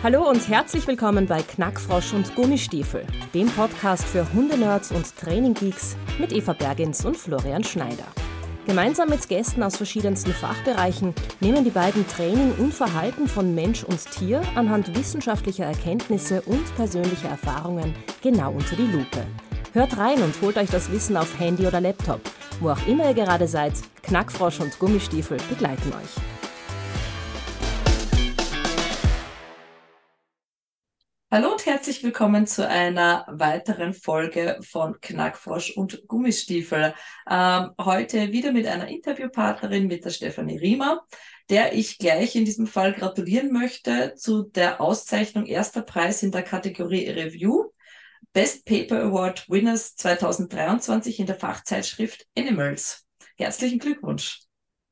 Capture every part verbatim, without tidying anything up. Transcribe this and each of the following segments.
Hallo und herzlich willkommen bei Knackfrosch und Gummistiefel, dem Podcast für Hundenerds und Traininggeeks mit Eva Bergins und Florian Schneider. Gemeinsam mit Gästen aus verschiedensten Fachbereichen nehmen die beiden Training und Verhalten von Mensch und Tier anhand wissenschaftlicher Erkenntnisse und persönlicher Erfahrungen genau unter die Lupe. Hört rein und holt euch das Wissen auf Handy oder Laptop. Wo auch immer ihr gerade seid, Knackfrosch und Gummistiefel begleiten euch. Hallo und herzlich willkommen zu einer weiteren Folge von Knackfrosch und Gummistiefel. Ähm, heute wieder mit einer Interviewpartnerin, mit der Stefanie Riemer, der ich gleich in diesem Fall gratulieren möchte zu der Auszeichnung erster Preis in der Kategorie Review. Best Paper Award Winners zweitausenddreiundzwanzig in der Fachzeitschrift Animals. Herzlichen Glückwunsch.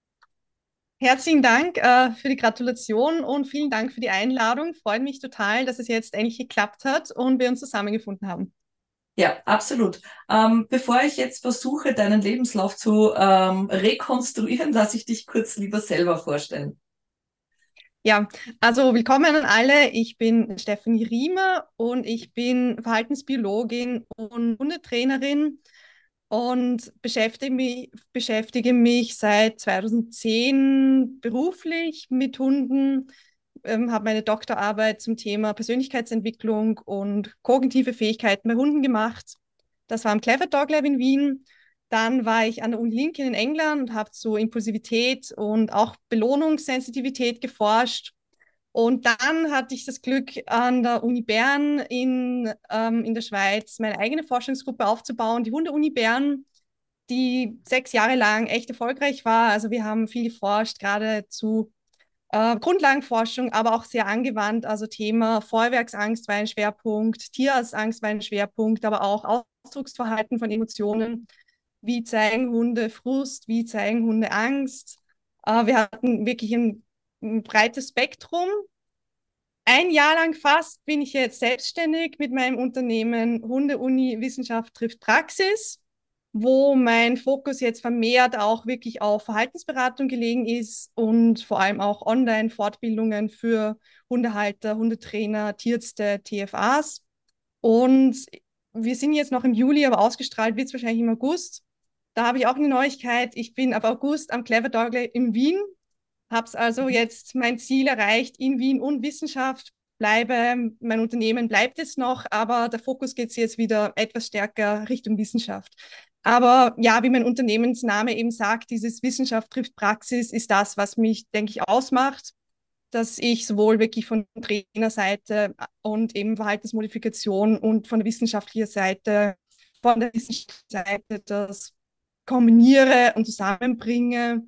Herzlichen Dank äh, für die Gratulation und vielen Dank für die Einladung. Freut mich total, dass es jetzt endlich geklappt hat und wir uns zusammengefunden haben. Ja, absolut. Ähm, bevor ich jetzt versuche, deinen Lebenslauf zu ähm, rekonstruieren, lasse ich dich kurz lieber selber vorstellen. Ja, also willkommen an alle. Ich bin Stefanie Riemer und ich bin Verhaltensbiologin und Hundetrainerin und beschäftige mich, beschäftige mich seit zweitausendzehn beruflich mit Hunden, ähm, habe meine Doktorarbeit zum Thema Persönlichkeitsentwicklung und kognitive Fähigkeiten bei Hunden gemacht. Das war am Clever Dog Lab in Wien. Dann war ich an der Uni Lincoln in England und habe zu Impulsivität und auch Belohnungssensitivität geforscht. Und dann hatte ich das Glück, an der Uni Bern in, ähm, in der Schweiz meine eigene Forschungsgruppe aufzubauen, die Hunde-Uni Bern, die sechs Jahre lang echt erfolgreich war. Also wir haben viel geforscht, gerade zu äh, Grundlagenforschung, aber auch sehr angewandt. Also Thema Feuerwerksangst war ein Schwerpunkt, Tierarztangst war ein Schwerpunkt, aber auch Ausdrucksverhalten von Emotionen. Wie zeigen Hunde Frust? Wie zeigen Hunde Angst? Äh, wir hatten wirklich ein, ein breites Spektrum. Ein Jahr lang fast bin ich jetzt selbstständig mit meinem Unternehmen Hunde-Uni Wissenschaft trifft Praxis, wo mein Fokus jetzt vermehrt auch wirklich auf Verhaltensberatung gelegen ist und vor allem auch Online-Fortbildungen für Hundehalter, Hundetrainer, Tierärzte, T F As. Und wir sind jetzt noch im Juli, aber ausgestrahlt wird es wahrscheinlich im August. Da habe ich auch eine Neuigkeit. Ich bin ab August am Clever Dog in Wien, habe es also jetzt mein Ziel erreicht in Wien und Wissenschaft. Bleibe, mein Unternehmen bleibt es noch, aber der Fokus geht jetzt wieder etwas stärker Richtung Wissenschaft. Aber ja, wie mein Unternehmensname eben sagt, dieses Wissenschaft trifft Praxis ist das, was mich, denke ich, ausmacht, dass ich sowohl wirklich von Trainerseite und eben Verhaltensmodifikation und von der wissenschaftlichen Seite, von der wissenschaftlichen Seite das kombiniere und zusammenbringe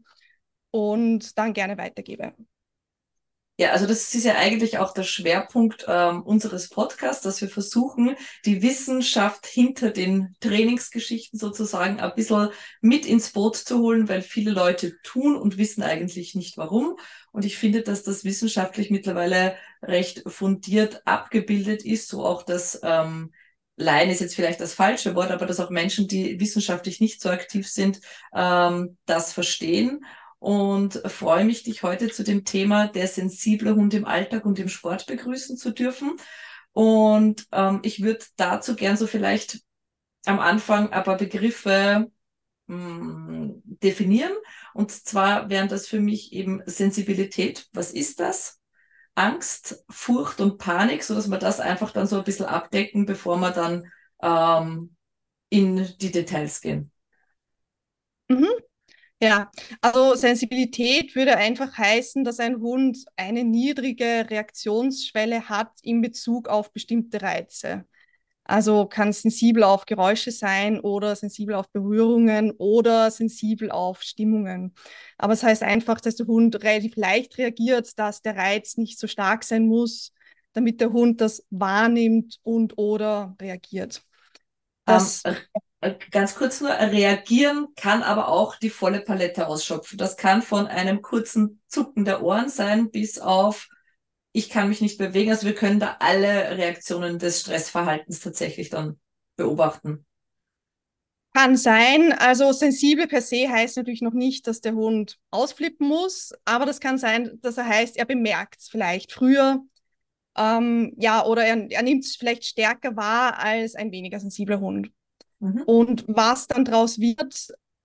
und dann gerne weitergebe. Ja, also das ist ja eigentlich auch der Schwerpunkt ähm, unseres Podcasts, dass wir versuchen, die Wissenschaft hinter den Trainingsgeschichten sozusagen ein bisschen mit ins Boot zu holen, weil viele Leute tun und wissen eigentlich nicht warum. Und ich finde, dass das wissenschaftlich mittlerweile recht fundiert abgebildet ist, so auch das ähm, Laien ist jetzt vielleicht das falsche Wort, aber dass auch Menschen, die wissenschaftlich nicht so aktiv sind, ähm, das verstehen. Und freue mich, dich heute zu dem Thema der sensible Hund im Alltag und im Sport begrüßen zu dürfen. Und ähm, ich würde dazu gern so vielleicht am Anfang ein paar Begriffe mh, definieren. Und zwar wären das für mich eben Sensibilität. Was ist das? Angst, Furcht und Panik, sodass wir das einfach dann so ein bisschen abdecken, bevor wir dann ähm, in die Details gehen. Mhm. Ja, also Sensibilität würde einfach heißen, dass ein Hund eine niedrige Reaktionsschwelle hat in Bezug auf bestimmte Reize. Also kann sensibel auf Geräusche sein oder sensibel auf Berührungen oder sensibel auf Stimmungen. Aber es heißt einfach, dass der Hund relativ leicht reagiert, dass der Reiz nicht so stark sein muss, damit der Hund das wahrnimmt und oder reagiert. Ähm, Das äh, ganz kurz nur, reagieren kann aber auch die volle Palette ausschöpfen. Das kann von einem kurzen Zucken der Ohren sein, bis auf, ich kann mich nicht bewegen. Also wir können da alle Reaktionen des Stressverhaltens tatsächlich dann beobachten. kann sein. Also sensibel per se heißt natürlich noch nicht, dass der Hund ausflippen muss, aber das kann sein, dass er heißt, er bemerkt es vielleicht früher, Ähm, ja, oder er, er nimmt es vielleicht stärker wahr als ein weniger sensibler Hund. Mhm. Und was dann daraus wird,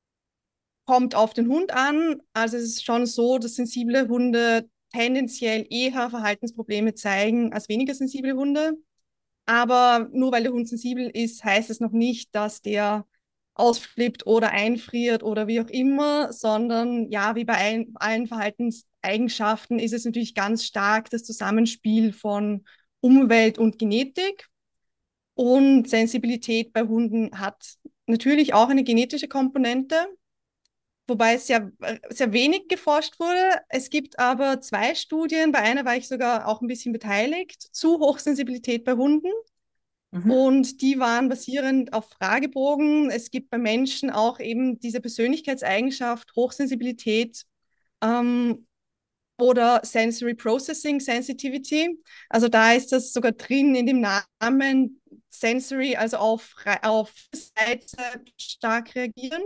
kommt auf den Hund an. Also es ist schon so, dass sensible Hunde tendenziell eher Verhaltensprobleme zeigen als weniger sensible Hunde. Aber nur weil der Hund sensibel ist, heißt es noch nicht, dass der ausflippt oder einfriert oder wie auch immer, sondern ja, wie bei allen, allen Verhaltenseigenschaften ist es natürlich ganz stark das Zusammenspiel von Umwelt und Genetik. Und Sensibilität bei Hunden hat natürlich auch eine genetische Komponente, wobei es sehr, sehr wenig geforscht wurde. Es gibt aber zwei Studien, bei einer war ich sogar auch ein bisschen beteiligt, zu Hochsensibilität bei Hunden. Mhm. Und die waren basierend auf Fragebogen. Es gibt bei Menschen auch eben diese Persönlichkeitseigenschaft, Hochsensibilität ähm, oder Sensory Processing Sensitivity. Also da ist das sogar drin in dem Namen Sensory, also auf, auf Seite stark reagieren.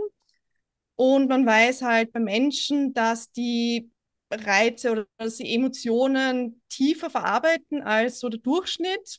Und man weiß halt bei Menschen, dass die Reize oder dass die Emotionen tiefer verarbeiten als so der Durchschnitt.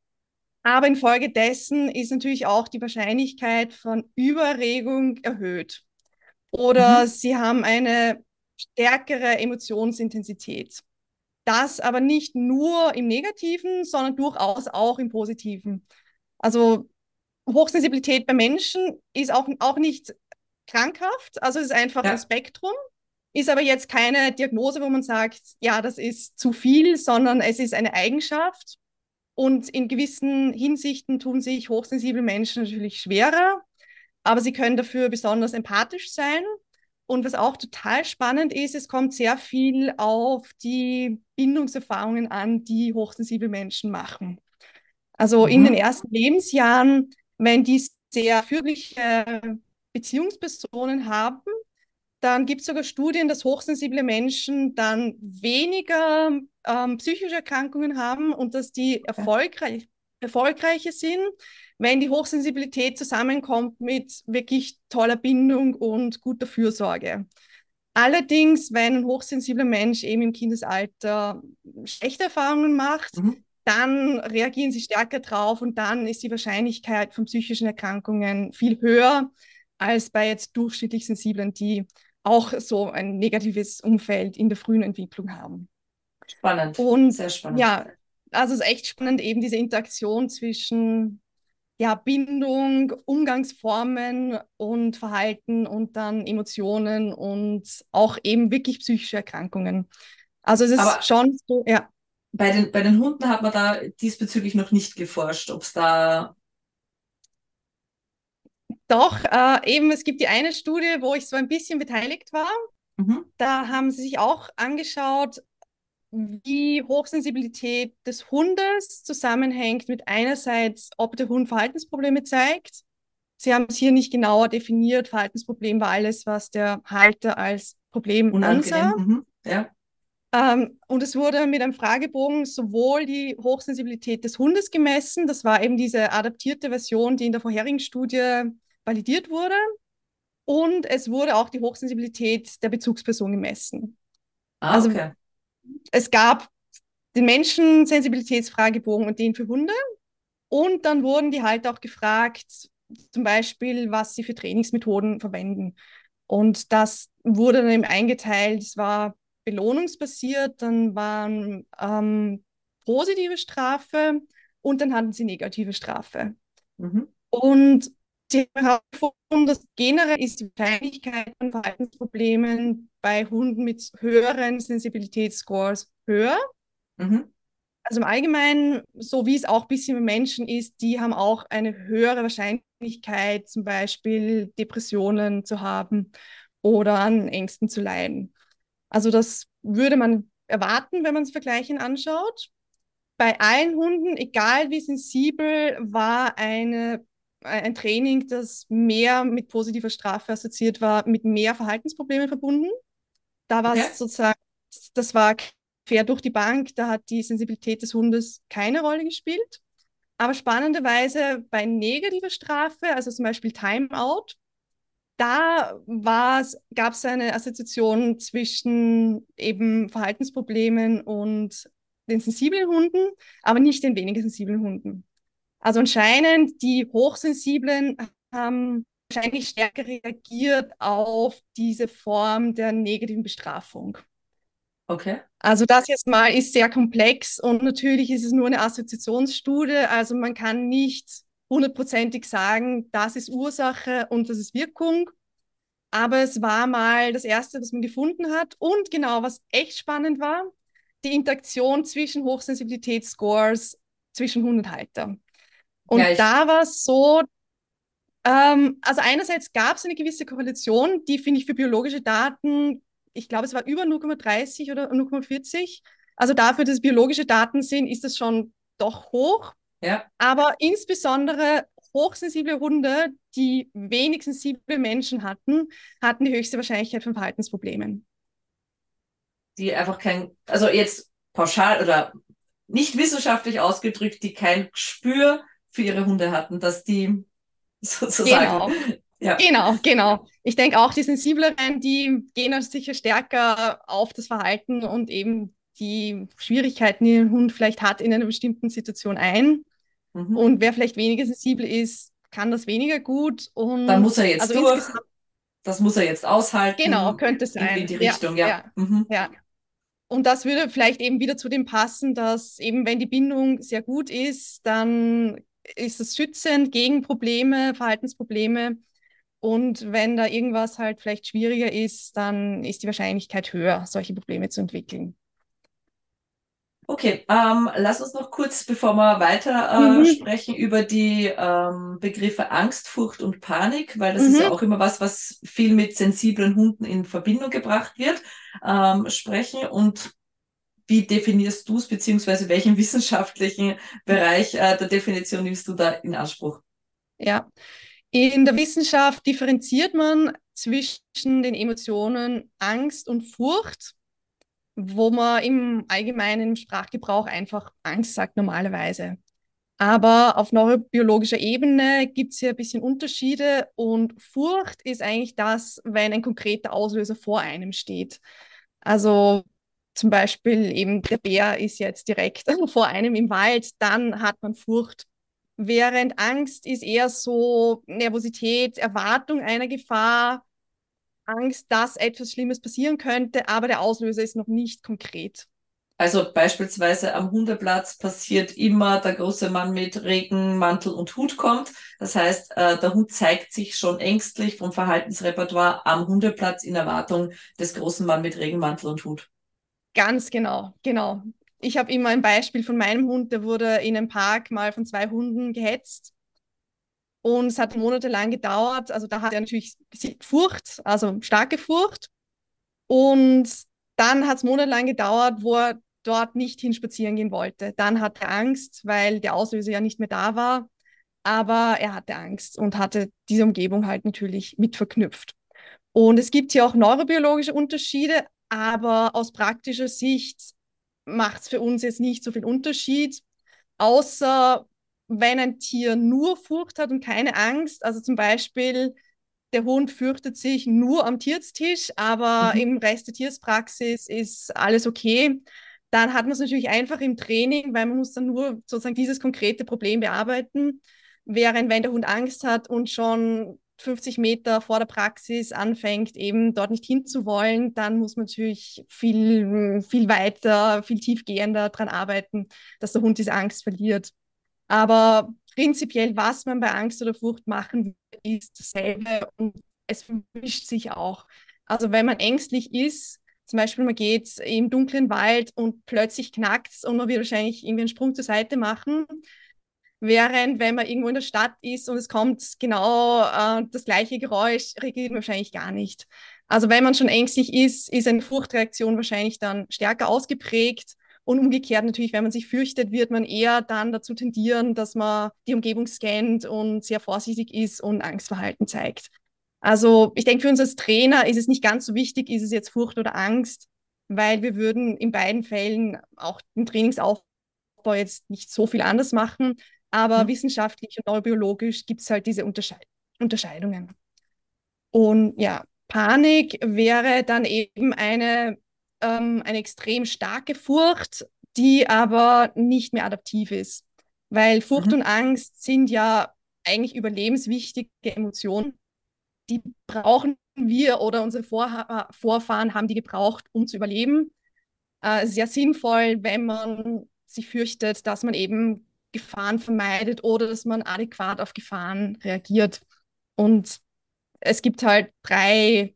Aber infolgedessen ist natürlich auch die Wahrscheinlichkeit von Überregung erhöht. Oder Mhm. sie haben eine stärkere Emotionsintensität. Das aber nicht nur im Negativen, sondern durchaus auch im Positiven. Also Hochsensibilität bei Menschen ist auch, auch nicht krankhaft, also es ist einfach ein Ja. Spektrum, ist aber jetzt keine Diagnose, wo man sagt, ja, das ist zu viel, sondern es ist eine Eigenschaft. Und in gewissen Hinsichten tun sich hochsensible Menschen natürlich schwerer, aber sie können dafür besonders empathisch sein. Und was auch total spannend ist, es kommt sehr viel auf die Bindungserfahrungen an, die hochsensible Menschen machen. Also in den Mhm. ersten Lebensjahren, wenn die sehr fügliche Beziehungspersonen haben, dann gibt es sogar Studien, dass hochsensible Menschen dann weniger ähm, psychische Erkrankungen haben und dass die Okay. erfolgreich, erfolgreicher sind, wenn die Hochsensibilität zusammenkommt mit wirklich toller Bindung und guter Fürsorge. Allerdings, wenn ein hochsensibler Mensch eben im Kindesalter schlechte Erfahrungen macht, Mhm. dann reagieren sie stärker drauf und dann ist die Wahrscheinlichkeit von psychischen Erkrankungen viel höher als bei jetzt durchschnittlich Sensiblen, die auch so ein negatives Umfeld in der frühen Entwicklung haben. Spannend, Und sehr spannend. ja, also es ist echt spannend, eben diese Interaktion zwischen ja, Bindung, Umgangsformen und Verhalten und dann Emotionen und auch eben wirklich psychische Erkrankungen. Also es ist Aber schon so, ja. bei den, bei den Hunden hat man da diesbezüglich noch nicht geforscht, ob es da. Doch, äh, eben, es gibt die eine Studie, wo ich so ein bisschen beteiligt war. Mhm. Da haben sie sich auch angeschaut, wie Hochsensibilität des Hundes zusammenhängt mit einerseits, ob der Hund Verhaltensprobleme zeigt. Sie haben es hier nicht genauer definiert. Verhaltensproblem war alles, was der Halter als Problem ansah. Unangenehm. Mhm. Ja. Ähm, und es wurde mit einem Fragebogen sowohl die Hochsensibilität des Hundes gemessen, das war eben diese adaptierte Version, die in der vorherigen Studie validiert wurde, und es wurde auch die Hochsensibilität der Bezugsperson gemessen. Ah, Also okay. es gab den Menschen-Sensibilitätsfragebogen und den für Hunde. Und dann wurden die halt auch gefragt, zum Beispiel, was sie für Trainingsmethoden verwenden. Und das wurde dann eben eingeteilt. Es war belohnungsbasiert, dann waren ähm, positive Strafe und dann hatten sie negative Strafe. Mhm. Und sie haben herausgefunden, dass generell ist die Wahrscheinlichkeit von Verhaltensproblemen bei Hunden mit höheren Sensibilitätsscores höher. Mhm. Also im Allgemeinen, so wie es auch ein bisschen bei Menschen ist, die haben auch eine höhere Wahrscheinlichkeit, zum Beispiel Depressionen zu haben oder an Ängsten zu leiden. Also das würde man erwarten, wenn man es vergleichend anschaut. Bei allen Hunden, egal wie sensibel, war eine, ein Training, das mehr mit positiver Strafe assoziiert war, mit mehr Verhaltensproblemen verbunden. Da war Okay. es sozusagen, das war quer durch die Bank, da hat die Sensibilität des Hundes keine Rolle gespielt. Aber spannenderweise bei negativer Strafe, also zum Beispiel Timeout, da gab es eine Assoziation zwischen eben Verhaltensproblemen und den sensiblen Hunden, aber nicht den weniger sensiblen Hunden. Also anscheinend die Hochsensiblen haben wahrscheinlich stärker reagiert auf diese Form der negativen Bestrafung. Okay. Also das jetzt mal ist sehr komplex und natürlich ist es nur eine Assoziationsstudie, also man kann nicht hundertprozentig sagen, das ist Ursache und das ist Wirkung, aber es war mal das Erste, was man gefunden hat und genau, was echt spannend war, die Interaktion zwischen Hochsensibilitätsscores zwischen Hund und Halter. Ja, Und ich, da war es so, ähm, also einerseits gab es eine gewisse Korrelation, die finde ich für biologische Daten, ich glaube, es war über null Komma dreißig oder null Komma vierzig. Also dafür, dass es biologische Daten sind, ist das schon doch hoch. ja, Aber insbesondere hochsensible Hunde, die wenig sensible Menschen hatten, hatten die höchste Wahrscheinlichkeit von Verhaltensproblemen. die einfach kein, also jetzt pauschal oder nicht wissenschaftlich ausgedrückt, die kein Gespür für ihre Hunde hatten, dass die sozusagen, Genau, ja, genau, genau. Ich denke auch, die Sensibleren, die gehen dann sicher stärker auf das Verhalten und eben die Schwierigkeiten, die ein Hund vielleicht hat in einer bestimmten Situation ein. mhm. Und wer vielleicht weniger sensibel ist, kann das weniger gut. Da Und muss er also jetzt durch, insgesamt, das muss er jetzt genau, aushalten, könnte irgendwie in sein. die Ja, Richtung, ja. ja, Mhm. ja. Und das würde vielleicht eben wieder zu dem passen, dass eben wenn die Bindung sehr gut ist, dann ist es schützend gegen Probleme, Verhaltensprobleme. Und wenn da irgendwas halt vielleicht schwieriger ist, dann ist die Wahrscheinlichkeit höher, solche Probleme zu entwickeln. Okay, ähm, lass uns noch kurz, bevor wir weiter äh, Mhm. sprechen, über die ähm, Begriffe Angst, Furcht und Panik, weil das ist ja Mhm. auch immer was, was viel mit sensiblen Hunden in Verbindung gebracht wird, ähm, sprechen. Und wie definierst du es, beziehungsweise welchen wissenschaftlichen Bereich äh, der Definition nimmst du da in Anspruch? Ja, in der Wissenschaft differenziert man zwischen den Emotionen Angst und Furcht, wo man im allgemeinen Sprachgebrauch einfach Angst sagt normalerweise. Aber auf neurobiologischer Ebene gibt es hier ein bisschen Unterschiede und Furcht ist eigentlich das, wenn ein konkreter Auslöser vor einem steht. Also zum Beispiel eben der Bär ist jetzt direkt vor einem im Wald, dann hat man Furcht. Während Angst ist eher so Nervosität, Erwartung einer Gefahr, Angst, dass etwas Schlimmes passieren könnte, aber der Auslöser ist noch nicht konkret. Also beispielsweise am Hundeplatz passiert immer, der große Mann mit Regenmantel und Hut kommt. Das heißt, äh, der Hund zeigt sich schon ängstlich vom Verhaltensrepertoire am Hundeplatz in Erwartung des großen Mann mit Regenmantel und Hut. Ganz genau, genau. Ich habe immer ein Beispiel von meinem Hund, der wurde in einem Park mal von zwei Hunden gehetzt und es hat monatelang gedauert. Also da hat er natürlich Furcht, also starke Furcht. Und dann hat es monatelang gedauert, wo er dort nicht hinspazieren gehen wollte. Dann hatte er Angst, weil der Auslöser ja nicht mehr da war. Aber er hatte Angst und hatte diese Umgebung halt natürlich mit verknüpft. Und es gibt hier auch neurobiologische Unterschiede, aber aus praktischer Sicht macht es für uns jetzt nicht so viel Unterschied, außer wenn ein Tier nur Furcht hat und keine Angst. Also zum Beispiel der Hund fürchtet sich nur am Tierstisch, aber Mhm. im Rest der Tierspraxis ist alles okay. Dann hat man es natürlich einfach im Training, weil man muss dann nur sozusagen dieses konkrete Problem bearbeiten. Während wenn der Hund Angst hat und schon fünfzig Meter vor der Praxis anfängt, eben dort nicht hinzuwollen, dann muss man natürlich viel, viel weiter, viel tiefgehender daran arbeiten, dass der Hund diese Angst verliert. Aber prinzipiell, was man bei Angst oder Furcht machen will, ist dasselbe und es vermischt sich auch. Also wenn man ängstlich ist, zum Beispiel man geht im dunklen Wald und plötzlich knackt es und man wird wahrscheinlich irgendwie einen Sprung zur Seite machen, während wenn man irgendwo in der Stadt ist und es kommt genau äh, das gleiche Geräusch, reagiert man wahrscheinlich gar nicht. Also wenn man schon ängstlich ist, ist eine Furchtreaktion wahrscheinlich dann stärker ausgeprägt. Und umgekehrt natürlich, wenn man sich fürchtet, wird man eher dann dazu tendieren, dass man die Umgebung scannt und sehr vorsichtig ist und Angstverhalten zeigt. Also ich denke, für uns als Trainer ist es nicht ganz so wichtig, ist es jetzt Furcht oder Angst, weil wir würden in beiden Fällen auch den Trainingsaufbau jetzt nicht so viel anders machen. Aber Mhm. wissenschaftlich und neurobiologisch gibt es halt diese Unterscheid Unterscheidungen. Und ja, Panik wäre dann eben eine, ähm, eine extrem starke Furcht, die aber nicht mehr adaptiv ist. Weil Furcht Mhm. und Angst sind ja eigentlich überlebenswichtige Emotionen. Die brauchen wir oder unsere Vorha Vorfahren haben die gebraucht, um zu überleben. Äh, es ist ja sinnvoll, wenn man sich fürchtet, dass man eben Gefahren vermeidet oder dass man adäquat auf Gefahren reagiert. Und es gibt halt drei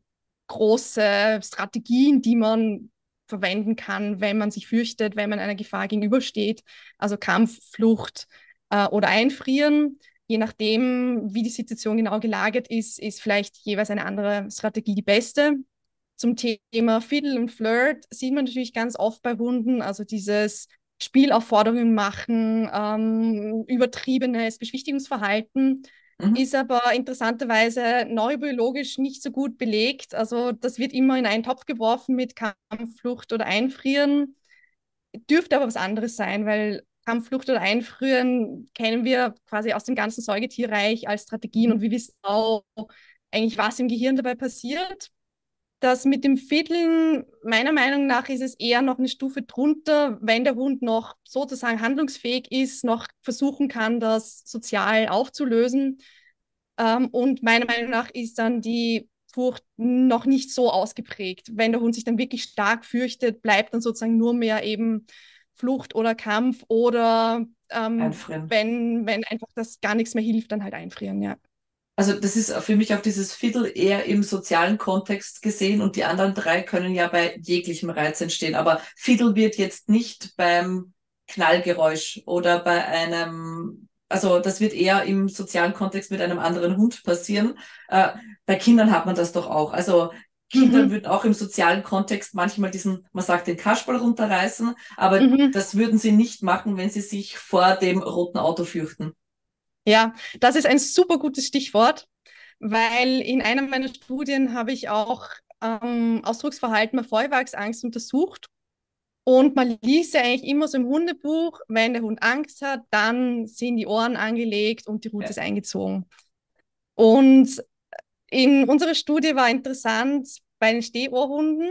große Strategien, die man verwenden kann, wenn man sich fürchtet, wenn man einer Gefahr gegenübersteht. Also Kampf, Flucht äh, oder Einfrieren. Je nachdem, wie die Situation genau gelagert ist, ist vielleicht jeweils eine andere Strategie die beste. Zum Thema Fiddle und Flirt sieht man natürlich ganz oft bei Hunden, also dieses Spielaufforderungen machen, ähm, übertriebenes Beschwichtigungsverhalten, Mhm. ist aber interessanterweise neurobiologisch nicht so gut belegt. Also das wird immer in einen Topf geworfen mit Kampf, Flucht oder Einfrieren. Dürfte aber was anderes sein, weil Kampfflucht oder Einfrieren kennen wir quasi aus dem ganzen Säugetierreich als Strategien und wir wissen auch eigentlich, was im Gehirn dabei passiert. Das mit dem Fiddeln, meiner Meinung nach, ist es eher noch eine Stufe drunter, wenn der Hund noch sozusagen handlungsfähig ist, noch versuchen kann, das sozial aufzulösen. Ähm, und meiner Meinung nach ist dann die Furcht noch nicht so ausgeprägt. Wenn der Hund sich dann wirklich stark fürchtet, bleibt dann sozusagen nur mehr eben Flucht oder Kampf oder ähm, Einfrieren. wenn, wenn einfach das gar nichts mehr hilft, dann halt einfrieren, ja. Also das ist für mich auch dieses Fiddle eher im sozialen Kontext gesehen und die anderen drei können ja bei jeglichem Reiz entstehen. Aber Fiddle wird jetzt nicht beim Knallgeräusch oder bei einem, also das wird eher im sozialen Kontext mit einem anderen Hund passieren. Äh, bei Kindern hat man das doch auch. Also Kinder Mhm. würden auch im sozialen Kontext manchmal diesen, man sagt, den Kasperl runterreißen, aber Mhm. das würden sie nicht machen, wenn sie sich vor dem roten Auto fürchten. Ja, das ist ein super gutes Stichwort, weil in einer meiner Studien habe ich auch ähm, Ausdrucksverhalten bei Feuerwerksangst untersucht. Und man liest ja eigentlich immer so im Hundebuch, wenn der Hund Angst hat, dann sind die Ohren angelegt und die Rute Ja. ist eingezogen. Und in unserer Studie war interessant, bei den Stehohrhunden,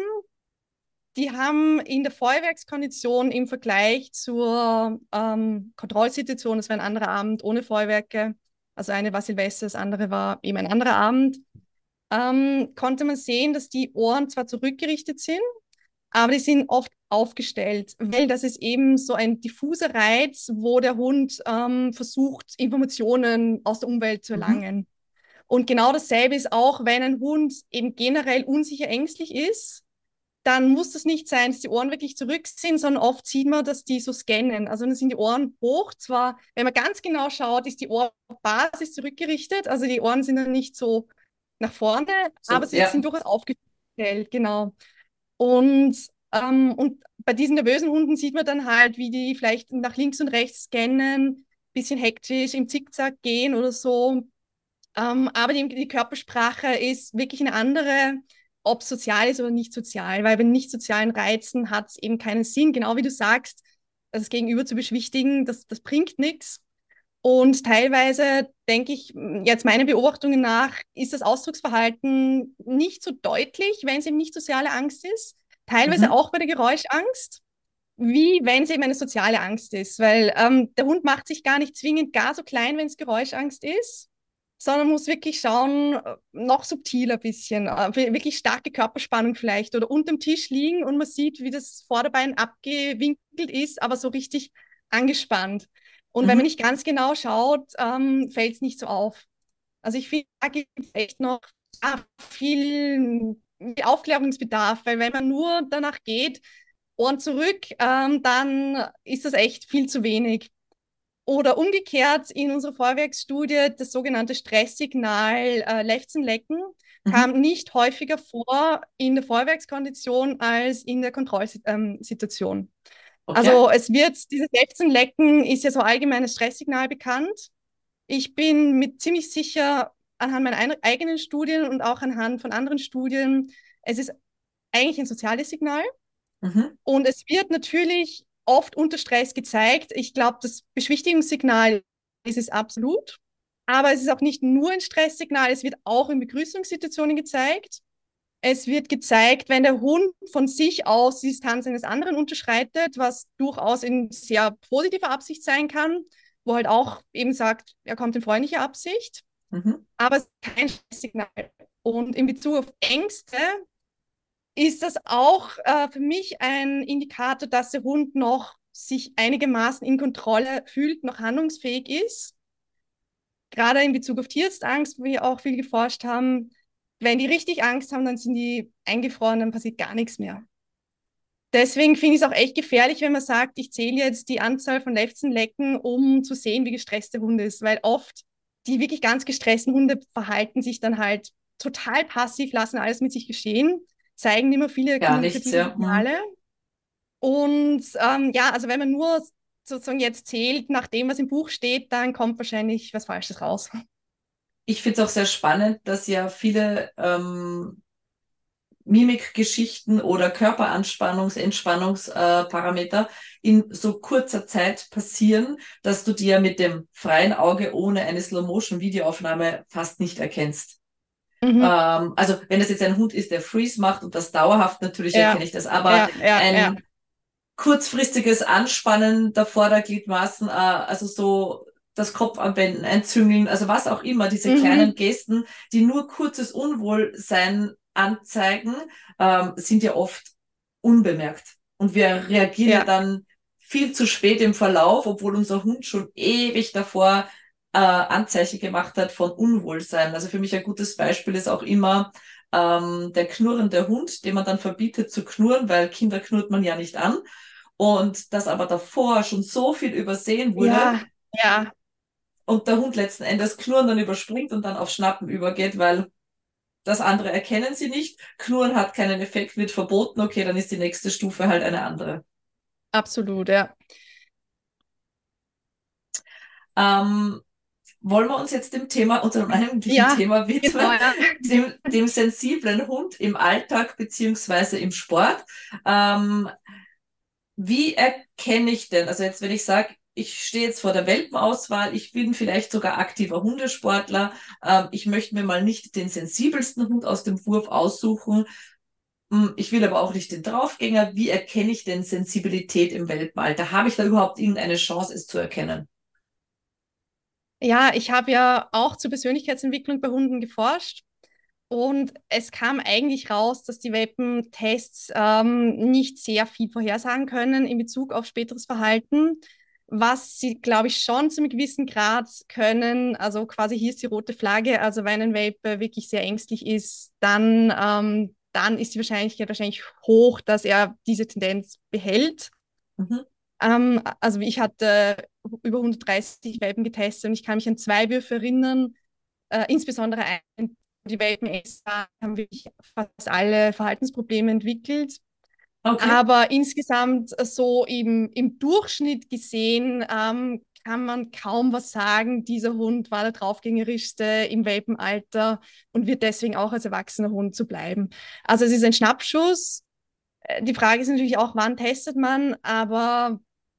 die haben in der Feuerwerkskondition im Vergleich zur ähm, Kontrollsituation, das war ein anderer Abend ohne Feuerwerke, also eine war Silvester, das andere war eben ein anderer Abend, ähm, konnte man sehen, dass die Ohren zwar zurückgerichtet sind, aber die sind oft aufgestellt, weil das ist eben so ein diffuser Reiz, wo der Hund ähm, versucht, Informationen aus der Umwelt zu Mhm. erlangen. Und genau dasselbe ist auch, wenn ein Hund eben generell unsicher ängstlich ist, dann muss das nicht sein, dass die Ohren wirklich zurück sind, sondern oft sieht man, dass die so scannen. Also dann sind die Ohren hoch. Zwar, wenn man ganz genau schaut, ist die Ohrbasis zurückgerichtet, also die Ohren sind dann nicht so nach vorne, aber So, sie ja. sind durchaus aufgestellt, genau. Und, ähm, und bei diesen nervösen Hunden sieht man dann halt, wie die vielleicht nach links und rechts scannen, bisschen hektisch im Zickzack gehen oder so. Ähm, aber die, die Körpersprache ist wirklich eine andere, ob sozial ist oder nicht sozial, weil bei nicht sozialen Reizen hat es eben keinen Sinn, genau wie du sagst, das Gegenüber zu beschwichtigen, das, das bringt nichts. Und teilweise denke ich, jetzt meinen Beobachtungen nach, ist das Ausdrucksverhalten nicht so deutlich, wenn es eben nicht soziale Angst ist. Teilweise Mhm. auch bei der Geräuschangst, wie wenn es eben eine soziale Angst ist. Weil ähm, der Hund macht sich gar nicht zwingend gar so klein, wenn es Geräuschangst ist, sondern muss wirklich schauen, äh, noch subtiler ein bisschen, äh, wirklich starke Körperspannung vielleicht oder unterm Tisch liegen und man sieht, wie das Vorderbein abgewinkelt ist, aber so richtig angespannt. Und wenn man Mhm. nicht ganz genau schaut, ähm, fällt es nicht so auf. Also ich finde, da gibt es echt noch ah, viel Aufklärungsbedarf, weil wenn man nur danach geht, Ohren zurück, ähm, dann ist das echt viel zu wenig. Oder umgekehrt in unserer Vorwerksstudie das sogenannte Stresssignal äh, Lefzenlecken Mhm. kam nicht häufiger vor in der Vorwerkskondition als in der Kontrollsituation. Okay. Also es wird, dieses Lefzenlecken ist ja so allgemeines Stresssignal bekannt. Ich bin mit ziemlich sicher anhand meiner eigenen Studien und auch anhand von anderen Studien, es ist eigentlich ein soziales Signal. Mhm. Und es wird natürlich oft unter Stress gezeigt. Ich glaube, das Beschwichtigungssignal ist es absolut. Aber es ist auch nicht nur ein Stresssignal, es wird auch in Begrüßungssituationen gezeigt. Es wird gezeigt, wenn der Hund von sich aus die Distanz eines anderen unterschreitet, was durchaus in sehr positiver Absicht sein kann, wo halt auch eben sagt, er kommt in freundlicher Absicht, Mhm. aber es ist kein Signal. Und in Bezug auf Ängste ist das auch äh, für mich ein Indikator, dass der Hund noch sich einigermaßen in Kontrolle fühlt, noch handlungsfähig ist. Gerade in Bezug auf Tierarztangst, wo wir auch viel geforscht haben, wenn die richtig Angst haben, dann sind die eingefroren, dann passiert gar nichts mehr. Deswegen finde ich es auch echt gefährlich, wenn man sagt, ich zähle jetzt die Anzahl von Lefzenlecken, um zu sehen, wie gestresst der Hund ist. Weil oft die wirklich ganz gestressten Hunde verhalten sich dann halt total passiv, lassen alles mit sich geschehen, zeigen immer viele Gar nichts, kommunikative ja. Mhm. Signale. Und ähm, ja, also wenn man nur sozusagen jetzt zählt nach dem, was im Buch steht, dann kommt wahrscheinlich was Falsches raus. Ich finde es auch sehr spannend, dass ja viele ähm, Mimikgeschichten oder Körperanspannungs-, Entspannungsparameter in so kurzer Zeit passieren, dass du die ja mit dem freien Auge ohne eine Slow-Motion-Videoaufnahme fast nicht erkennst. Mhm. Ähm, also wenn das jetzt ein Hund ist, der Freeze macht und das dauerhaft, natürlich Ja, erkenne ich das, aber ja, ja, ja. ein kurzfristiges Anspannen der Vordergliedmaßen, äh, also so das Kopfanwenden, ein Züngeln, also was auch immer, diese kleinen Mhm. Gesten, die nur kurzes Unwohlsein anzeigen, ähm, sind ja oft unbemerkt. Und wir reagieren ja Ja, dann viel zu spät im Verlauf, obwohl unser Hund schon ewig davor äh, Anzeichen gemacht hat von Unwohlsein. Also für mich ein gutes Beispiel ist auch immer ähm, der knurrende Hund, den man dann verbietet zu knurren, weil Kinder knurrt man ja nicht an. Und dass aber davor schon so viel übersehen wurde ja, ja. und der Hund letzten Endes Knurren dann überspringt und dann auf Schnappen übergeht, weil das andere erkennen sie nicht. Knurren hat keinen Effekt, wird verboten. Okay, dann ist die nächste Stufe halt eine andere. Absolut, ja. Ähm, wollen wir uns jetzt dem Thema, unserem eigentlichen Ja, Thema genau, widmen, ja. dem, dem sensiblen Hund im Alltag beziehungsweise im Sport. Ähm, wie erkenne ich denn, also jetzt, wenn ich sage, ich stehe jetzt vor der Welpenauswahl, ich bin vielleicht sogar aktiver Hundesportler, ähm, ich möchte mir mal nicht den sensibelsten Hund aus dem Wurf aussuchen, hm, ich will aber auch nicht den Draufgänger. Wie erkenne ich denn Sensibilität im Welpenalter? Habe ich da überhaupt irgendeine Chance, es zu erkennen? Ja, ich habe ja auch zur Persönlichkeitsentwicklung bei Hunden geforscht und es kam eigentlich raus, dass die Welpentests ähm, nicht sehr viel vorhersagen können in Bezug auf späteres Verhalten. Was sie, glaube ich, schon zu einem gewissen Grad können, also quasi hier ist die rote Flagge, also wenn ein Welpe wirklich sehr ängstlich ist, dann, ähm, dann ist die Wahrscheinlichkeit wahrscheinlich hoch, dass er diese Tendenz behält. Mhm. Ähm, also ich hatte über hundertdreißig Welpen getestet und ich kann mich an zwei Würfe erinnern, äh, insbesondere ein, die Welpen haben wirklich fast alle Verhaltensprobleme entwickelt. Okay. Aber insgesamt so im, im Durchschnitt gesehen ähm, kann man kaum was sagen. Dieser Hund war der draufgängerischste im Welpenalter und wird deswegen auch als erwachsener Hund zu bleiben. Also es ist ein Schnappschuss. Äh, Die Frage ist natürlich auch, wann testet man, aber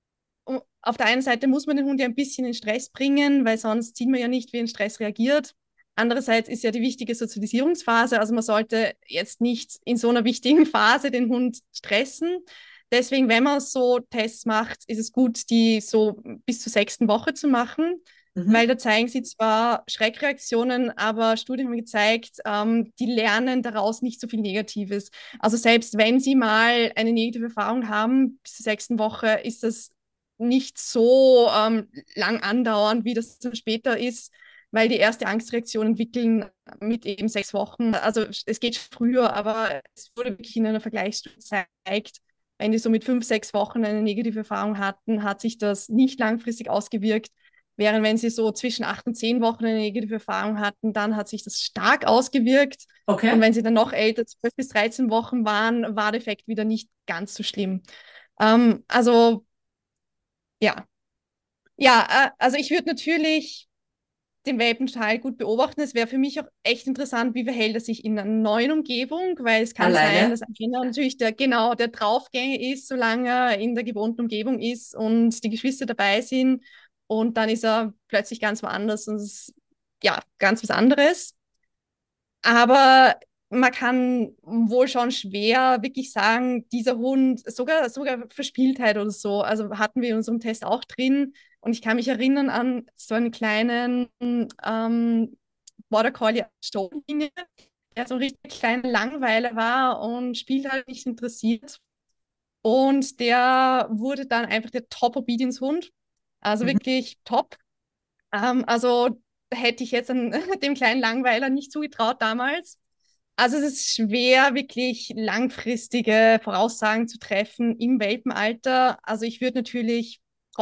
auf der einen Seite muss man den Hund ja ein bisschen in Stress bringen, weil sonst sieht man ja nicht, wie ein Stress reagiert. Andererseits ist ja die wichtige Sozialisierungsphase, also man sollte jetzt nicht in so einer wichtigen Phase den Hund stressen. Deswegen, wenn man so Tests macht, ist es gut, die so bis zur sechsten Woche zu machen, Mhm. weil da zeigen sie zwar Schreckreaktionen, aber Studien haben gezeigt, ähm, die lernen daraus nicht so viel Negatives. Also selbst wenn sie mal eine negative Erfahrung haben, bis zur sechsten Woche ist das nicht so ähm, lang andauern, wie das dann später ist, weil die erste Angstreaktion entwickeln mit eben sechs Wochen. Also es geht früher, aber es wurde wirklich in einer Vergleichsstudie gezeigt, wenn die so mit fünf, sechs Wochen eine negative Erfahrung hatten, hat sich das nicht langfristig ausgewirkt. Während wenn sie so zwischen acht und zehn Wochen eine negative Erfahrung hatten, dann hat sich das stark ausgewirkt. Und Okay. wenn sie dann noch älter, zwölf bis dreizehn Wochen waren, war der Effekt wieder nicht ganz so schlimm. Ähm, also ja, ja, äh, also ich würde natürlich den Welpen total gut beobachten. Es wäre für mich auch echt interessant, wie verhält er sich in einer neuen Umgebung, weil es kann sein, Alleine? dass einer natürlich der, genau, der Draufgänger ist, solange er in der gewohnten Umgebung ist und die Geschwister dabei sind und dann ist er plötzlich ganz woanders und es ist ja ganz was anderes. Aber man kann wohl schon schwer wirklich sagen, dieser Hund, sogar, sogar Verspieltheit oder so, also hatten wir in unserem Test auch drin. Und ich kann mich erinnern an so einen kleinen ähm, Border Collie Stofflinie, der so ein richtig kleiner Langweiler war und Spiel halt nicht interessiert. Und der wurde dann einfach der Top-Obedience-Hund. Also Mhm. wirklich top. Ähm, also hätte ich jetzt an dem kleinen Langweiler nicht zugetraut damals. Also es ist schwer, wirklich langfristige Voraussagen zu treffen im Welpenalter. Also ich würde natürlich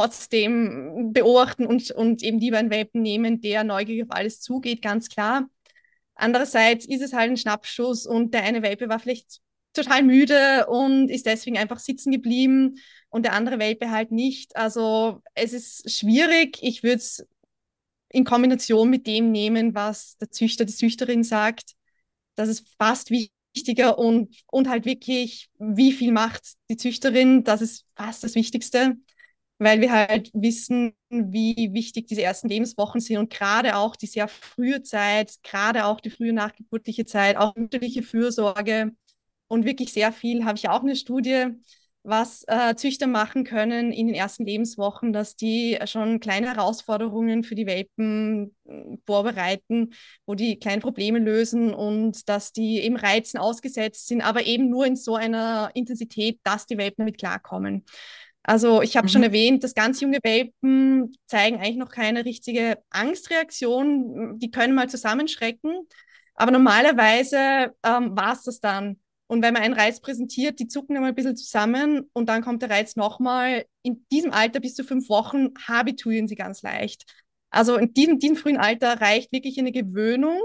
trotzdem beobachten und, und eben lieber einen Welpen nehmen, der neugierig auf alles zugeht, ganz klar. Andererseits ist es halt ein Schnappschuss und der eine Welpe war vielleicht total müde und ist deswegen einfach sitzen geblieben und der andere Welpe halt nicht. Also es ist schwierig. Ich würde es in Kombination mit dem nehmen, was der Züchter, die Züchterin sagt. Das ist fast wichtiger und, und halt wirklich, wie viel macht die Züchterin, das ist fast das Wichtigste, weil wir halt wissen, wie wichtig diese ersten Lebenswochen sind und gerade auch die sehr frühe Zeit, gerade auch die frühe nachgeburtliche Zeit, auch mütterliche Fürsorge und wirklich sehr viel, habe ich auch eine Studie, was äh, Züchter machen können in den ersten Lebenswochen, dass die schon kleine Herausforderungen für die Welpen äh, vorbereiten, wo die kleine Probleme lösen und dass die eben Reizen ausgesetzt sind, aber eben nur in so einer Intensität, dass die Welpen damit klarkommen. Also ich habe schon Mhm. erwähnt, dass ganz junge Welpen zeigen eigentlich noch keine richtige Angstreaktion. Die können mal zusammenschrecken, aber normalerweise ähm, war es das dann. Und wenn man einen Reiz präsentiert, die zucken dann mal ein bisschen zusammen und dann kommt der Reiz nochmal. In diesem Alter bis zu fünf Wochen habituieren sie ganz leicht. Also in diesem, diesem frühen Alter reicht wirklich eine Gewöhnung.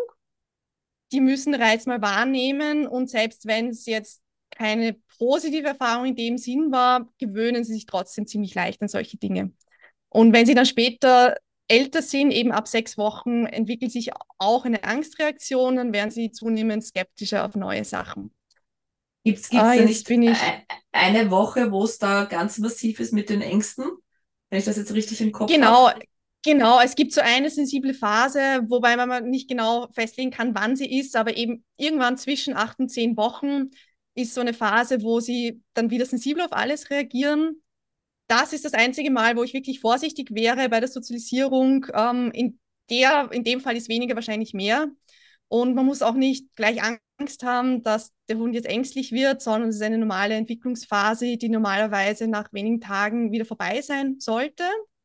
Die müssen den Reiz mal wahrnehmen und selbst wenn es jetzt keine positive Erfahrung in dem Sinn war, gewöhnen sie sich trotzdem ziemlich leicht an solche Dinge. Und wenn sie dann später älter sind, eben ab sechs Wochen, entwickelt sich auch eine Angstreaktion, dann werden sie zunehmend skeptischer auf neue Sachen. Gibt's, gibt's Ah, da jetzt nicht bin ich. ei- eine Woche, wo es da ganz massiv ist mit den Ängsten? Wenn ich das jetzt richtig im Kopf habe? Genau, genau. Es gibt so eine sensible Phase, wobei man nicht genau festlegen kann, wann sie ist, aber eben irgendwann zwischen acht und zehn Wochen ist so eine Phase, wo sie dann wieder sensibel auf alles reagieren. Das ist das einzige Mal, wo ich wirklich vorsichtig wäre bei der Sozialisierung. Ähm, in der, in dem Fall ist weniger wahrscheinlich mehr. Und man muss auch nicht gleich Angst haben, dass der Hund jetzt ängstlich wird, sondern es ist eine normale Entwicklungsphase, die normalerweise nach wenigen Tagen wieder vorbei sein sollte.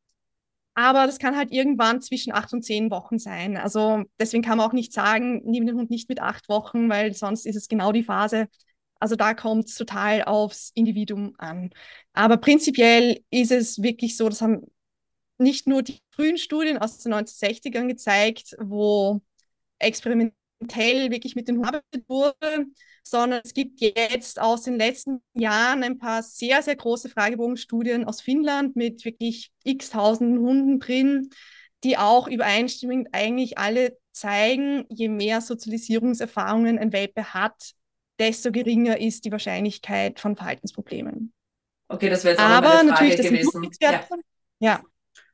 Aber das kann halt irgendwann zwischen acht und zehn Wochen sein. Also deswegen kann man auch nicht sagen, nimm den Hund nicht mit acht Wochen, weil sonst ist es genau die Phase. Also da kommt es total aufs Individuum an. Aber prinzipiell ist es wirklich so, das haben nicht nur die frühen Studien aus den neunzehnhundertsechzigern gezeigt, wo experimentell wirklich mit den Hunden gearbeitet wurde, sondern es gibt jetzt aus den letzten Jahren ein paar sehr, sehr große Fragebogenstudien aus Finnland mit wirklich x tausenden Hunden drin, die auch übereinstimmend eigentlich alle zeigen, je mehr Sozialisierungserfahrungen ein Welpe hat, desto geringer ist die Wahrscheinlichkeit von Verhaltensproblemen. Okay, das wäre jetzt auch noch meine Aber natürlich, Frage das sind gewesen. Ja. Durchschnittswerte. Ja,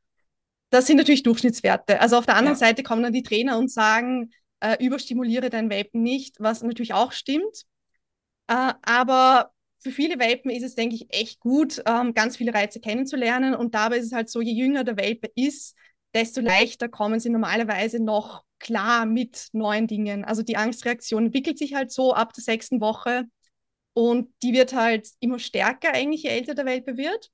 das sind natürlich Durchschnittswerte. Also auf der anderen Ja. Seite kommen dann die Trainer und sagen, äh, überstimuliere deinen Welpen nicht, was natürlich auch stimmt. Äh, aber für viele Welpen ist es, denke ich, echt gut, ähm, ganz viele Reize kennenzulernen. Und dabei ist es halt so, je jünger der Welpe ist, desto leichter kommen sie normalerweise noch klar mit neuen Dingen. Also die Angstreaktion entwickelt sich halt so ab der sechsten Woche und die wird halt immer stärker eigentlich, je älter der Welpe wird.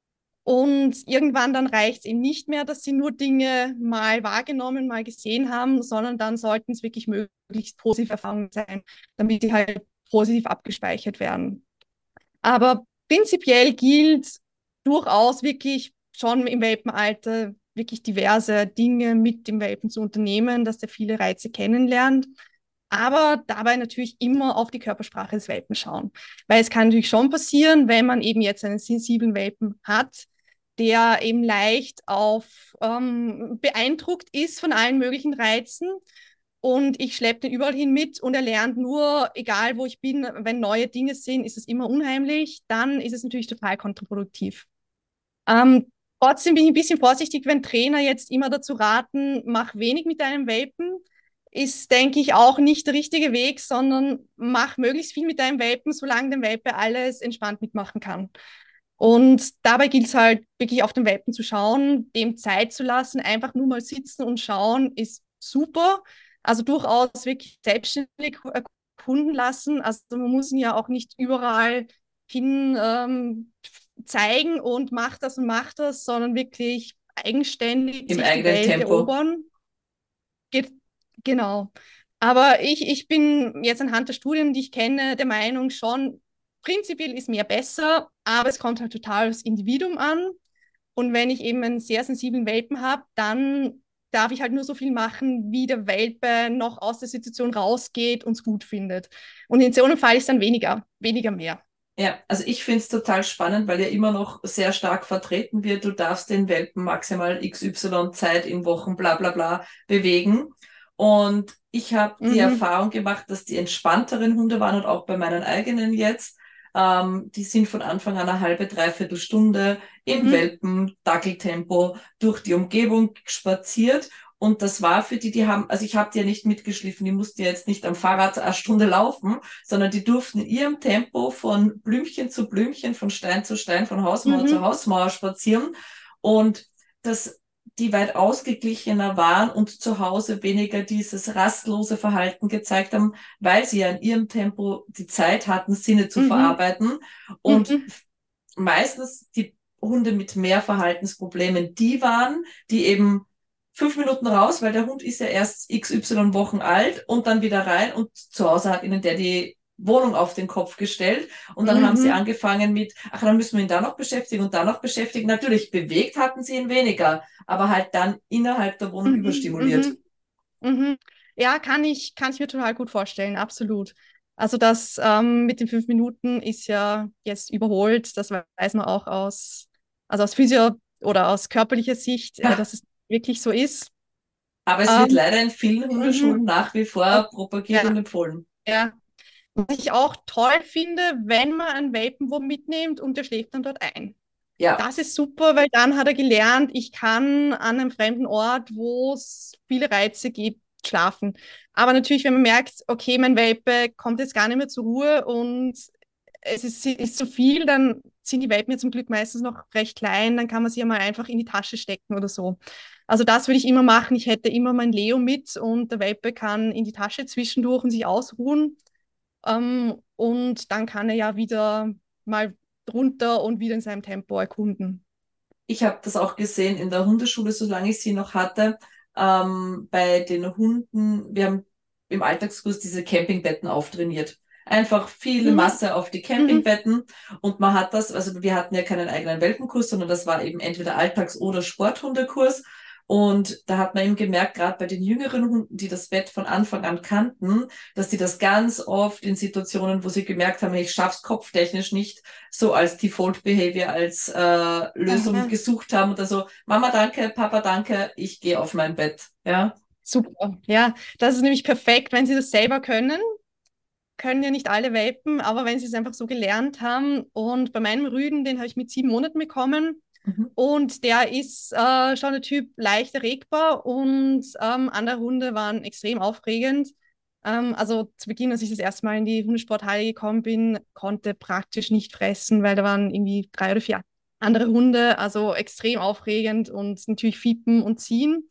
Und irgendwann dann reicht es eben nicht mehr, dass sie nur Dinge mal wahrgenommen, mal gesehen haben, sondern dann sollten es wirklich möglichst positive Erfahrungen sein, damit sie halt positiv abgespeichert werden. Aber prinzipiell gilt durchaus wirklich schon im Welpenalter wirklich diverse Dinge mit dem Welpen zu unternehmen, dass er viele Reize kennenlernt. Aber dabei natürlich immer auf die Körpersprache des Welpen schauen. Weil es kann natürlich schon passieren, wenn man eben jetzt einen sensiblen Welpen hat, der eben leicht auf ähm, beeindruckt ist von allen möglichen Reizen. Und ich schleppe den überall hin mit und er lernt nur, egal wo ich bin, wenn neue Dinge sind, ist es immer unheimlich. Dann ist es natürlich total kontraproduktiv. Ähm, Trotzdem bin ich ein bisschen vorsichtig, wenn Trainer jetzt immer dazu raten, mach wenig mit deinem Welpen. ist, denke ich, auch nicht der richtige Weg, sondern mach möglichst viel mit deinem Welpen, solange der Welpe alles entspannt mitmachen kann. Und dabei gilt es halt wirklich auf den Welpen zu schauen, dem Zeit zu lassen, einfach nur mal sitzen und schauen ist super. Also durchaus wirklich selbstständig erkunden lassen. Also man muss ihn ja auch nicht überall hin ähm, zeigen und macht das und macht das, sondern wirklich eigenständig Im sich die eigenen Welt Tempo. erobern. Ge genau. Aber ich, ich bin jetzt anhand der Studien, die ich kenne, der Meinung schon, prinzipiell ist mehr besser, aber es kommt halt total aufs Individuum an. Und wenn ich eben einen sehr sensiblen Welpen habe, dann darf ich halt nur so viel machen, wie der Welpe noch aus der Situation rausgeht und es gut findet. Und in so einem Fall ist dann weniger, weniger mehr. Ja, also ich finde es total spannend, weil ja immer noch sehr stark vertreten wird, du darfst den Welpen maximal X Y Zeit in Wochen bla bla bla bewegen. Und ich habe die Mhm. Erfahrung gemacht, dass die entspannteren Hunde waren und auch bei meinen eigenen jetzt, ähm, die sind von Anfang an eine halbe, dreiviertel Stunde im Mhm. Welpen-Dackeltempo durch die Umgebung spaziert. Und das war für die, die haben, also ich habe die ja nicht mitgeschliffen, die mussten ja jetzt nicht am Fahrrad eine Stunde laufen, sondern die durften in ihrem Tempo von Blümchen zu Blümchen, von Stein zu Stein, von Hausmauer zu Mhm. Hausmauer spazieren und dass die weit ausgeglichener waren und zu Hause weniger dieses rastlose Verhalten gezeigt haben, weil sie ja in ihrem Tempo die Zeit hatten, Sinne zu Mhm. verarbeiten und Mhm. meistens die Hunde mit mehr Verhaltensproblemen, die waren, die eben fünf Minuten raus, weil der Hund ist ja erst X Y Wochen alt und dann wieder rein und zu Hause hat ihnen der die Wohnung auf den Kopf gestellt und dann haben sie Mhm. angefangen mit, ach, dann müssen wir ihn da noch beschäftigen und da noch beschäftigen. Natürlich, bewegt hatten sie ihn weniger, aber halt dann innerhalb der Wohnung Mhm. überstimuliert. Mhm. Mhm. Ja, kann ich, kann ich mir total gut vorstellen, absolut. Also das ähm, mit den fünf Minuten ist ja jetzt überholt, das weiß man auch aus, also aus Physio- oder aus körperlicher Sicht, äh, dass es wirklich so ist. Aber es wird Ähm, leider in vielen Hundeschulen mhm. nach wie vor propagiert und Ja, empfohlen. ja. Was ich auch toll finde, wenn man einen Welpen wo mitnimmt und der schläft dann dort ein. Ja, Das ist super, weil dann hat er gelernt, ich kann an einem fremden Ort, wo es viele Reize gibt, schlafen. Aber natürlich, wenn man merkt, okay, mein Welpe kommt jetzt gar nicht mehr zur Ruhe und es ist, ist zu viel, dann sind die Welpen ja zum Glück meistens noch recht klein, dann kann man sie ja mal einfach in die Tasche stecken oder so. Also das würde ich immer machen. Ich hätte immer mein Leo mit und der Welpe kann in die Tasche zwischendurch und sich ausruhen. Ähm, und dann kann er ja wieder mal runter und wieder in seinem Tempo erkunden. ich habe das auch gesehen in der Hundeschule, solange ich sie noch hatte, ähm, bei den Hunden. Wir haben im Alltagskurs diese Campingbetten auftrainiert. Einfach viel Mhm. Masse auf die Mhm. Campingbetten und man hat das, also wir hatten ja keinen eigenen Welpenkurs, sondern das war eben entweder Alltags- oder Sporthundekurs. Und da hat man eben gemerkt, gerade bei den jüngeren Hunden, die das Bett von Anfang an kannten, dass die das ganz oft in Situationen, wo sie gemerkt haben, hey, ich schaff's kopftechnisch nicht, so als Default Behavior, als äh, Lösung Aha. gesucht haben oder so, Mama danke, Papa danke, ich gehe auf mein Bett. Ja, Super. Ja, das ist nämlich perfekt, wenn sie das selber können. Können ja nicht alle Welpen, aber wenn sie es einfach so gelernt haben. Und bei meinem Rüden, den habe ich mit sieben Monaten bekommen. mhm. Und der ist äh, schon der Typ leicht erregbar und ähm, andere Hunde waren extrem aufregend. Ähm, also zu Beginn, als ich das erste Mal in die Hundesporthalle gekommen bin, konnte praktisch nicht fressen, weil da waren irgendwie drei oder vier andere Hunde, also extrem aufregend und natürlich fiepen und ziehen.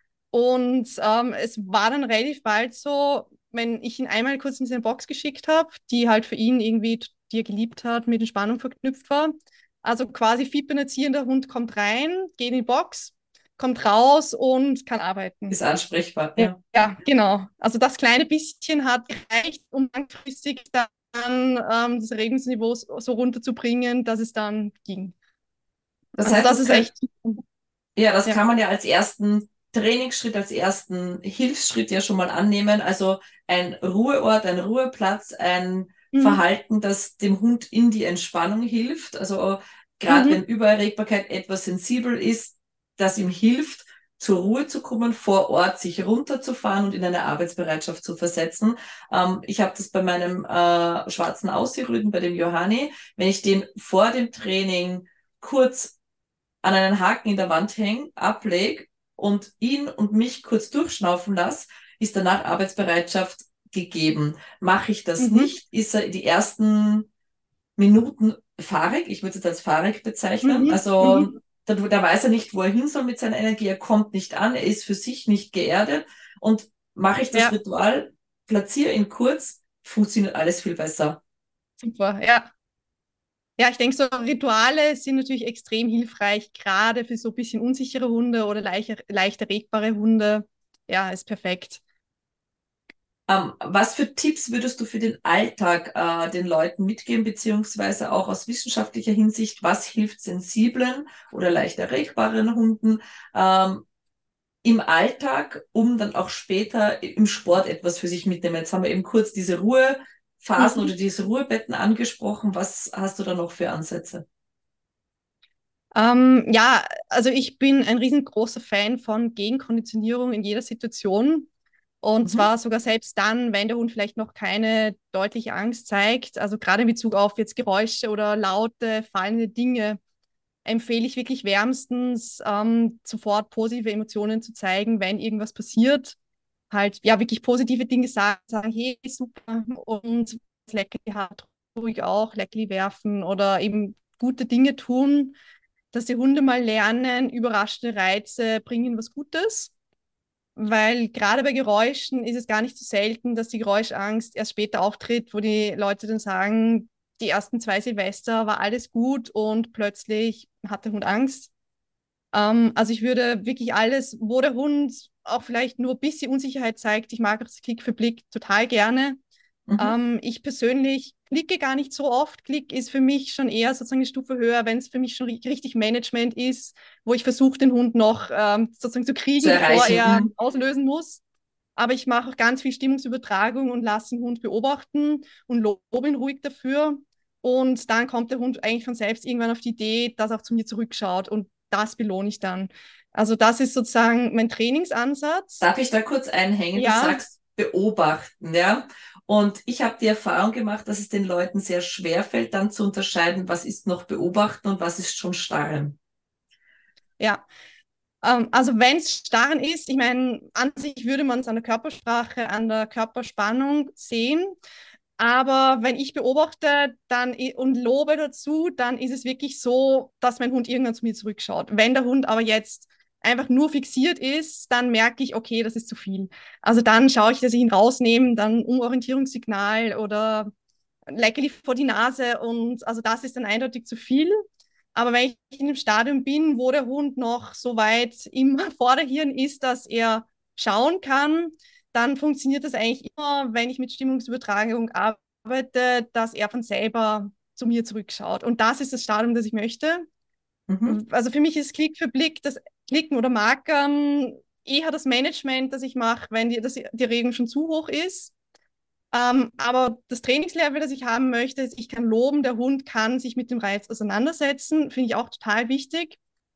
Und ähm, es war dann relativ bald so, wenn ich ihn einmal kurz in seine Box geschickt habe, die halt für ihn irgendwie, die er geliebt hat, mit Entspannung verknüpft war. Also quasi fiepen erziehender Hund kommt rein, geht in die Box, kommt raus und kann arbeiten. Ist ansprechbar. Ja, Ja. ja, genau. Also das kleine bisschen hat gereicht, um langfristig dann ähm, das Erregungsniveau so so runterzubringen, dass es dann ging. Das Also heißt, das das ist kann, echt, ja, das ja. kann man ja als ersten Trainingsschritt, als ersten Hilfsschritt ja schon mal annehmen. Also ein Ruheort, ein Ruheplatz, ein Mhm. Verhalten, das dem Hund in die Entspannung hilft. Also gerade wenn Mhm. Übererregbarkeit etwas sensibel ist, das ihm hilft, zur Ruhe zu kommen, vor Ort sich runterzufahren und in eine Arbeitsbereitschaft zu versetzen. Ähm, ich habe das bei meinem äh, schwarzen Aussiehrüden, bei dem Johanni, wenn ich den vor dem Training kurz an einen Haken in der Wand hängen, ablege und ihn und mich kurz durchschnaufen lasse, ist danach Arbeitsbereitschaft gegeben. Mache ich das Mhm. nicht, ist er die ersten Minuten fahrig, ich würde es jetzt als fahrig bezeichnen, Mhm. also Mhm. da, da weiß er nicht, wo er hin soll mit seiner Energie, er kommt nicht an, er ist für sich nicht geerdet und mache ich das Ja, Ritual, platziere ihn kurz, funktioniert alles viel besser. super. Ja. Ja, ich denke, so Rituale sind natürlich extrem hilfreich, gerade für so ein bisschen unsichere Hunde oder leicht, leicht erregbare Hunde. Ja, ist perfekt. Ähm, was für Tipps würdest du für den Alltag äh, den Leuten mitgeben, beziehungsweise auch aus wissenschaftlicher Hinsicht, was hilft sensiblen oder leicht erregbaren Hunden ähm, im Alltag, um dann auch später im Sport etwas für sich mitnehmen? Jetzt haben wir eben kurz diese Ruhephasen oder Mhm. diese Ruhebetten angesprochen. Was hast du da noch für Ansätze? Ähm, ja, also ich bin ein riesengroßer Fan von Gegenkonditionierung in jeder Situation. Und Mhm. zwar sogar selbst dann, wenn der Hund vielleicht noch keine deutliche Angst zeigt. Also gerade in Bezug auf jetzt Geräusche oder laute, fallende Dinge, empfehle ich wirklich wärmstens, ähm, sofort positive Emotionen zu zeigen, wenn irgendwas passiert. Halt, ja, wirklich positive Dinge sagen, sagen, hey, super, und Leckerli hat ruhig auch, Leckerli werfen oder eben gute Dinge tun, dass die Hunde mal lernen, überraschende Reize bringen was Gutes. Weil gerade bei Geräuschen ist es gar nicht so selten, dass die Geräuschangst erst später auftritt, wo die Leute dann sagen, die ersten zwei Silvester war alles gut und plötzlich hat der Hund Angst. Ähm, also ich würde wirklich alles, wo der Hund auch vielleicht nur ein bisschen Unsicherheit zeigt, ich mag auch das Klick für Blick total gerne. Mhm. Ähm, ich persönlich klicke gar nicht so oft. Klick ist für mich schon eher sozusagen eine Stufe höher, wenn es für mich schon richtig Management ist, wo ich versuche, den Hund noch ähm, sozusagen zu Zu kriegen, bevor erreichen. er Mhm. auslösen muss. Aber ich mache auch ganz viel Stimmungsübertragung und lasse den Hund beobachten und lobe ihn ruhig dafür. Und dann kommt der Hund eigentlich von selbst irgendwann auf die Idee, dass er auch zu mir zurückschaut. Und das belohne ich dann. Also das ist sozusagen mein Trainingsansatz. Darf ich da kurz einhängen? Du Ja, sagst beobachten, ja? Und ich habe die Erfahrung gemacht, dass es den Leuten sehr schwer fällt, dann zu unterscheiden, was ist noch beobachten und was ist schon starren. ja. Ähm, also wenn es starren ist, ich meine, an sich würde man es an der Körpersprache, an der Körperspannung sehen. Aber wenn ich beobachte dann und lobe dazu, dann ist es wirklich so, dass mein Hund irgendwann zu mir zurückschaut. Wenn der Hund aber jetzt einfach nur fixiert ist, dann merke ich, okay, das ist zu viel. Also dann schaue ich, dass ich ihn rausnehme, dann Umorientierungssignal oder ein Leckerli vor die Nase und also das ist dann eindeutig zu viel. Aber wenn ich in dem Stadium bin, wo der Hund noch so weit im Vorderhirn ist, dass er schauen kann, dann funktioniert das eigentlich immer, wenn ich mit Stimmungsübertragung arbeite, dass er von selber zu mir zurückschaut. Und das ist das Stadium, das ich möchte. Mhm. Also für mich ist Klick für Blick, das Klicken oder Markern eher das Management, das ich mache, wenn die, das, die Erregung schon zu hoch ist. Ähm, aber das Trainingslevel, das ich haben möchte, ist, ich kann loben, der Hund kann sich mit dem Reiz auseinandersetzen, finde ich auch total wichtig,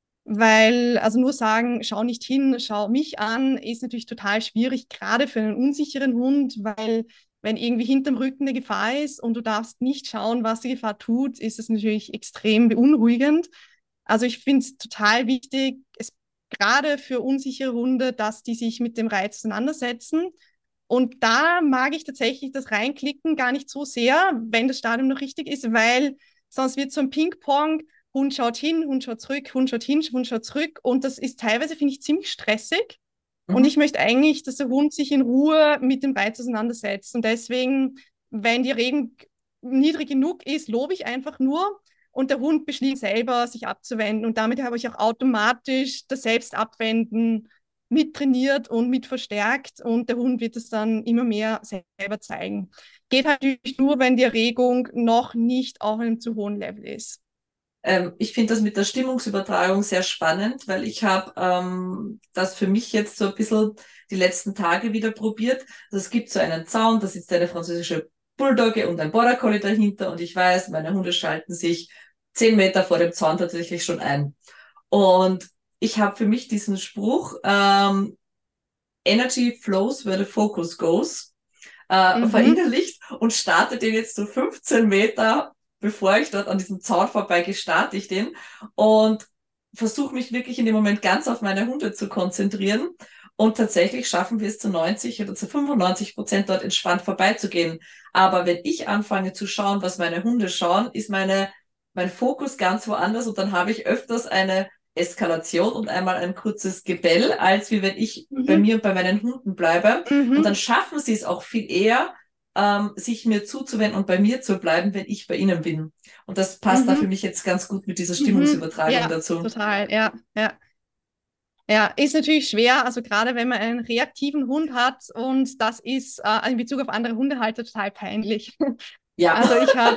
weil also nur sagen, schau nicht hin, schau mich an, ist natürlich total schwierig, gerade für einen unsicheren Hund, weil wenn irgendwie hinterm Rücken eine Gefahr ist und du darfst nicht schauen, was die Gefahr tut, ist es natürlich extrem beunruhigend. Also ich finde es total wichtig, es, gerade für unsichere Hunde, dass die sich mit dem Reiz auseinandersetzen. Und da mag ich tatsächlich das Reinklicken gar nicht so sehr, wenn das Stadium noch richtig ist, weil sonst wird so ein Ping-Pong, Hund schaut hin, Hund schaut zurück, Hund schaut hin, Hund schaut zurück. Und das ist teilweise, finde ich, ziemlich stressig. Und Mhm. ich möchte eigentlich, dass der Hund sich in Ruhe mit dem Reiz auseinandersetzt. Und deswegen, wenn die Erregung niedrig genug ist, lobe ich einfach nur. Und der Hund beschließt selber, sich abzuwenden. Und damit habe ich auch automatisch das Selbstabwenden mittrainiert und mit verstärkt. Und der Hund wird es dann immer mehr selber zeigen. Geht halt natürlich nur, wenn die Erregung noch nicht auf einem zu hohen Level ist. Ähm, ich finde das mit der Stimmungsübertragung sehr spannend, weil ich habe ähm, das für mich jetzt so ein bisschen die letzten Tage wieder probiert. Also es gibt so einen Zaun, da sitzt eine französische Bulldogge und ein Border Collie dahinter und ich weiß, meine Hunde schalten sich zehn Meter vor dem Zaun tatsächlich schon ein. Und ich habe für mich diesen Spruch, ähm, Energy flows where the focus goes, äh, Mhm. verinnerlicht und starte den jetzt so fünfzehn Meter, bevor ich dort an diesem Zaun vorbeigehe, starte ich den und versuche mich wirklich in dem Moment ganz auf meine Hunde zu konzentrieren. Und tatsächlich schaffen wir es zu neunzig oder zu fünfundneunzig Prozent dort entspannt vorbeizugehen. Aber wenn ich anfange zu schauen, was meine Hunde schauen, ist meine, mein Fokus ganz woanders und dann habe ich öfters eine Eskalation und einmal ein kurzes Gebell, als wie wenn ich bei Mhm. mir und bei meinen Hunden bleibe. Und dann Mhm. schaffen sie es auch viel eher, ähm, sich mir zuzuwenden und bei mir zu bleiben, wenn ich bei ihnen bin. Und das passt da für Mhm. mich jetzt ganz gut mit dieser Mhm. Stimmungsübertragung Ja, dazu. total. Ja, ja. Ja, ist natürlich schwer, also gerade wenn man einen reaktiven Hund hat und das ist äh, in Bezug auf andere Hundehalter total peinlich. Ja. Also ich habe,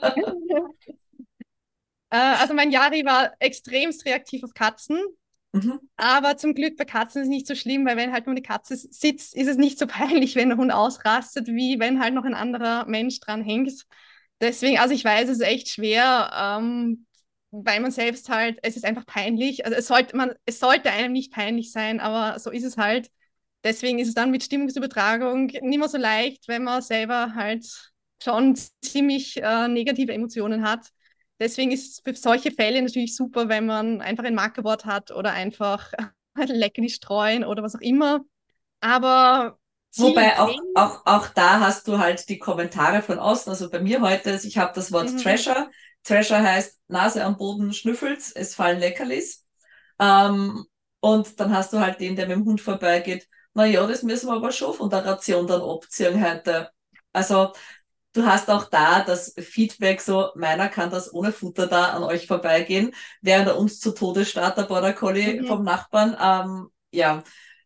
äh, also mein Yari war extremst reaktiv auf Katzen, Mhm. aber zum Glück bei Katzen ist es nicht so schlimm, weil wenn halt nur eine Katze sitzt, ist es nicht so peinlich, wenn der Hund ausrastet, wie wenn halt noch ein anderer Mensch dran hängt. Deswegen, also ich weiß, es ist echt schwer, ähm, weil man selbst halt, es ist einfach peinlich. Also es sollte man, es sollte einem nicht peinlich sein, aber so ist es halt. Deswegen ist es dann mit Stimmungsübertragung nicht mehr so leicht, wenn man selber halt schon ziemlich äh, negative Emotionen hat. Deswegen ist es für solche Fälle natürlich super, wenn man einfach ein Markerwort hat oder einfach Leckerli streuen oder was auch immer. Aber Ziel im Wobei auch, Training. auch, auch da hast du halt die Kommentare von außen. Also bei mir heute, ist, ich habe das Wort Mhm. Treasure. Treasure heißt Nase am Boden schnüffelt's, es fallen Leckerlis. Ähm, und dann hast du halt den, der mit dem Hund vorbeigeht. Na ja, das müssen wir aber schon von der Ration dann abziehen heute. Also du hast auch da das Feedback so, meiner kann das ohne Futter da an euch vorbeigehen, während er uns zu Tode starrt, der Border Collie Mhm. vom Nachbarn. Ähm, ja,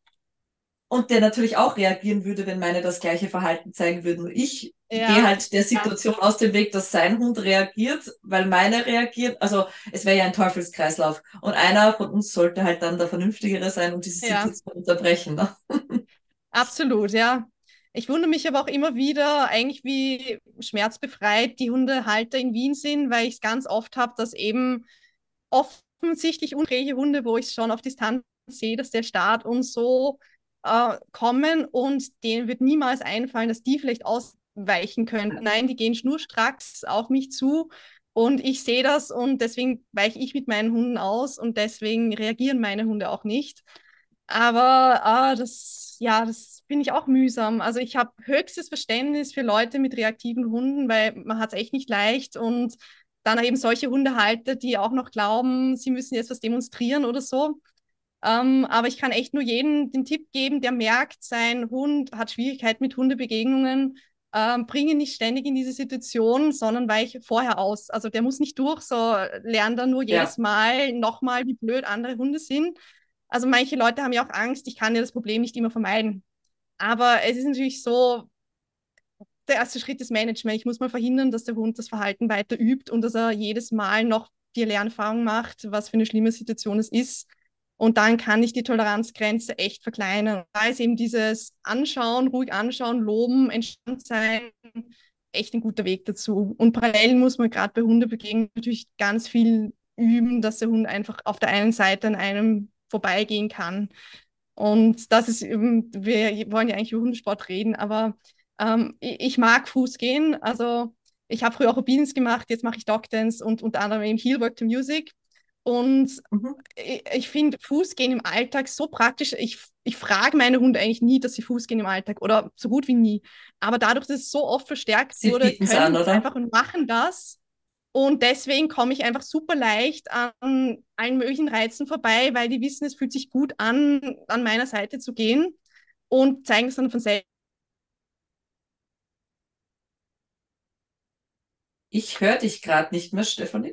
und der natürlich auch reagieren würde, wenn meine das gleiche Verhalten zeigen würden. Und ich gehe Ja, halt der ja, Situation aus dem Weg, dass sein Hund reagiert, weil meine reagiert. Also es wäre ja ein Teufelskreislauf. Und einer von uns sollte halt dann der Vernünftigere sein und diese ja, Situation unterbrechen. Ne? absolut, ja. Ich wundere mich aber auch immer wieder, eigentlich wie schmerzbefreit die Hundehalter in Wien sind, weil ich es ganz oft habe, dass eben offensichtlich unfähige Hunde, wo ich schon auf Distanz sehe, dass der Start und so äh, kommen und denen wird niemals einfallen, dass die vielleicht ausweichen könnten. Nein, die gehen schnurstracks auf mich zu und ich sehe das und deswegen weiche ich mit meinen Hunden aus und deswegen reagieren meine Hunde auch nicht. Aber ah, das, ja, das finde ich auch mühsam. Also ich habe höchstes Verständnis für Leute mit reaktiven Hunden, weil man hat es echt nicht leicht und dann eben solche Hundehalter, die auch noch glauben, sie müssen jetzt was demonstrieren oder so. Ähm, aber ich kann echt nur jedem den Tipp geben, der merkt, sein Hund hat Schwierigkeiten mit Hundebegegnungen, ähm, bringe ihn nicht ständig in diese Situation, sondern weiche vorher aus. Also der muss nicht durch, so lernt er nur jedes Ja. Mal nochmal, wie blöd andere Hunde sind. Also manche Leute haben ja auch Angst, ich kann ja das Problem nicht immer vermeiden. Aber es ist natürlich so, der erste Schritt ist Management. Ich muss mal verhindern, dass der Hund das Verhalten weiter übt und dass er jedes Mal noch die Lernerfahrung macht, was für eine schlimme Situation es ist. Und dann kann ich die Toleranzgrenze echt verkleinern. Da ist eben dieses Anschauen, ruhig anschauen, loben, entspannt sein, echt ein guter Weg dazu. Und parallel muss man gerade bei Hundebegegnungen natürlich ganz viel üben, dass der Hund einfach auf der einen Seite an einem vorbeigehen kann. Und das ist eben, wir wollen ja eigentlich über Hundesport reden, aber ähm, ich, ich mag Fußgehen. Also ich habe früher auch Obedience gemacht, jetzt mache ich Dogdance und unter anderem eben Heelwork to Music. Und Mhm. ich, ich finde Fußgehen im Alltag so praktisch. Ich, ich frage meine Hunde eigentlich nie, dass sie Fuß gehen im Alltag oder so gut wie nie. Aber dadurch, dass es so oft verstärkt Sie wurde, bieten es an, können die es oder? einfach und machen das. Und deswegen komme ich einfach super leicht an allen möglichen Reizen vorbei, weil die wissen, es fühlt sich gut an, an meiner Seite zu gehen und zeigen es dann von selbst. Ich höre dich gerade nicht mehr, Stefanie.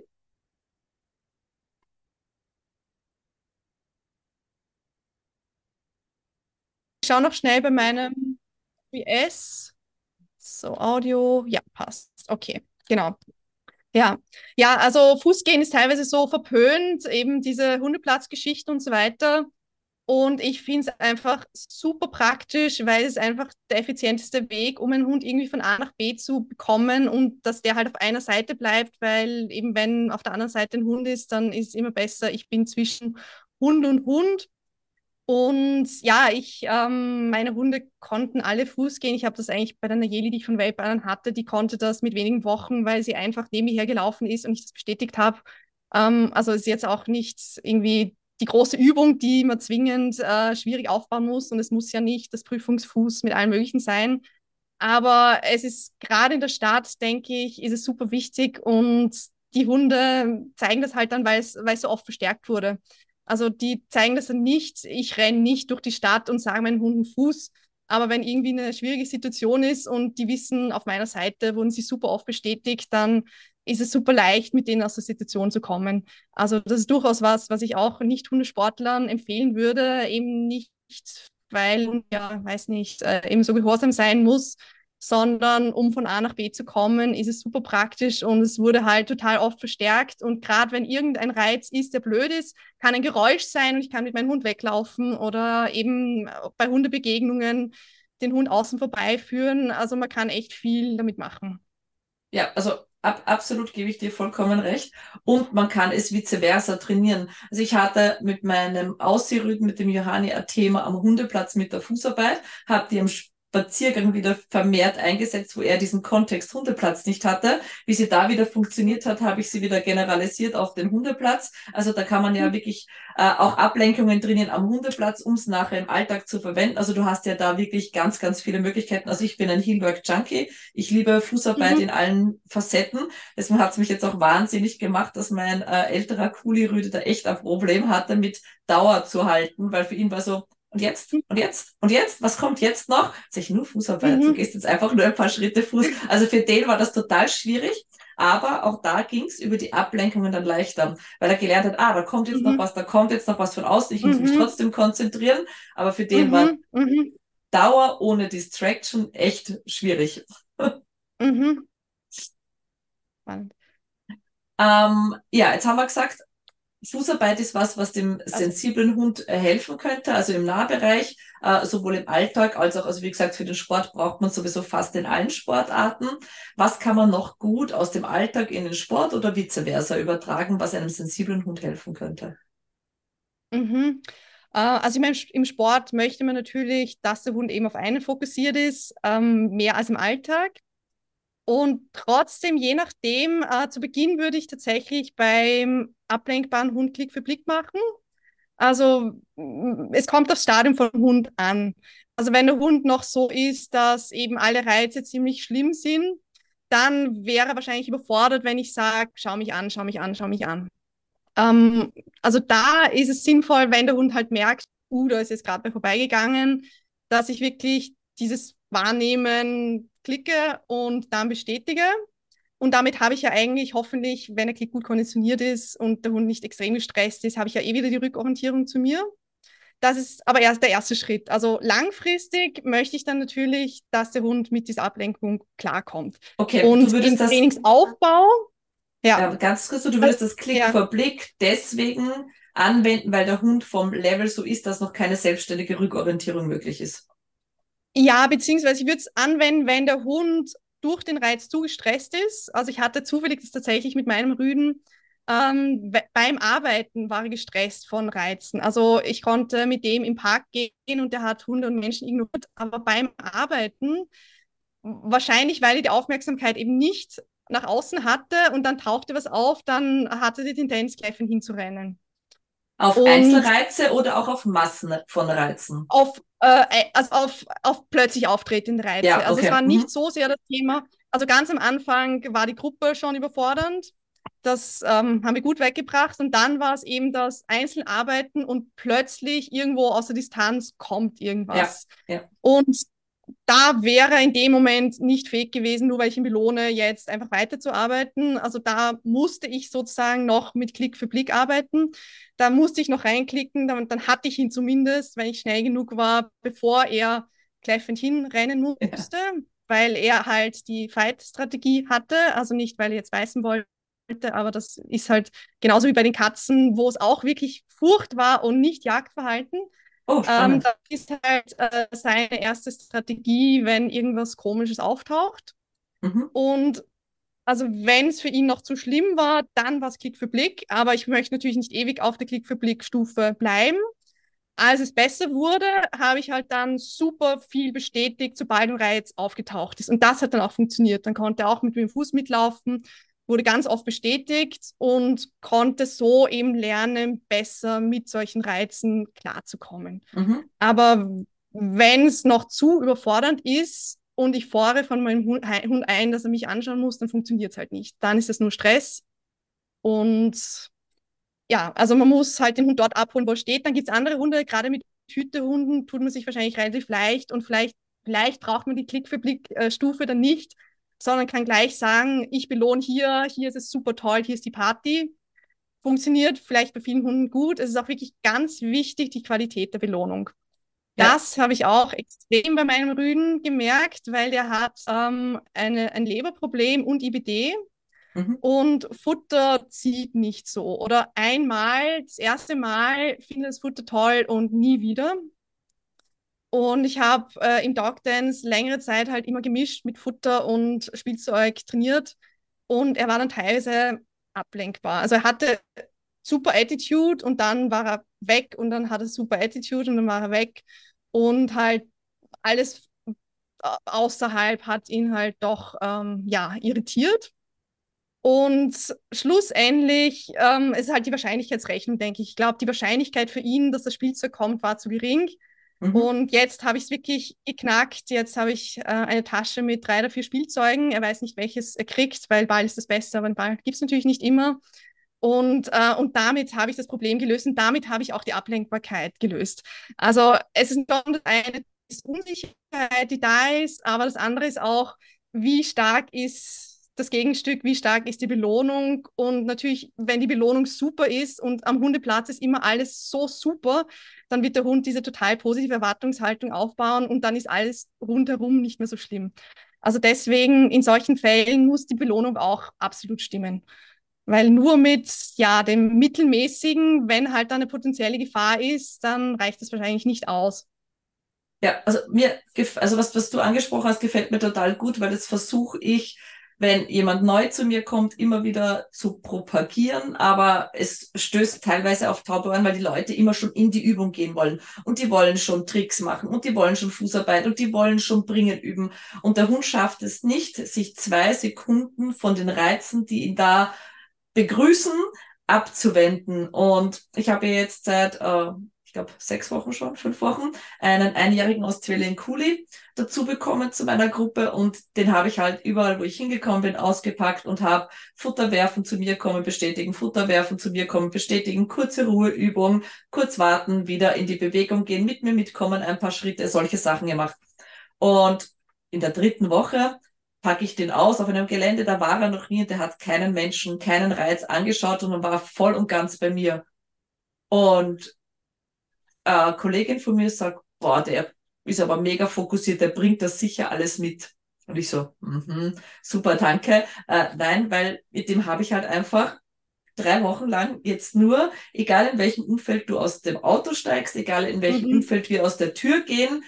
Ich schaue noch schnell bei meinem G P S. So, Audio. Ja, passt. Okay, genau. Ja, ja, also Fußgehen ist teilweise so verpönt, eben diese Hundeplatzgeschichten und so weiter. Und ich finde es einfach super praktisch, weil es einfach der effizienteste Weg, um einen Hund irgendwie von A nach B zu bekommen und dass der halt auf einer Seite bleibt, weil eben wenn auf der anderen Seite ein Hund ist, dann ist es immer besser, ich bin zwischen Hund und Hund. Und ja, ich, ähm, meine Hunde konnten alle Fuß gehen. Ich habe das eigentlich bei der Nayeli, die ich von Welpe an hatte, die konnte das mit wenigen Wochen, weil sie einfach neben mir hergelaufen ist und ich das bestätigt habe. Ähm, also es ist jetzt auch nichts irgendwie die große Übung, die man zwingend äh, schwierig aufbauen muss. Und es muss ja nicht das Prüfungsfuß mit allem Möglichen sein. Aber es ist gerade in der Stadt, denke ich, ist es super wichtig. Und die Hunde zeigen das halt dann, weil es, weil es so oft verstärkt wurde. Also die zeigen das dann nicht. Ich renne nicht durch die Stadt und sage meinen Hunden Fuß. Aber wenn irgendwie eine schwierige Situation ist und die wissen, auf meiner Seite wurden sie super oft bestätigt, dann ist es super leicht, mit denen aus der Situation zu kommen. Also das ist durchaus was, was ich auch Nicht-Hundesportlern empfehlen würde, eben nicht, weil, ja, weiß nicht, äh, eben so gehorsam sein muss, sondern um von A nach B zu kommen, ist es super praktisch und es wurde halt total oft verstärkt. Und gerade wenn irgendein Reiz ist, der blöd ist, kann ein Geräusch sein und ich kann mit meinem Hund weglaufen oder eben bei Hundebegegnungen den Hund außen vorbeiführen. Also man kann echt viel damit machen. Ja, also ab, absolut gebe ich dir vollkommen recht. Und man kann es vice versa trainieren. Also ich hatte mit meinem Aussiehrüden, mit dem Johanni, ein Thema am Hundeplatz mit der Fußarbeit, habe die am Spaziergang wieder vermehrt eingesetzt, wo er diesen Kontext Hundeplatz nicht hatte. Wie sie da wieder funktioniert hat, habe ich sie wieder generalisiert auf den Hundeplatz. Also da kann man ja wirklich äh, auch Ablenkungen trainieren am Hundeplatz, um es nachher im Alltag zu verwenden. Also du hast ja da wirklich ganz, ganz viele Möglichkeiten. Also ich bin ein Heelwork-Junkie. Ich liebe Fußarbeit Mhm. in allen Facetten. Deswegen hat es mich jetzt auch wahnsinnig gemacht, dass mein äh, älterer Kuli-Rüde da echt ein Problem hatte, mit Dauer zu halten, weil für ihn war so, und jetzt? Und jetzt? Und jetzt? Was kommt jetzt noch? Sag ich, nur Fußarbeit. Du Mhm. gehst jetzt einfach nur ein paar Schritte Fuß. Also für den war das total schwierig. Aber auch da ging's über die Ablenkungen dann leichter, weil er gelernt hat, ah, da kommt jetzt noch Mhm. was, da kommt jetzt noch was von außen, ich muss mich Mhm. trotzdem konzentrieren. Aber für den war Mhm. Mhm. Dauer ohne Distraction echt schwierig. Mhm. Spannend. Ähm, ja, jetzt haben wir gesagt, Fußarbeit ist was, was dem Also, sensiblen Hund äh, helfen könnte, also im Nahbereich, äh, sowohl im Alltag als auch, also wie gesagt, für den Sport braucht man sowieso fast in allen Sportarten. Was kann man noch gut aus dem Alltag in den Sport oder vice versa übertragen, was einem sensiblen Hund helfen könnte? mhm. Äh, also ich meine, im Sport möchte man natürlich, dass der Hund eben auf einen fokussiert ist, ähm, mehr als im Alltag. Und trotzdem, je nachdem, äh, zu Beginn würde ich tatsächlich beim ablenkbaren Hund Klick für Blick machen. Also m, es kommt aufs Stadium vom Hund an. Also wenn der Hund noch so ist, dass eben alle Reize ziemlich schlimm sind, dann wäre er wahrscheinlich überfordert, wenn ich sage, schau mich an, schau mich an, schau mich an. Ähm, also da ist es sinnvoll, wenn der Hund halt merkt, uh, da ist jetzt gerade bei vorbeigegangen, dass ich wirklich dieses Wahrnehmen klicke und dann bestätige. Und damit habe ich ja eigentlich hoffentlich, wenn der Klick gut konditioniert ist und der Hund nicht extrem gestresst ist, habe ich ja eh wieder die Rückorientierung zu mir. Das ist aber erst der erste Schritt. Also langfristig möchte ich dann natürlich, dass der Hund mit dieser Ablenkung klarkommt. Okay, du Und würdest im das, Trainingsaufbau, ja, äh, ganz kurz, so, du würdest das Klick ja, vor Blick deswegen anwenden, weil der Hund vom Level so ist, dass noch keine selbstständige Rückorientierung möglich ist. ja, beziehungsweise ich würde es anwenden, wenn der Hund durch den Reiz zu gestresst ist. Also ich hatte zufällig das tatsächlich mit meinem Rüden. Ähm, beim Arbeiten war er gestresst von Reizen. Also ich konnte mit dem im Park gehen und der hat Hunde und Menschen ignoriert. Aber beim Arbeiten, wahrscheinlich weil er die Aufmerksamkeit eben nicht nach außen hatte und dann tauchte was auf, dann hatte die Tendenz, gleich von hinzurennen. Auf Und Einzelreize oder auch auf Massen von Reizen? auf, äh, also auf, auf plötzlich auftretende Reize. Ja, Also es okay. war nicht Mhm. so sehr das Thema. Also ganz am Anfang war die Gruppe schon überfordernd. Das ähm, haben wir gut weggebracht. Und dann war es eben das Einzelarbeiten und plötzlich irgendwo aus der Distanz kommt Ja, irgendwas. ja. Und da wäre in dem Moment nicht fähig gewesen, nur weil ich ihn belohne, jetzt einfach weiterzuarbeiten. Also da musste ich sozusagen noch mit Klick für Blick arbeiten. Da musste ich noch reinklicken, dann, dann hatte ich ihn zumindest, wenn ich schnell genug war, bevor er kläffend hinrennen Ja. musste, weil er halt die Fight-Strategie hatte, also nicht, weil er jetzt beißen wollte, aber das ist halt genauso wie bei den Katzen, wo es auch wirklich Furcht war und nicht Jagdverhalten. Oh, Ähm, spannend. das ist halt äh, seine erste Strategie, wenn irgendwas Komisches auftaucht. Mhm. Und also wenn es für ihn noch zu schlimm war, dann war es Klick für Blick. Aber ich möchte natürlich nicht ewig auf der Klick für Blick-Stufe bleiben. Als es besser wurde, habe ich halt dann super viel bestätigt, sobald ein Reiz aufgetaucht ist. Und das hat dann auch funktioniert. Dann konnte er auch mit dem Fuß mitlaufen. wurde ganz oft bestätigt und konnte so eben lernen, besser mit solchen Reizen klarzukommen. Mhm. Aber wenn es noch zu überfordernd ist und ich fordere von meinem Hund ein, dass er mich anschauen muss, dann funktioniert es halt nicht. Dann ist es nur Stress. Und ja, also man muss halt den Hund dort abholen, wo er steht. Dann gibt es andere Hunde, gerade mit Hütehunden tut man sich wahrscheinlich relativ leicht und vielleicht, vielleicht braucht man die Klick-für-Blick-Stufe dann nicht, sondern kann gleich sagen, ich belohne hier, hier ist es super toll, hier ist die Party. Funktioniert vielleicht bei vielen Hunden gut. Es ist auch wirklich ganz wichtig, die Qualität der Belohnung. Ja. Das habe ich auch extrem bei meinem Rüden gemerkt, weil der hat ähm, eine, ein Leberproblem und I B D. Mhm. Und Futter zieht nicht so. Oder einmal, das erste Mal findet das Futter toll und nie wieder. Und ich habe äh, im Dogdance längere Zeit halt immer gemischt mit Futter und Spielzeug trainiert. Und er war dann teilweise ablenkbar. Also er hatte super Attitude und dann war er weg und dann hat er super Attitude und dann war er weg. Und halt alles außerhalb hat ihn halt doch ähm, ja, irritiert. Und schlussendlich ähm, ist halt die Wahrscheinlichkeitsrechnung, denke ich. Ich glaube, die Wahrscheinlichkeit für ihn, dass das Spielzeug kommt, war zu gering. Mhm. Und jetzt habe ich es wirklich geknackt. Jetzt habe ich äh, eine Tasche mit drei oder vier Spielzeugen. Er weiß nicht, welches er kriegt, weil Ball ist das Beste, aber einen Ball gibt es natürlich nicht immer. Und, äh, und damit habe ich das Problem gelöst und damit habe ich auch die Ablenkbarkeit gelöst. Also es ist schon eine Unsicherheit, die da ist, aber das andere ist auch, wie stark ist das Gegenstück, wie stark ist die Belohnung und natürlich, wenn die Belohnung super ist und am Hundeplatz ist immer alles so super, dann wird der Hund diese total positive Erwartungshaltung aufbauen und dann ist alles rundherum nicht mehr so schlimm. Also deswegen in solchen Fällen muss die Belohnung auch absolut stimmen. Weil nur mit ja, dem Mittelmäßigen, wenn halt da eine potenzielle Gefahr ist, dann reicht das wahrscheinlich nicht aus. Ja, also mir, gef- also was, was du angesprochen hast, gefällt mir total gut, weil das versuche ich, wenn jemand neu zu mir kommt, immer wieder zu propagieren, aber es stößt teilweise auf taube Ohren, weil die Leute immer schon in die Übung gehen wollen und die wollen schon Tricks machen und die wollen schon Fußarbeit und die wollen schon Bringen üben und der Hund schafft es nicht, sich zwei Sekunden von den Reizen, die ihn da begrüßen, abzuwenden. Und ich habe jetzt seit, äh, ich glaube, sechs Wochen schon, fünf Wochen, einen einjährigen Australian Coolie dazu bekommen zu meiner Gruppe und den habe ich halt überall, wo ich hingekommen bin, ausgepackt und habe Futter werfen, zu mir kommen, bestätigen, Futter werfen, zu mir kommen, bestätigen, kurze Ruheübung, kurz warten, wieder in die Bewegung gehen, mit mir mitkommen, ein paar Schritte, solche Sachen gemacht. Und in der dritten Woche packe ich den aus auf einem Gelände, da war er noch nie und der hat keinen Menschen, keinen Reiz angeschaut und war voll und ganz bei mir. Und eine Kollegin von mir sagt, boah, der ist aber mega fokussiert, der bringt das sicher alles mit. Und ich so, mhm, super, danke. Äh, nein, weil mit dem habe ich halt einfach drei Wochen lang jetzt nur, egal in welchem Umfeld du aus dem Auto steigst, egal in welchem Mhm. Umfeld wir aus der Tür gehen,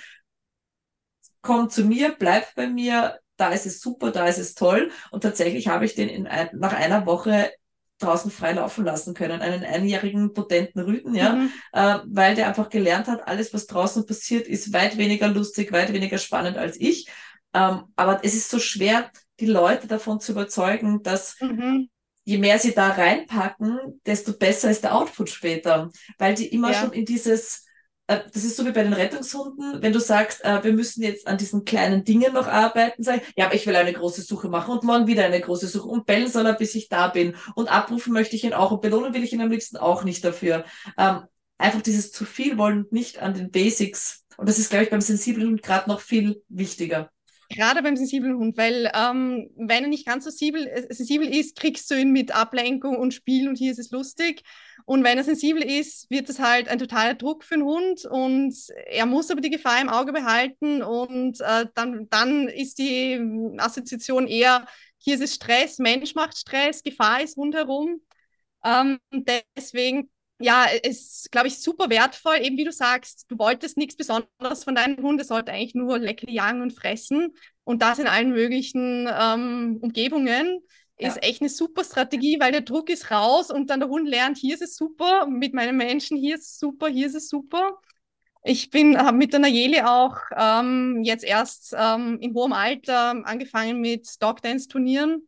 komm zu mir, bleib bei mir, da ist es super, da ist es toll. Und tatsächlich habe ich den in ein, nach einer Woche draußen frei laufen lassen können, einen einjährigen potenten Rüden, ja, Mhm. äh, weil der einfach gelernt hat, alles, was draußen passiert, ist weit weniger lustig, weit weniger spannend als ich. Ähm, aber es ist so schwer, die Leute davon zu überzeugen, dass Mhm. je mehr sie da reinpacken, desto besser ist der Output später, weil die immer schon Ja. in dieses, äh, das ist so wie bei den Rettungshunden, wenn du sagst, äh, wir müssen jetzt an diesen kleinen Dingen noch arbeiten, sag ich, ja, aber ich will eine große Suche machen und morgen wieder eine große Suche und bellen soll er, bis ich da bin und abrufen möchte ich ihn auch und belohnen will ich ihn am liebsten auch nicht dafür. Ähm, einfach dieses zu viel wollen und nicht an den Basics. Und das ist, glaube ich, beim sensiblen Hund gerade noch viel wichtiger. Gerade beim sensiblen Hund, weil ähm, wenn er nicht ganz so sensibel, äh, sensibel ist, kriegst du ihn mit Ablenkung und Spiel und hier ist es lustig. Und wenn er sensibel ist, wird das halt ein totaler Druck für den Hund und er muss aber die Gefahr im Auge behalten und äh, dann, dann ist die Assoziation eher, hier ist es Stress, Mensch macht Stress, Gefahr ist rundherum. Ähm, deswegen, ja, ist, glaube ich, super wertvoll, eben wie du sagst, du wolltest nichts Besonderes von deinem Hund, er sollte eigentlich nur Leckerli jagen und fressen und das in allen möglichen ähm, Umgebungen. Ist Ja. echt eine super Strategie, weil der Druck ist raus und dann der Hund lernt, hier ist es super, mit meinem Menschen, hier ist es super, hier ist es super. Ich bin, habe mit der Nayeli auch ähm, jetzt erst ähm, in hohem Alter angefangen mit Dogdance-Turnieren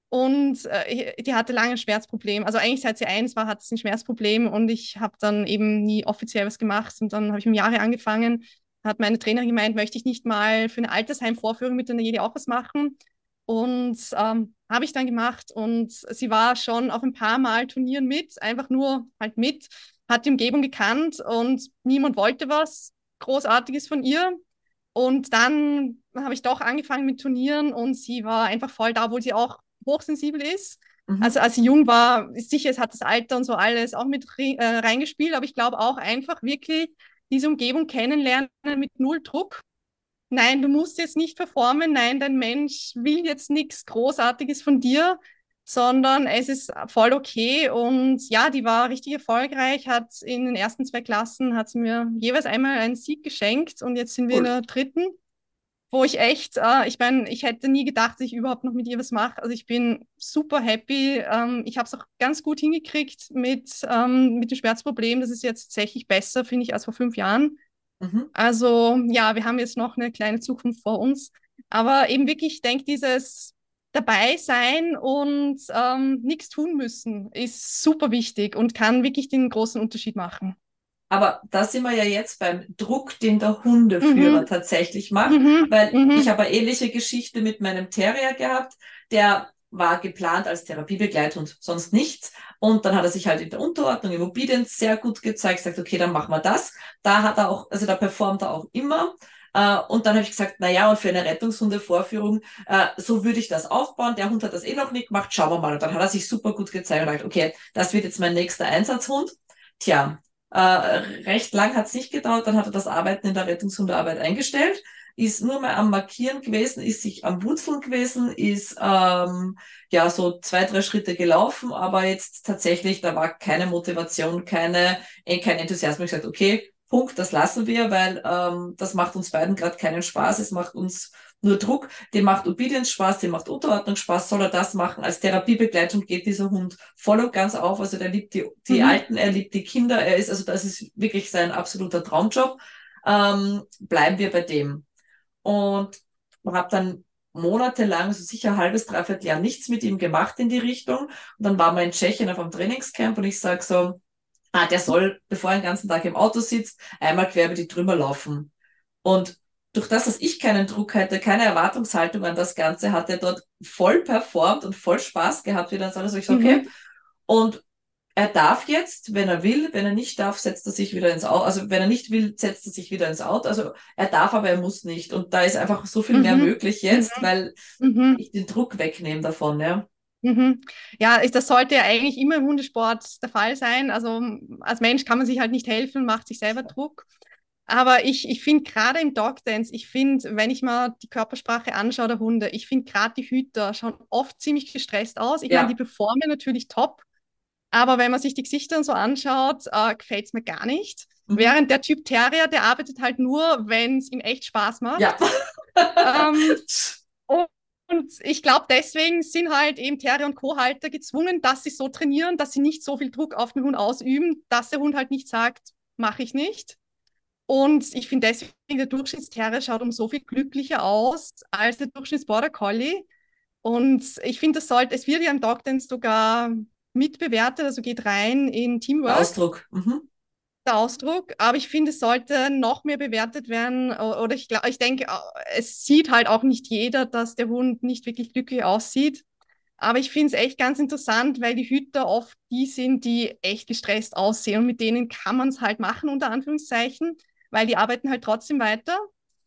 Und äh, die hatte lange ein Schmerzproblem. Also eigentlich seit sie eins war, hat sie ein Schmerzproblem und ich habe dann eben nie offiziell was gemacht. Und dann habe ich im Jahre angefangen, hat meine Trainerin gemeint, möchte ich nicht mal für eine Altersheimvorführung mit der Nayeli auch was machen? Und ähm, habe ich dann gemacht und sie war schon auf ein paar Mal Turnieren mit, einfach nur halt mit, hat die Umgebung gekannt und niemand wollte was Großartiges von ihr. Und dann habe ich doch angefangen mit Turnieren und sie war einfach voll da, obwohl sie auch hochsensibel ist. Mhm. Also als sie jung war, ist sicher, es hat das Alter und so alles auch mit äh, reingespielt, aber ich glaube auch einfach wirklich diese Umgebung kennenlernen mit null Druck. Nein, du musst jetzt nicht performen, nein, dein Mensch will jetzt nichts Großartiges von dir, sondern es ist voll okay. Und ja, die war richtig erfolgreich, hat in den ersten zwei Klassen, hat sie mir jeweils einmal einen Sieg geschenkt und jetzt sind wir in Cool. der dritten, wo ich echt, äh, ich meine, ich hätte nie gedacht, dass ich überhaupt noch mit ihr was mache. Also ich bin super happy. Ähm, ich habe es auch ganz gut hingekriegt mit, ähm, mit dem Schmerzproblem. Das ist jetzt tatsächlich besser, finde ich, als vor fünf Jahren. Mhm. Also ja, wir haben jetzt noch eine kleine Zukunft vor uns. Aber eben wirklich, ich denke, dieses dabei sein und ähm, nichts tun müssen ist super wichtig und kann wirklich den großen Unterschied machen. Aber da sind wir ja jetzt beim Druck, den der Hundeführer Mhm, tatsächlich macht, mhm, weil ich mhm, habe eine ähnliche Geschichte mit meinem Terrier gehabt, der war geplant als Therapiebegleithund, sonst nichts. Und dann hat er sich halt in der Unterordnung im Obedience sehr gut gezeigt, sagt, okay, dann machen wir das. Da hat er auch, also da performt er auch immer. Äh, und dann habe ich gesagt, na ja, und für eine Rettungshundevorführung, äh, so würde ich das aufbauen. Der Hund hat das eh noch nicht gemacht, schauen wir mal. Und dann hat er sich super gut gezeigt und gesagt, okay, das wird jetzt mein nächster Einsatzhund. Tja, äh, recht lang hat es nicht gedauert, dann hat er das Arbeiten in der Rettungshundearbeit eingestellt, ist nur mal am Markieren gewesen, ist sich am Wurzeln gewesen, ist ähm, ja so zwei, drei Schritte gelaufen, aber jetzt tatsächlich, da war keine Motivation, keine, eh, kein Enthusiasmus. Ich gesagt, okay, Punkt, das lassen wir, weil ähm, das macht uns beiden gerade keinen Spaß, es macht uns nur Druck, dem macht Obedience Spaß, dem macht Unterordnung Spaß, soll er das machen. Als Therapiebegleitung geht dieser Hund voll und ganz auf, also der liebt die, die mhm, Alten, er liebt die Kinder, er ist, also das ist wirklich sein absoluter Traumjob. Ähm, bleiben wir bei dem. Und habe dann monatelang, so sicher ein halbes, dreiviertel Jahr nichts mit ihm gemacht in die Richtung. Und dann waren wir in Tschechien auf einem Trainingscamp und ich sage so, ah, der soll, bevor er den ganzen Tag im Auto sitzt, einmal quer über die Trümmer laufen. Und durch das, dass ich keinen Druck hatte, keine Erwartungshaltung an das Ganze, hat er dort voll performt und voll Spaß gehabt wieder. Also ich so, okay. mhm, Und er darf jetzt, wenn er will, wenn er nicht darf, setzt er sich wieder ins Auto. Also wenn er nicht will, setzt er sich wieder ins Auto. Also er darf, aber er muss nicht. Und da ist einfach so viel mehr mhm, möglich mhm, jetzt, weil mhm. ich den Druck wegnehme davon, ja. Mhm. Ja, ist, das sollte ja eigentlich immer im Hundesport der Fall sein. Also als Mensch kann man sich halt nicht helfen, macht sich selber Druck. Aber ich, ich finde gerade im Dogdance, ich finde, wenn ich mal die Körpersprache anschaue der Hunde, ich finde gerade die Hüter schauen oft ziemlich gestresst aus. Ich meine, die Ja. performen natürlich top, aber wenn man sich die Gesichter und so anschaut, äh, gefällt es mir gar nicht. Mhm. Während der Typ Terrier, der arbeitet halt nur, wenn es ihm echt Spaß Ja. macht. Ähm, und ich glaube, deswegen sind halt eben Terrier und Co-Halter gezwungen, dass sie so trainieren, dass sie nicht so viel Druck auf den Hund ausüben, dass der Hund halt nicht sagt, mache ich nicht. Und ich finde deswegen, der Durchschnittsterrier schaut um so viel glücklicher aus als der Durchschnitts-Border Collie. Und ich finde, das sollte, es wird ja im Dogdance sogar mitbewertet, also geht rein in Der Teamwork, Ausdruck. Mhm. der Ausdruck. Aber ich finde, es sollte noch mehr bewertet werden. Oder ich glaube, ich denke, es sieht halt auch nicht jeder, dass der Hund nicht wirklich glücklich aussieht. Aber ich finde es echt ganz interessant, weil die Hüter oft die sind, die echt gestresst aussehen. Und mit denen kann man es halt machen, unter Anführungszeichen, weil die arbeiten halt trotzdem weiter.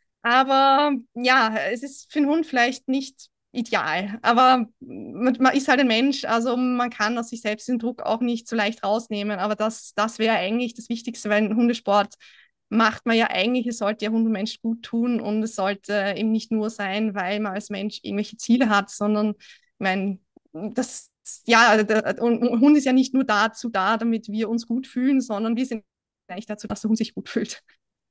Aber ja, es ist für einen Hund vielleicht nicht ideal. Aber man, man ist halt ein Mensch, also man kann aus sich selbst den Druck auch nicht so leicht rausnehmen. Aber das, das wäre eigentlich das Wichtigste, weil Hundesport macht man ja eigentlich, es sollte ja Hund und Mensch gut tun und es sollte eben nicht nur sein, weil man als Mensch irgendwelche Ziele hat, sondern ich meine, das, ja, der, und Hund ist ja nicht nur dazu da, damit wir uns gut fühlen, sondern wir sind eigentlich dazu, dass der Hund sich gut fühlt.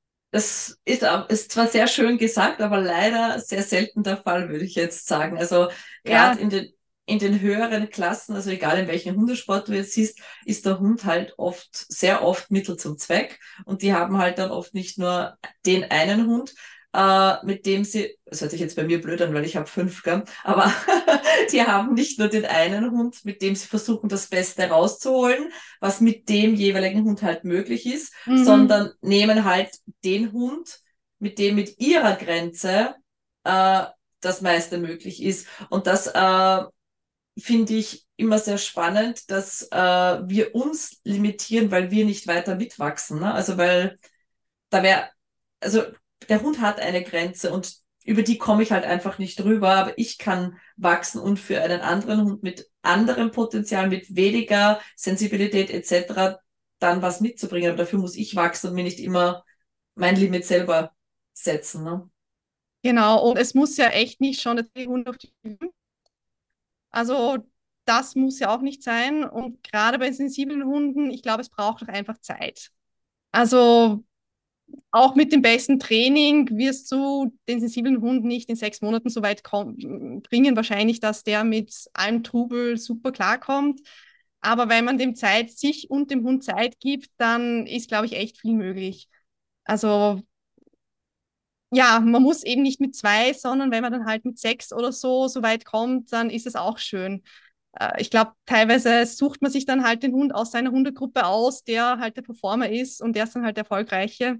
Das ist, au- ist zwar sehr schön gesagt, aber leider sehr selten der Fall, würde ich jetzt sagen. Also gerade Ja, in den, in den höheren Klassen, also egal in welchem Hundesport du jetzt siehst, ist der Hund halt oft, sehr oft Mittel zum Zweck. Und die haben halt dann oft nicht nur den einen Hund. äh, mit dem sie, das hört sich jetzt bei mir blöd an, weil ich habe fünf, gell? Aber die haben nicht nur den einen Hund, mit dem sie versuchen, das Beste rauszuholen, was mit dem jeweiligen Hund halt möglich ist, Mhm. sondern nehmen halt den Hund, mit dem mit ihrer Grenze äh, das meiste möglich ist. Und das äh, finde ich immer sehr spannend, dass äh, wir uns limitieren, weil wir nicht weiter mitwachsen. Ne? Also weil da wäre, also der Hund hat eine Grenze und über die komme ich halt einfach nicht drüber, aber ich kann wachsen und für einen anderen Hund mit anderem Potenzial, mit weniger Sensibilität et cetera dann was mitzubringen. Aber dafür muss ich wachsen und mir nicht immer mein Limit selber setzen. Ne? Genau, und es muss ja echt nicht schon der Hund auf die Übung. Also das muss ja auch nicht sein. Und gerade bei sensiblen Hunden, ich glaube, es braucht doch einfach Zeit. Also auch mit dem besten Training wirst du den sensiblen Hund nicht in sechs Monaten so weit bringen. Wahrscheinlich, dass der mit allem Trubel super klarkommt. Aber wenn man dem Zeit, sich und dem Hund Zeit gibt, dann ist, glaube ich, echt viel möglich. Also ja, man muss eben nicht mit zwei, sondern wenn man dann halt mit sechs oder so so weit kommt, dann ist es auch schön. Äh, ich glaube, teilweise sucht man sich dann halt den Hund aus seiner Hundegruppe aus, der halt der Performer ist und der ist dann halt der Erfolgreiche.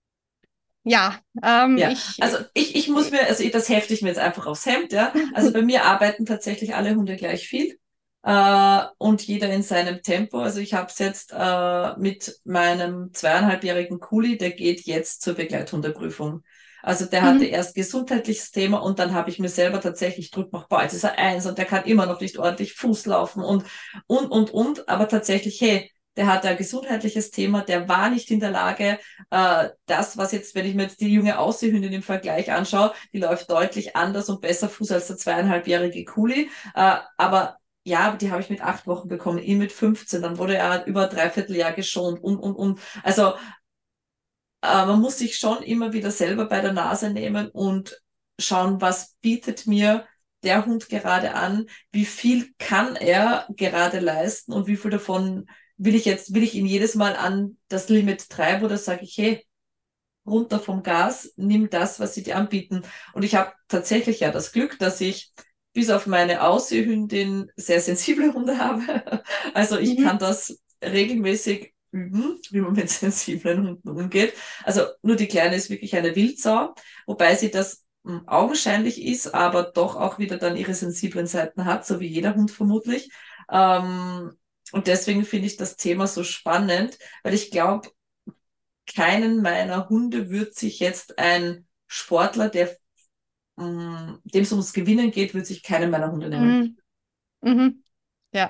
Ja, ähm, Ja, ich, also ich, ich muss äh, mir, also ich, das hefte ich mir jetzt einfach aufs Hemd, ja. Also bei mir arbeiten tatsächlich alle Hunde gleich viel äh, und jeder in seinem Tempo. Also ich habe es jetzt äh, mit meinem zweieinhalbjährigen Kuli, der geht jetzt zur Begleithundeprüfung. Also der hatte mhm, erst gesundheitliches Thema und dann habe ich mir selber tatsächlich Druck gemacht, boah, jetzt ist er eins und der kann immer noch nicht ordentlich Fuß laufen und, und, und, und. Aber tatsächlich, hey, der hatte ein gesundheitliches Thema, der war nicht in der Lage, äh, das, was jetzt, wenn ich mir jetzt die junge Aussehhündin im Vergleich anschaue, die läuft deutlich anders und besser Fuß als der zweieinhalbjährige Kuli. Äh, aber ja, die habe ich mit acht Wochen bekommen, ihn mit fünfzehn, dann wurde er über ein Dreivierteljahr geschont und, und, und. Also äh, man muss sich schon immer wieder selber bei der Nase nehmen und schauen, was bietet mir der Hund gerade an, wie viel kann er gerade leisten und wie viel davon will ich jetzt, will ich ihn jedes Mal an das Limit treiben oder sage ich, hey, runter vom Gas, nimm das, was sie dir anbieten. Und ich habe tatsächlich ja das Glück, dass ich bis auf meine Aussehhündin sehr sensible Hunde habe. Also ich mhm, kann das regelmäßig üben, wie man mit sensiblen Hunden umgeht. Also nur die Kleine ist wirklich eine Wildsau, wobei sie das mh, augenscheinlich ist, aber doch auch wieder dann ihre sensiblen Seiten hat, so wie jeder Hund vermutlich. Ähm, und deswegen finde ich das Thema so spannend, weil ich glaube, keinen meiner Hunde wird sich jetzt ein Sportler, der mh, dem es ums Gewinnen geht, wird sich keinen meiner Hunde nehmen. mhm, mhm. Ja,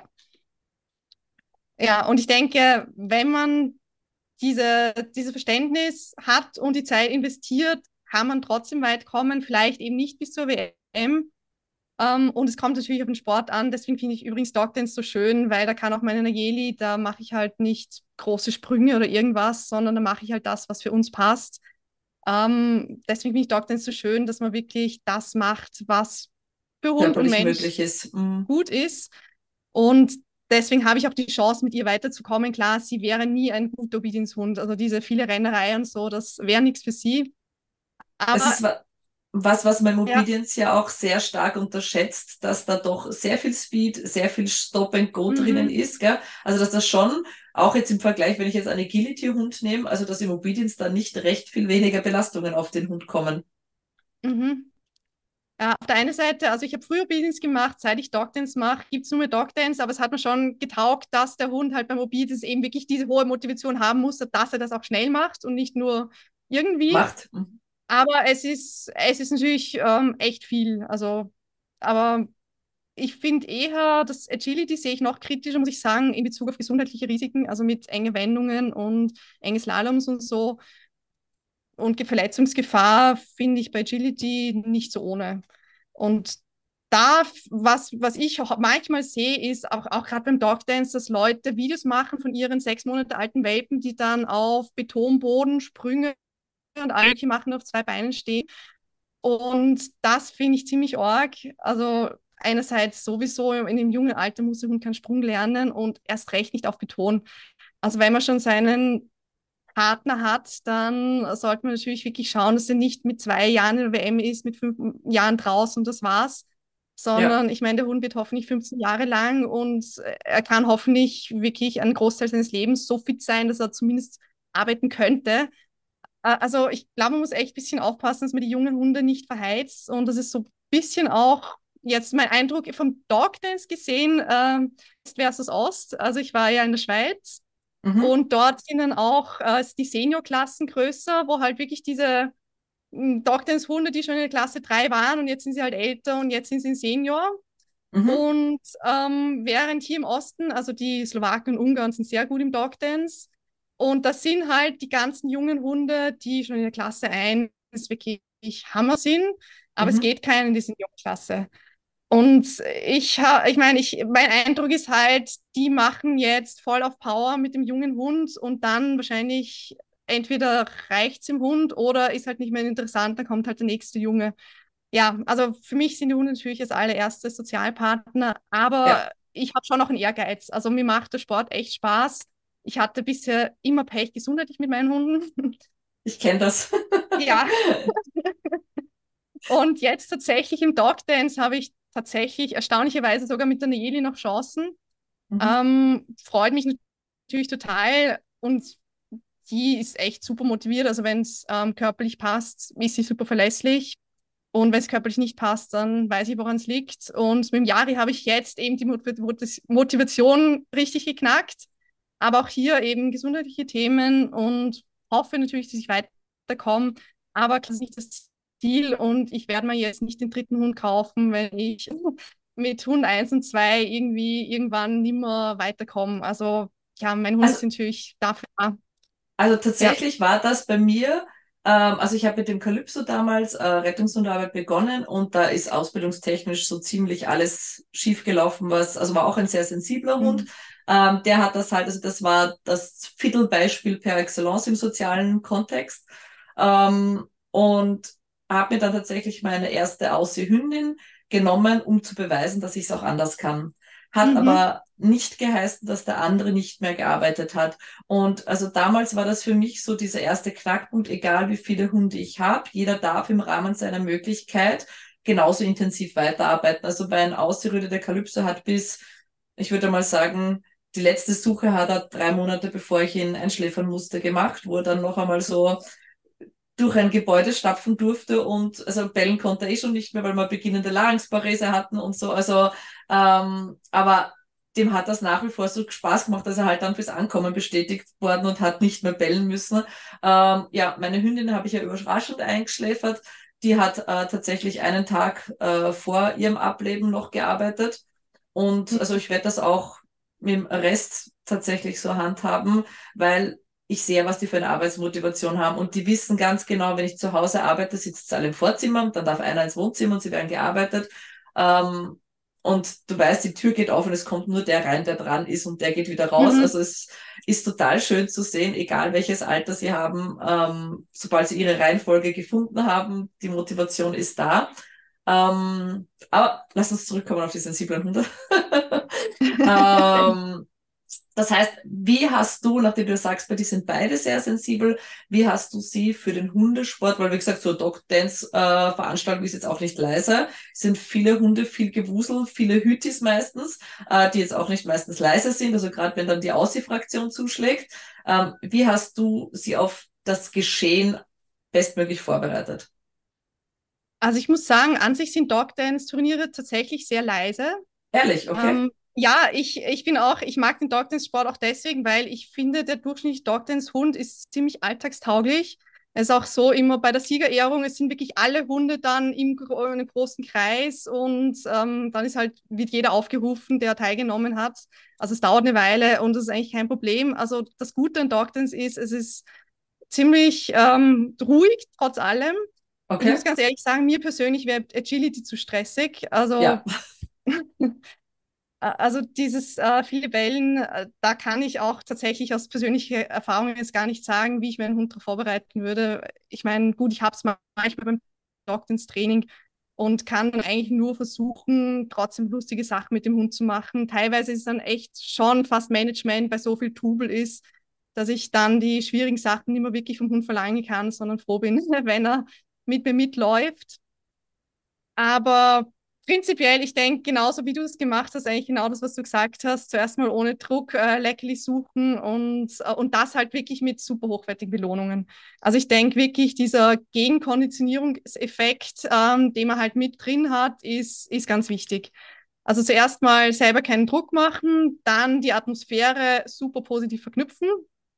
ja, und ich denke, wenn man diese, dieses Verständnis hat und die Zeit investiert, kann man trotzdem weit kommen, vielleicht eben nicht bis zur W M. Ähm, und es kommt natürlich auf den Sport an. Deswegen finde ich übrigens Dogdance so schön, weil da kann auch meine Nayeli, da mache ich halt nicht große Sprünge oder irgendwas, sondern da mache ich halt das, was für uns passt. Ähm, deswegen finde ich Dogdance so schön, dass man wirklich das macht, was für Hund und Körperlich Mensch möglich ist. Mhm. gut ist. Und deswegen habe ich auch die Chance, mit ihr weiterzukommen. Klar, sie wäre nie ein guter Obedienzhund. Also diese viele Rennerei und so, das wäre nichts für sie. Es Aber ist wa- was, was mein ja, Obedience ja auch sehr stark unterschätzt, dass da doch sehr viel Speed, sehr viel Stop and Go drinnen mhm, ist, gell? Also, dass das schon, auch jetzt im Vergleich, wenn ich jetzt einen Agility-Hund nehme, also, dass im Obedience da nicht recht viel weniger Belastungen auf den Hund kommen. mhm. Ja, auf der einen Seite, also ich habe früher Obedience gemacht, seit ich Dogdance mache, gibt es nur mehr Dogdance, aber es hat mir schon getaugt, dass der Hund halt beim Obedience eben wirklich diese hohe Motivation haben muss, dass er das auch schnell macht und nicht nur irgendwie. Macht. Mhm. Aber es ist, es ist natürlich ähm, echt viel. Also, aber ich finde eher, das Agility sehe ich noch kritischer, muss ich sagen, in Bezug auf gesundheitliche Risiken, also mit enge Wendungen und enge Slaloms und so. Und Verletzungsgefahr finde ich bei Agility nicht so ohne. Und da, was, was ich auch manchmal sehe, ist auch, auch gerade beim Dogdance, dass Leute Videos machen von ihren sechs Monate alten Welpen, die dann auf Betonboden Sprünge und all die machen auf zwei Beinen stehen. Und das finde ich ziemlich arg. Also einerseits sowieso in dem jungen Alter muss der Hund keinen Sprung lernen und erst recht nicht auf Beton. Also wenn man schon seinen Partner hat, dann sollte man natürlich wirklich schauen, dass er nicht mit zwei Jahren in der W M ist, mit fünf Jahren draußen und das war's. Ja. Sondern ich meine, der Hund wird hoffentlich fünfzehn Jahre lang und er kann hoffentlich wirklich einen Großteil seines Lebens so fit sein, dass er zumindest arbeiten könnte. Also ich glaube, man muss echt ein bisschen aufpassen, dass man die jungen Hunde nicht verheizt und das ist so ein bisschen auch jetzt mein Eindruck vom Dog-Dance gesehen, äh, West versus Ost. Also ich war ja in der Schweiz Mhm. und dort sind dann auch äh, die Seniorklassen größer, wo halt wirklich diese mh, Dog-Dance-Hunde, die schon in der Klasse drei waren und jetzt sind sie halt älter und jetzt sind sie Senior. Mhm. Und ähm, während hier im Osten, also die Slowaken und Ungarn sind sehr gut im Dogdance. Und das sind halt die ganzen jungen Hunde, die schon in der Klasse eins wirklich Hammer sind. Aber es Mhm. geht keinen in die Seniorklasse. Und ich, ha- ich meine, ich, mein Eindruck ist halt, die machen jetzt voll auf Power mit dem jungen Hund und dann wahrscheinlich entweder reicht es im Hund oder ist halt nicht mehr interessant, dann kommt halt der nächste Junge. Ja, also für mich sind die Hunde natürlich als allererstes Sozialpartner, Ja, aber ich habe schon noch einen Ehrgeiz. Also mir macht der Sport echt Spaß. Ich hatte bisher immer Pech gesundheitlich mit meinen Hunden. ich kenne das. Ja, und jetzt tatsächlich im Dog Dance habe ich tatsächlich erstaunlicherweise sogar mit der Nayeli noch Chancen. Mhm. Ähm, freut mich natürlich total und die ist echt super motiviert. Also wenn es ähm, körperlich passt, ist sie super verlässlich. Und wenn es körperlich nicht passt, dann weiß ich, woran es liegt. Und mit dem Jari habe ich jetzt eben die Motivation richtig geknackt. Aber auch hier eben gesundheitliche Themen und hoffe natürlich, dass ich weiterkomme. Aber das ist nicht das Ziel. Und ich werde mir jetzt nicht den dritten Hund kaufen, wenn ich mit Hund eins und zwei irgendwie irgendwann nimmer weiterkomme. Also ja, meine Hunde Also sind natürlich dafür da. Also Ja. tatsächlich war das bei mir, ähm, also ich habe mit dem Calypso damals äh, Rettungshundarbeit begonnen und da ist ausbildungstechnisch so ziemlich alles schief gelaufen, was, also war auch ein sehr sensibler Hund. Mhm. Ähm, der hat das halt, also das war das Fiddle-Beispiel per excellence im sozialen Kontext. Ähm, und habe mir dann tatsächlich meine erste Aussie-Hündin genommen, um zu beweisen, dass ich es auch anders kann. Hat Mhm. aber nicht geheißen, dass der andere nicht mehr gearbeitet hat. Und also damals war das für mich so dieser erste Knackpunkt, egal wie viele Hunde ich habe, jeder darf im Rahmen seiner Möglichkeit genauso intensiv weiterarbeiten. Also bei einem Ausgerüde der Kalypso hat bis, ich würde mal sagen, die letzte Suche hat er drei Monate bevor ich ihn einschläfern musste gemacht, wo er dann noch einmal so durch ein Gebäude stapfen durfte und also bellen konnte er eh schon nicht mehr, weil wir beginnende Larynxparese hatten und so. Also, ähm, aber dem hat das nach wie vor so Spaß gemacht, dass er halt dann fürs Ankommen bestätigt worden und hat nicht mehr bellen müssen. Ähm, ja, meine Hündin habe ich ja überraschend eingeschläfert. Die hat äh, tatsächlich einen Tag äh, vor ihrem Ableben noch gearbeitet. Und also ich werde das auch mit dem Rest tatsächlich so handhaben, weil ich sehe, was die für eine Arbeitsmotivation haben. Und die wissen ganz genau, wenn ich zu Hause arbeite, sitzt alle im Vorzimmer, dann darf einer ins Wohnzimmer und sie werden gearbeitet. Ähm, und du weißt, die Tür geht auf und es kommt nur der rein, der dran ist und der geht wieder raus. Mhm. Also es ist total schön zu sehen, egal welches Alter sie haben, ähm, sobald sie ihre Reihenfolge gefunden haben, die Motivation ist da. Ähm, aber lass uns zurückkommen auf die sensiblen Hunde. ähm, das heißt, wie hast du, nachdem du sagst, bei dir sind beide sehr sensibel, wie hast du sie für den Hundesport, weil wie gesagt, so Dog-Dance-Veranstaltung ist jetzt auch nicht leise, es sind viele Hunde, viel Gewusel, viele Hütis meistens, äh, die jetzt auch nicht meistens leise sind, also gerade wenn dann die Aussie-Fraktion zuschlägt. Ähm, wie hast du sie auf das Geschehen bestmöglich vorbereitet? Also ich muss sagen, an sich sind Dog-Dance-Turniere tatsächlich sehr leise. Ehrlich, okay? Ähm, ja, ich, ich bin auch, ich mag den Dogdance-Sport auch deswegen, weil ich finde, der durchschnittliche Dogdance-Hund ist ziemlich alltagstauglich. Es ist auch so immer bei der Siegerehrung, es sind wirklich alle Hunde dann im, gro in einem großen Kreis und ähm, dann ist halt, wird jeder aufgerufen, der teilgenommen hat. Also es dauert eine Weile und das ist eigentlich kein Problem. Also das Gute an Dogdance ist, es ist ziemlich ähm, ruhig trotz allem. Ich muss Okay? ganz ehrlich sagen, mir persönlich wäre Agility zu stressig. Also Ja. also dieses äh, viele Wellen, äh, da kann ich auch tatsächlich aus persönlicher Erfahrung jetzt gar nicht sagen, wie ich meinen Hund darauf vorbereiten würde. Ich meine, gut, ich habe es manchmal beim Dog ins Training und kann dann eigentlich nur versuchen, trotzdem lustige Sachen mit dem Hund zu machen. Teilweise ist es dann echt schon fast Management, weil so viel Trubel ist, dass ich dann die schwierigen Sachen nicht mehr wirklich vom Hund verlangen kann, sondern froh bin, wenn er mit mir mitläuft. Aber prinzipiell, ich denke, genauso wie du es gemacht hast, eigentlich genau das, was du gesagt hast, zuerst mal ohne Druck äh, Leckerli suchen und, äh, und das halt wirklich mit super hochwertigen Belohnungen. Also ich denke wirklich, dieser Gegenkonditionierungseffekt, ähm, den man halt mit drin hat, ist, ist ganz wichtig. Also zuerst mal selber keinen Druck machen, dann die Atmosphäre super positiv verknüpfen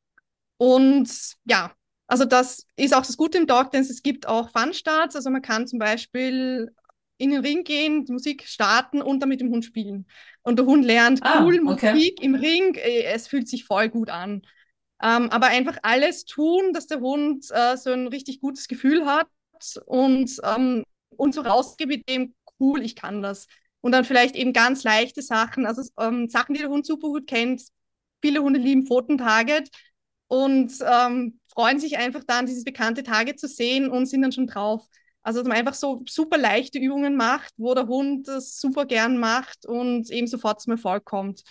und ja, also das ist auch das Gute im Dog Dance. Es gibt auch Fun-Starts. Also man kann zum Beispiel in den Ring gehen, die Musik starten und dann mit dem Hund spielen. Und der Hund lernt Ah, cool okay. Musik im Ring. äh, Es fühlt sich voll gut an. Ähm, aber einfach alles tun, dass der Hund äh, so ein richtig gutes Gefühl hat und, ähm, und so rausgeht mit dem, cool, ich kann das. Und dann vielleicht eben ganz leichte Sachen, also ähm, Sachen, die der Hund super gut kennt. Viele Hunde lieben Pfoten-Target und ähm, freuen sich einfach dann, dieses bekannte Target zu sehen und sind dann schon drauf. Also, dass man einfach so super leichte Übungen macht, wo der Hund das super gern macht und eben sofort zum Erfolg kommt.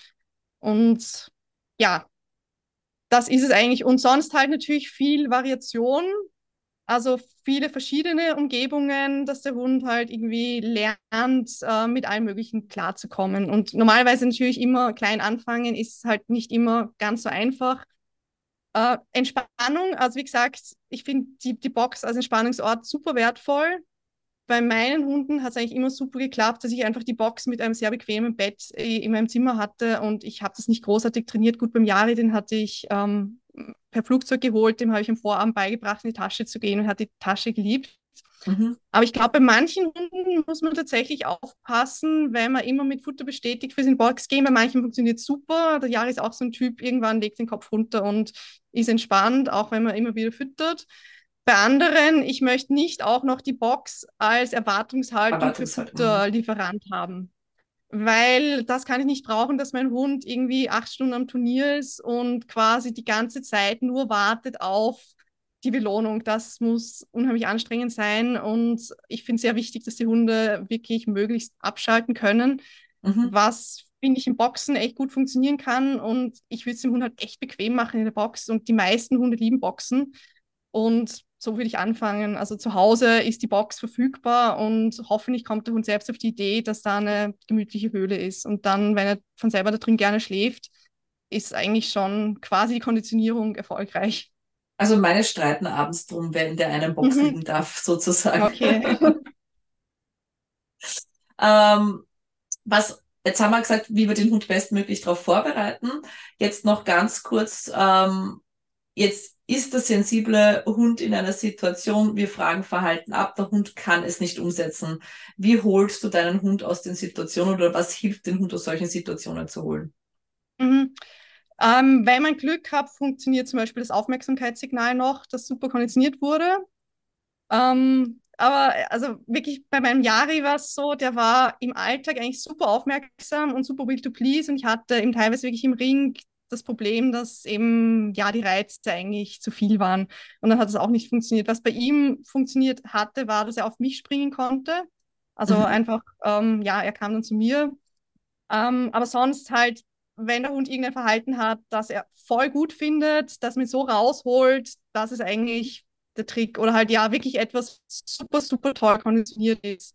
Und ja, das ist es eigentlich. Und sonst halt natürlich viel Variation, also viele verschiedene Umgebungen, dass der Hund halt irgendwie lernt, äh, mit allem Möglichen klarzukommen. Und normalerweise natürlich immer klein anfangen, ist halt nicht immer ganz so einfach. Äh, Entspannung, also wie gesagt, ich finde die, die Box als Entspannungsort super wertvoll. Bei meinen Hunden hat es eigentlich immer super geklappt, dass ich einfach die Box mit einem sehr bequemen Bett äh, in meinem Zimmer hatte und ich habe das nicht großartig trainiert. Gut, beim Yari, den hatte ich ähm, per Flugzeug geholt, dem habe ich am Vorabend beigebracht, in die Tasche zu gehen und hat die Tasche geliebt. Mhm. Aber ich glaube, bei manchen Hunden muss man tatsächlich aufpassen, wenn man immer mit Futter bestätigt für den Box gehen. Bei manchen funktioniert es super. Der Yari ist auch so ein Typ, irgendwann legt den Kopf runter und ist entspannt, auch wenn man immer wieder füttert. Bei anderen, ich möchte nicht auch noch die Box als Erwartungshaltung für Erwartungshaltung. Futterlieferant haben. Weil das kann ich nicht brauchen, dass mein Hund irgendwie acht Stunden am Turnier ist und quasi die ganze Zeit nur wartet auf die Belohnung. Das muss unheimlich anstrengend sein und ich finde es sehr wichtig, dass die Hunde wirklich möglichst abschalten können, Mhm. was finde ich im Boxen echt gut funktionieren kann und ich würde es dem Hund halt echt bequem machen in der Box und die meisten Hunde lieben Boxen und so würde ich anfangen. Also zu Hause ist die Box verfügbar und hoffentlich kommt der Hund selbst auf die Idee, dass da eine gemütliche Höhle ist. Und dann, wenn er von selber da drin gerne schläft, ist eigentlich schon quasi die Konditionierung erfolgreich. Also meine streiten abends drum, wer in der einen Box Mhm. liegen darf, sozusagen. Okay. Ähm, was, jetzt haben wir gesagt, wie wir den Hund bestmöglich darauf vorbereiten. Jetzt noch ganz kurz, ähm, jetzt ist der sensible Hund in einer Situation, wir fragen Verhalten ab, der Hund kann es nicht umsetzen. Wie holst du deinen Hund aus den Situationen oder was hilft den Hund aus solchen Situationen zu holen? Mhm. Ähm, wenn man Glück hat, funktioniert zum Beispiel das Aufmerksamkeitssignal noch, das super konditioniert wurde. Ähm, aber also wirklich bei meinem Yari war es so, der war im Alltag eigentlich super aufmerksam und super will to please und ich hatte eben teilweise wirklich im Ring das Problem, dass eben ja die Reize eigentlich zu viel waren und dann hat es auch nicht funktioniert. Was bei ihm funktioniert hatte, war, dass er auf mich springen konnte. Also Mhm. einfach, ähm, ja, er kam dann zu mir. Ähm, aber sonst halt, wenn der Hund irgendein Verhalten hat, das er voll gut findet, das mit so rausholt, das ist eigentlich der Trick. Oder halt ja, wirklich etwas super, super toll konditioniert ist.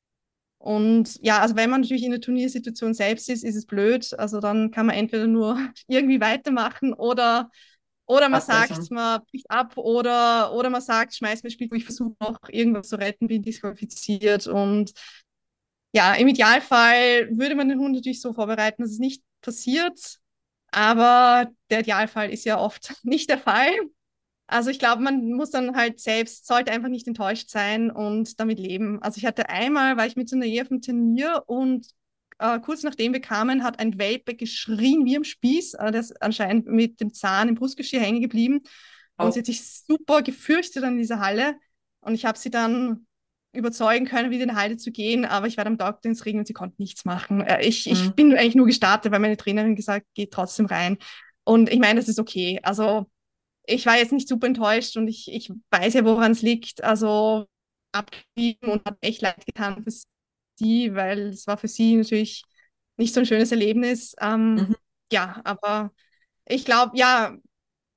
Und ja, also wenn man natürlich in der Turniersituation selbst ist, ist es blöd. Also dann kann man entweder nur irgendwie weitermachen oder, oder man sagt, Abbrechen. man bricht ab oder, oder man sagt, schmeiß mir das Spiel, ich versuche noch irgendwas zu retten, bin disqualifiziert. Und ja, im Idealfall würde man den Hund natürlich so vorbereiten, dass es nicht passiert. Aber der Idealfall ist ja oft nicht der Fall. Also ich glaube, man muss dann halt selbst, sollte einfach nicht enttäuscht sein und damit leben. Also ich hatte einmal, war ich mit so einer Nähe auf dem Turnier und äh, kurz nachdem wir kamen, hat ein Welpe geschrien wie am Spieß. Äh, der ist anscheinend mit dem Zahn im Brustgeschirr hängen geblieben. Und sie Oh. hat sich super gefürchtet an dieser Halle. Und ich habe sie dann überzeugen können, wieder in die Halle zu gehen. Aber ich war am Dog ins Ring und sie konnte nichts machen. Äh, ich, ich Mhm. bin eigentlich nur gestartet, weil meine Trainerin gesagt, geht trotzdem rein. Und ich meine, das ist okay. Also ich war jetzt nicht super enttäuscht und ich, ich weiß ja, woran es liegt. Also abgewiegen und hat echt leid getan für sie, weil es war für sie natürlich nicht so ein schönes Erlebnis. Ähm, Mhm. ja, aber ich glaube, ja,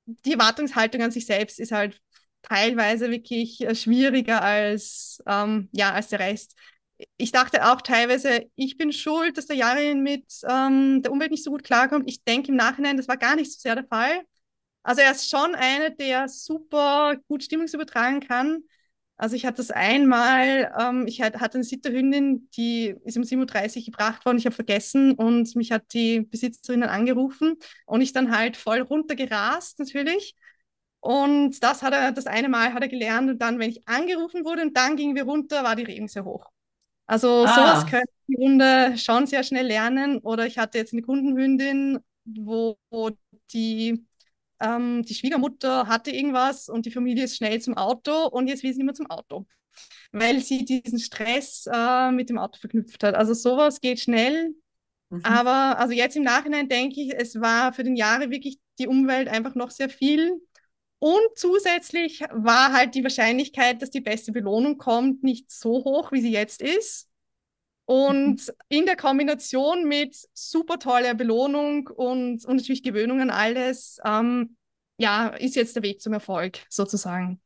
die Erwartungshaltung an sich selbst ist halt teilweise wirklich äh, schwieriger als, ähm, ja, als der Rest. Ich dachte auch teilweise, ich bin schuld, dass der Jarin mit ähm, der Umwelt nicht so gut klarkommt. Ich denke im Nachhinein, das war gar nicht so sehr der Fall. Also er ist schon einer, der super gut Stimmung übertragen kann. Also ich hatte das einmal, ähm, ich hatte eine Sitterhündin, die ist um sieben Uhr dreißig gebracht worden, ich habe vergessen und mich hat die Besitzerin dann angerufen und ich dann halt voll runtergerast natürlich. Und das hat er, das eine Mal hat er gelernt und dann, wenn ich angerufen wurde und dann gingen wir runter, war die Regung sehr hoch. Also sowas Ah, können die Hunde schon sehr schnell lernen. Oder ich hatte jetzt eine Kundenhündin, wo, wo die, ähm, die Schwiegermutter hatte irgendwas und die Familie ist schnell zum Auto und jetzt will sie nicht mehr zum Auto, weil sie diesen Stress äh, mit dem Auto verknüpft hat. Also sowas geht schnell. mhm. Aber also jetzt im Nachhinein denke ich, es war für den Jahre wirklich die Umwelt einfach noch sehr viel. Und zusätzlich war halt die Wahrscheinlichkeit, dass die beste Belohnung kommt, nicht so hoch, wie sie jetzt ist. Und in der Kombination mit super toller Belohnung und, und natürlich Gewöhnung an alles, ähm, ja, ist jetzt der Weg zum Erfolg sozusagen.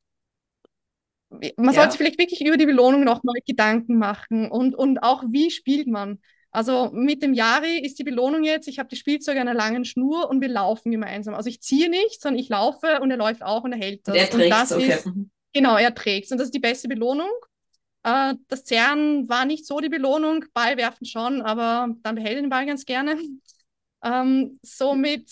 Man sollte sich Ja. vielleicht wirklich über die Belohnung nochmal Gedanken machen und, und auch, wie spielt man. Also mit dem Yari ist die Belohnung jetzt, ich habe die Spielzeuge an einer langen Schnur und wir laufen gemeinsam. Also ich ziehe nicht, sondern ich laufe und er läuft auch und er hält Und er das. Und trägt's, das okay. ist, Mhm. genau, er trägt und das ist die beste Belohnung. Äh, das Zerren war nicht so die Belohnung, Ball werfen schon, aber dann behält er den Ball ganz gerne. Ähm, somit,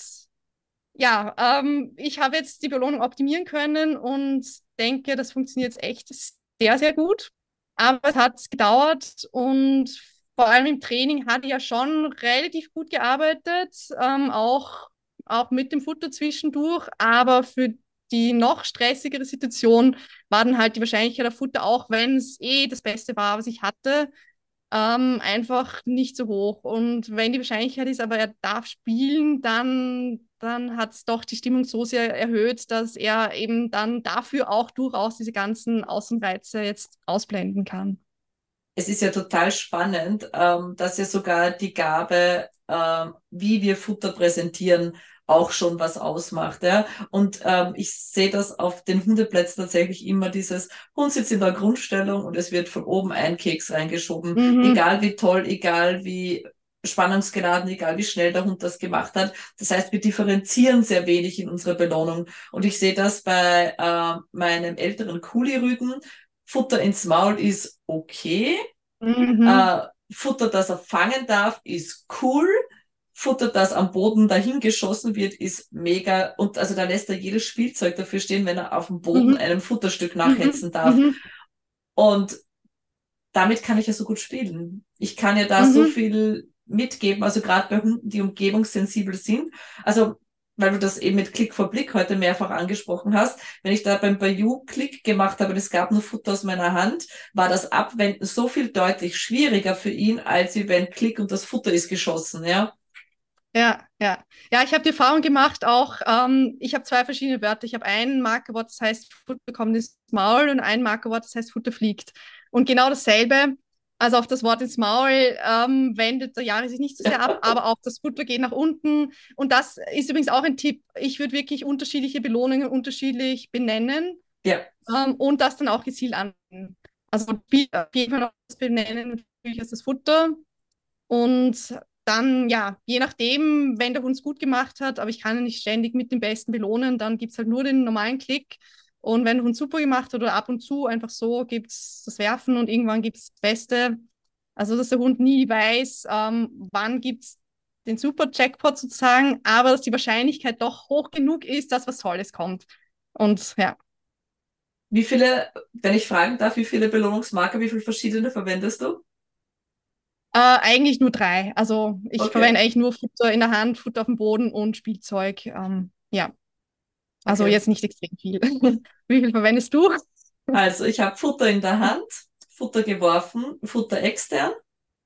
ja, ähm, ich habe jetzt die Belohnung optimieren können und denke, das funktioniert jetzt echt sehr, sehr gut. Aber es hat gedauert und vor allem im Training hat er ja schon relativ gut gearbeitet, ähm, auch, auch mit dem Futter zwischendurch. Aber für die noch stressigere Situation war dann halt die Wahrscheinlichkeit auf Futter, auch wenn es eh das Beste war, was ich hatte, ähm, einfach nicht so hoch. Und wenn die Wahrscheinlichkeit ist, aber er darf spielen, dann, dann hat es doch die Stimmung so sehr erhöht, dass er eben dann dafür auch durchaus diese ganzen Außenreize jetzt ausblenden kann. Es ist ja total spannend, ähm, dass ja sogar die Gabe, ähm, wie wir Futter präsentieren, auch schon was ausmacht. Ja? Und ähm, ich sehe das auf den Hundeplätzen tatsächlich immer dieses, Hund sitzt in der Grundstellung und es wird von oben ein Keks reingeschoben, Mhm. egal wie toll, egal wie spannungsgeladen, egal wie schnell der Hund das gemacht hat. Das heißt, wir differenzieren sehr wenig in unserer Belohnung. Und ich sehe das bei äh, meinem älteren Kuli-Rüden. Futter ins Maul ist okay. Mhm. Äh, Futter, das er fangen darf, ist cool. Futter, das am Boden dahin geschossen wird, ist mega. Und also da lässt er jedes Spielzeug dafür stehen, wenn er auf dem Boden Mhm. einem Futterstück Mhm. nachhetzen darf. Mhm. Und damit kann ich ja so gut spielen. Ich kann ja da so Mhm. viel mitgeben, also gerade bei Hunden, die umgebungssensibel sind. Also, weil du das eben mit Klick vor Blick heute mehrfach angesprochen hast, wenn ich da beim Bayou Klick gemacht habe und es gab nur Futter aus meiner Hand, war das Abwenden so viel deutlich schwieriger für ihn, als wie wenn Klick und das Futter ist geschossen, ja. Ja, ja. Ja, ich habe die Erfahrung gemacht auch, ähm, ich habe zwei verschiedene Wörter. Ich habe ein Markerwort, das heißt Futter bekommt ins Maul und ein Markerwort, das heißt Futter fliegt. Und genau dasselbe, also auf das Wort ins Maul ähm, wendet der Jari sich nicht so sehr ab, aber auch das Futter geht nach unten. Und das ist übrigens auch ein Tipp. Ich würde wirklich unterschiedliche Belohnungen unterschiedlich benennen Ja. ähm, und das dann auch gezielt anwenden. Also auf jeden Fall auch das Benennen natürlich als das Futter. Und dann, ja, je nachdem, wenn der Hund es gut gemacht hat, aber ich kann ihn nicht ständig mit dem Besten belohnen, dann gibt es halt nur den normalen Klick. Und wenn der Hund super gemacht hat oder ab und zu einfach so, gibt es das Werfen und irgendwann gibt es das Beste. Also, dass der Hund nie weiß, ähm, wann gibt es den Super-Jackpot sozusagen, aber dass die Wahrscheinlichkeit doch hoch genug ist, dass was Tolles kommt. Und ja, Wie viele, wenn ich fragen darf, wie viele Belohnungsmarker, wie viele verschiedene verwendest du? äh, eigentlich nur drei. Also ich verwende Okay, eigentlich nur Futter in der Hand, Futter auf dem Boden und Spielzeug. Ähm, ja. Also okay. jetzt nicht extrem viel. Wie viel verwendest du? Also ich habe Futter in der Hand, Futter geworfen, Futter extern,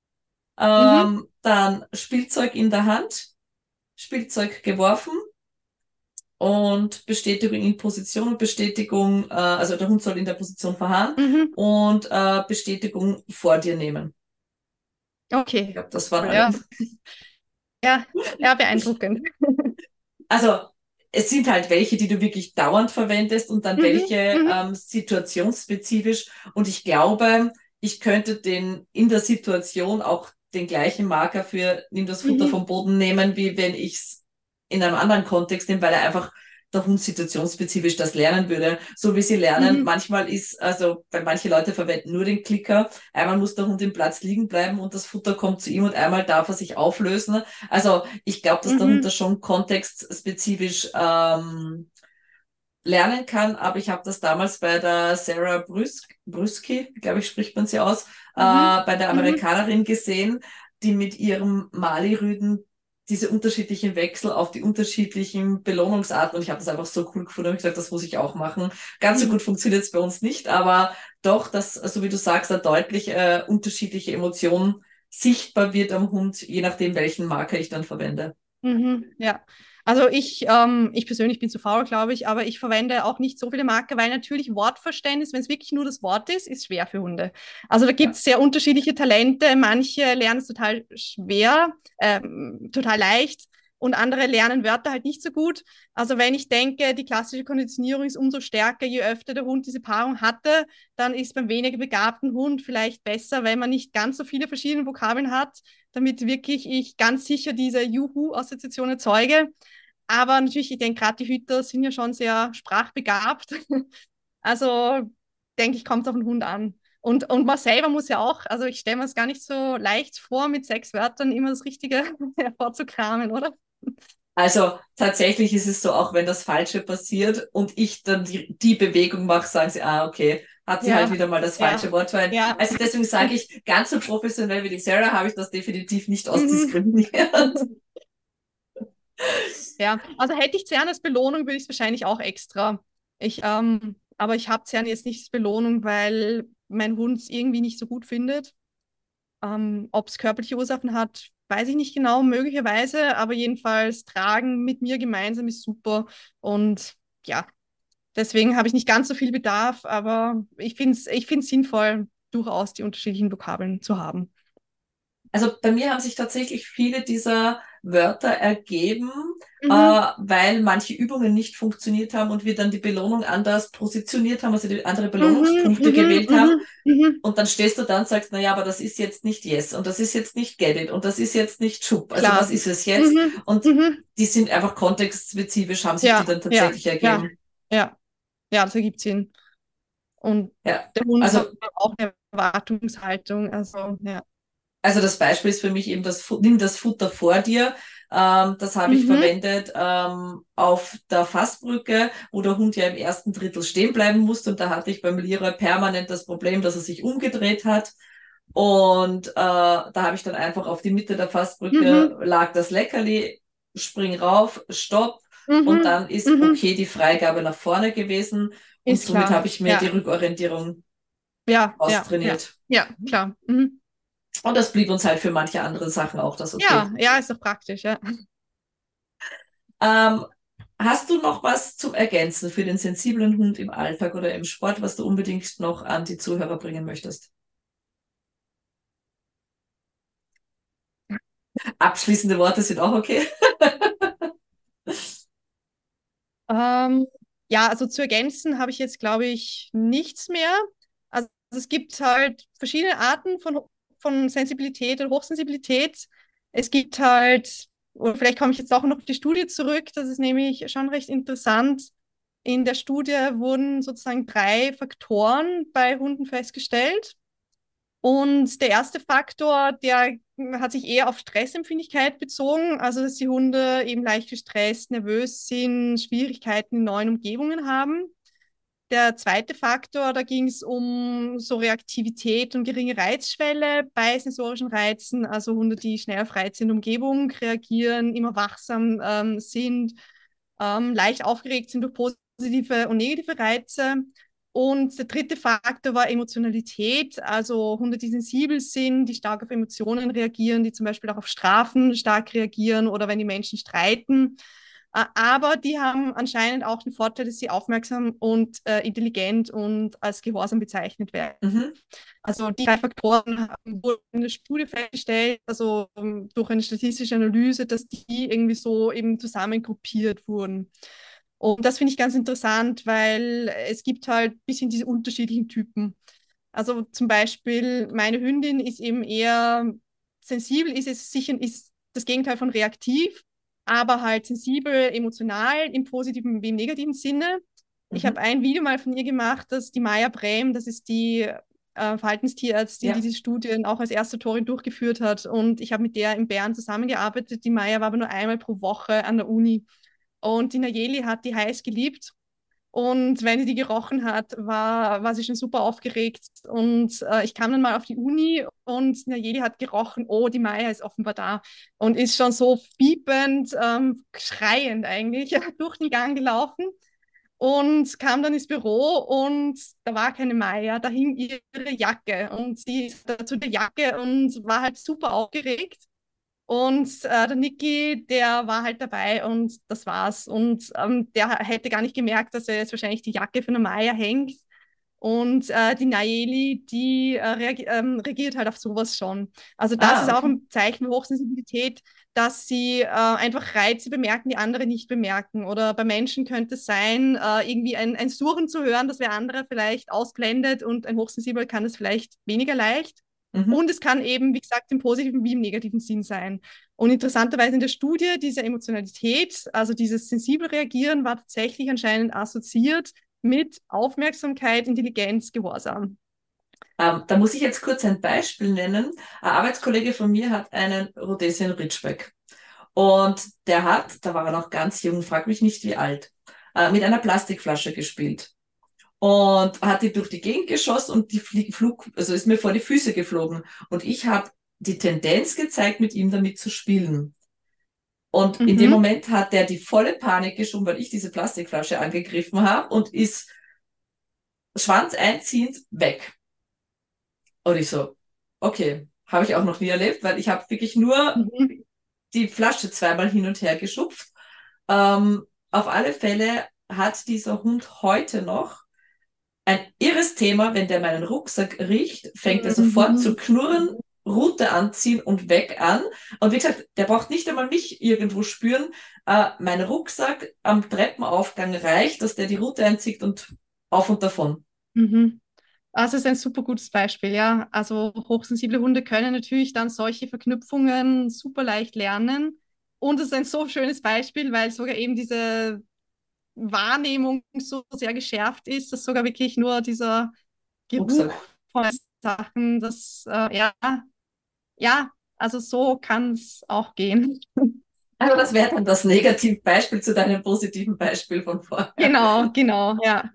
Mhm. ähm, dann Spielzeug in der Hand, Spielzeug geworfen und Bestätigung in Position und Bestätigung, äh, also der Hund soll in der Position verharren Mhm. und äh, Bestätigung vor dir nehmen. Ich Okay. glaube, das waren Cool, alle. ja. Ja, ja, beeindruckend. Also es sind halt welche, die du wirklich dauernd verwendest und dann Mhm, welche mhm, ähm, situationsspezifisch. Und ich glaube, ich könnte den in der Situation auch den gleichen Marker für nimm das Futter mhm, vom Boden nehmen, wie wenn ich es in einem anderen Kontext nehme, weil er einfach der Hund situationsspezifisch das lernen würde. So wie sie lernen, mhm, manchmal ist, also, weil manche Leute verwenden nur den Klicker, einmal muss der Hund im Platz liegen bleiben und das Futter kommt zu ihm und einmal darf er sich auflösen. Also ich glaube, dass der Hund mhm, das schon kontextspezifisch ähm, lernen kann, aber ich habe das damals bei der Sarah Brüsk, Brüski, glaube ich, spricht man sie aus, äh, mhm, bei der mhm, Amerikanerin gesehen, die mit ihrem Mali-Rüden diese unterschiedlichen Wechsel auf die unterschiedlichen Belohnungsarten, und ich habe das einfach so cool gefunden, habe ich gesagt, das muss ich auch machen. Ganz so mhm. gut funktioniert es bei uns nicht, aber doch, dass, so wie du sagst, da deutlich äh, unterschiedliche Emotionen sichtbar wird am Hund, je nachdem, welchen Marker ich dann verwende. Mhm, ja, also ich, ähm, ich persönlich bin zu faul, glaube ich, aber ich verwende auch nicht so viele Marker, weil natürlich Wortverständnis, wenn es wirklich nur das Wort ist, ist schwer für Hunde. Also da gibt Ja. es sehr unterschiedliche Talente. Manche lernen es total schwer, ähm, total leicht und andere lernen Wörter halt nicht so gut. Also wenn ich denke, die klassische Konditionierung ist umso stärker, je öfter der Hund diese Paarung hatte, dann ist beim weniger begabten Hund vielleicht besser, wenn man nicht ganz so viele verschiedene Vokabeln hat, damit wirklich ich ganz sicher diese Juhu-Assoziation erzeuge. Aber natürlich, ich denke, gerade die Hüter sind ja schon sehr sprachbegabt. Also denke ich, kommt es auf den Hund an. Und, und man selber muss ja auch, also ich stelle mir es gar nicht so leicht vor, mit sechs Wörtern immer das Richtige hervorzukramen, oder? Also tatsächlich ist es so, auch wenn das Falsche passiert und ich dann die, die Bewegung mache, sagen sie, ah, okay, hat sie halt Ja, wieder mal das falsche ja, Wort verwendet. ja. Also deswegen sage ich, ganz so professionell wie die Sarah habe ich das definitiv nicht Mhm. ausdiskriminiert. Ja, also hätte ich Zern als Belohnung, würde ich es wahrscheinlich auch extra. Ich, ähm, aber ich habe Zern jetzt nicht als Belohnung, weil mein Hund es irgendwie nicht so gut findet. Ähm, ob es körperliche Ursachen hat, weiß ich nicht genau, möglicherweise, aber jedenfalls tragen mit mir gemeinsam ist super. Und ja, deswegen habe ich nicht ganz so viel Bedarf, aber ich finde es ich find's sinnvoll, durchaus die unterschiedlichen Vokabeln zu haben. Also bei mir haben sich tatsächlich viele dieser Wörter ergeben, äh, Mhm, weil manche Übungen nicht funktioniert haben und wir dann die Belohnung anders positioniert haben, also die andere mhm, Belohnungspunkte mhm, gewählt haben. mhm, mhm. Und dann stehst du da und sagst, na ja, aber das ist jetzt nicht Yes und das ist jetzt nicht Get It und das ist jetzt nicht Schub. Also was Klar. ist es jetzt? Mhm, Und mhm. die sind einfach kontextspezifisch, haben sich die Ja, dann ja, tatsächlich ja, ergeben. ja, ja, das ergibt Sinn. Und Ja, der Hund hat also, auch eine Erwartungshaltung. Also, ja. also das Beispiel ist für mich eben das, Fu- nimm das Futter vor dir. Ähm, das habe ich Mhm, verwendet ähm, auf der Fassbrücke, wo der Hund ja im ersten Drittel stehen bleiben musste. Und da hatte ich beim Leroy permanent das Problem, dass er sich umgedreht hat. Und äh, da habe ich dann einfach auf die Mitte der mhm, Fassbrücke lag das Leckerli, spring rauf, stopp. Und mhm, dann ist mhm. okay die Freigabe nach vorne gewesen. Und Ist somit klar. habe ich mir die Ja, Rückorientierung ja, ja, ja, austrainiert. ja, klar. Mhm. Und das blieb uns halt für manche andere Sachen auch das okay. Ja, ja, ist doch praktisch, ja. Ähm, hast du noch was zum Ergänzen für den sensiblen Hund im Alltag oder im Sport, was du unbedingt noch an die Zuhörer bringen möchtest? Abschließende Worte sind auch okay. Ähm, ja, also zu ergänzen habe ich jetzt, glaube ich, nichts mehr. Also es gibt halt verschiedene Arten von, von Sensibilität und Hochsensibilität. Es gibt halt, oder vielleicht komme ich jetzt auch noch auf die Studie zurück, das ist nämlich schon recht interessant. In der Studie wurden sozusagen drei Faktoren bei Hunden festgestellt. Und der erste Faktor, der hat sich eher auf Stressempfindlichkeit bezogen, also dass die Hunde eben leicht gestresst, nervös sind, Schwierigkeiten in neuen Umgebungen haben. Der zweite Faktor, da ging es um so Reaktivität und geringe Reizschwelle bei sensorischen Reizen, also Hunde, die schnell auf Reize in der Umgebung reagieren, immer wachsam ähm, sind, ähm, leicht aufgeregt sind durch positive und negative Reize. Und der dritte Faktor war Emotionalität, also Hunde, die sensibel sind, die stark auf Emotionen reagieren, die zum Beispiel auch auf Strafen stark reagieren oder wenn die Menschen streiten. Äh, aber die haben anscheinend auch den Vorteil, dass sie aufmerksam und äh, intelligent und als gehorsam bezeichnet werden. Mhm. Also die drei Faktoren wurden in der Studie festgestellt, also um, durch eine statistische Analyse, dass die irgendwie so eben zusammengruppiert wurden. Und das finde ich ganz interessant, weil es gibt halt ein bisschen diese unterschiedlichen Typen. Also zum Beispiel meine Hündin ist eben eher sensibel, ist es sicher ist das Gegenteil von reaktiv, aber halt sensibel, emotional im positiven wie im negativen Sinne. Ich Mhm. habe ein Video mal von ihr gemacht, dass die Maya Brehm, das ist die äh, Verhaltenstierärztin, die Ja. diese Studien auch als erste Autorin durchgeführt hat. Und ich habe mit der in Bern zusammengearbeitet. Die Maya war aber nur einmal pro Woche an der Uni. Und die Nayeli hat die heiß geliebt. Und wenn sie die gerochen hat, war, war sie schon super aufgeregt. Und äh, ich kam dann mal auf die Uni und Nayeli hat gerochen, oh, die Maya ist offenbar da. Und ist schon so piepend, ähm, schreiend eigentlich durch den Gang gelaufen. Und kam dann ins Büro und da war keine Maya, da hing ihre Jacke. Und sie ist da zu der Jacke und war halt super aufgeregt. Und äh, der Niki, der war halt dabei und das war's. Und ähm, der hätte gar nicht gemerkt, dass er jetzt wahrscheinlich die Jacke von der Maya hängt. Und äh, die Nayeli, die äh, reagi ähm, reagiert halt auf sowas schon. Also das Ah, ist auch okay. ein Zeichen für Hochsensibilität, dass sie äh, einfach Reize bemerken, die andere nicht bemerken. Oder bei Menschen könnte es sein, äh, irgendwie ein, ein Surren zu hören, das wer andere vielleicht ausblendet und ein Hochsensibler kann das vielleicht weniger leicht. Mhm. Und es kann eben, wie gesagt, im positiven wie im negativen Sinn sein. Und interessanterweise in der Studie, diese Emotionalität, also dieses sensible Reagieren, war tatsächlich anscheinend assoziiert mit Aufmerksamkeit, Intelligenz, Gehorsam. Ähm, da muss ich jetzt kurz ein Beispiel nennen. Ein Arbeitskollege von mir hat einen Rhodesian Ridgeback. Und der hat, da war er noch ganz jung, frag mich nicht wie alt, äh, mit einer Plastikflasche gespielt. Und hat die durch die Gegend geschossen und die Flie- Flug, also ist mir vor die Füße geflogen. Und ich habe die Tendenz gezeigt, mit ihm damit zu spielen. Und in dem Mhm. Moment hat der die volle Panik geschoben, weil ich diese Plastikflasche angegriffen habe und ist Schwanz einziehend weg. Und ich so, okay, habe ich auch noch nie erlebt, weil ich habe wirklich nur Mhm. die Flasche zweimal hin und her geschupft. Ähm, auf alle Fälle hat dieser Hund heute noch ein irres Thema, wenn der meinen Rucksack riecht, fängt er sofort zu Mhm. knurren, Rute anziehen und weg an. Und wie gesagt, der braucht nicht einmal mich irgendwo spüren. Äh, mein Rucksack am Treppenaufgang reicht, dass der die Rute einzieht und auf und davon. Mhm. Also es ist ein super gutes Beispiel, ja. Also hochsensible Hunde können natürlich dann solche Verknüpfungen super leicht lernen. Und es ist ein so schönes Beispiel, weil sogar eben diese Wahrnehmung so sehr geschärft ist, dass sogar wirklich nur dieser Geruch Rucksack. von Sachen, das, äh, ja, ja, also so kann es auch gehen. Also das wäre dann das Negativbeispiel zu deinem positiven Beispiel von vorher. Genau, genau, ja.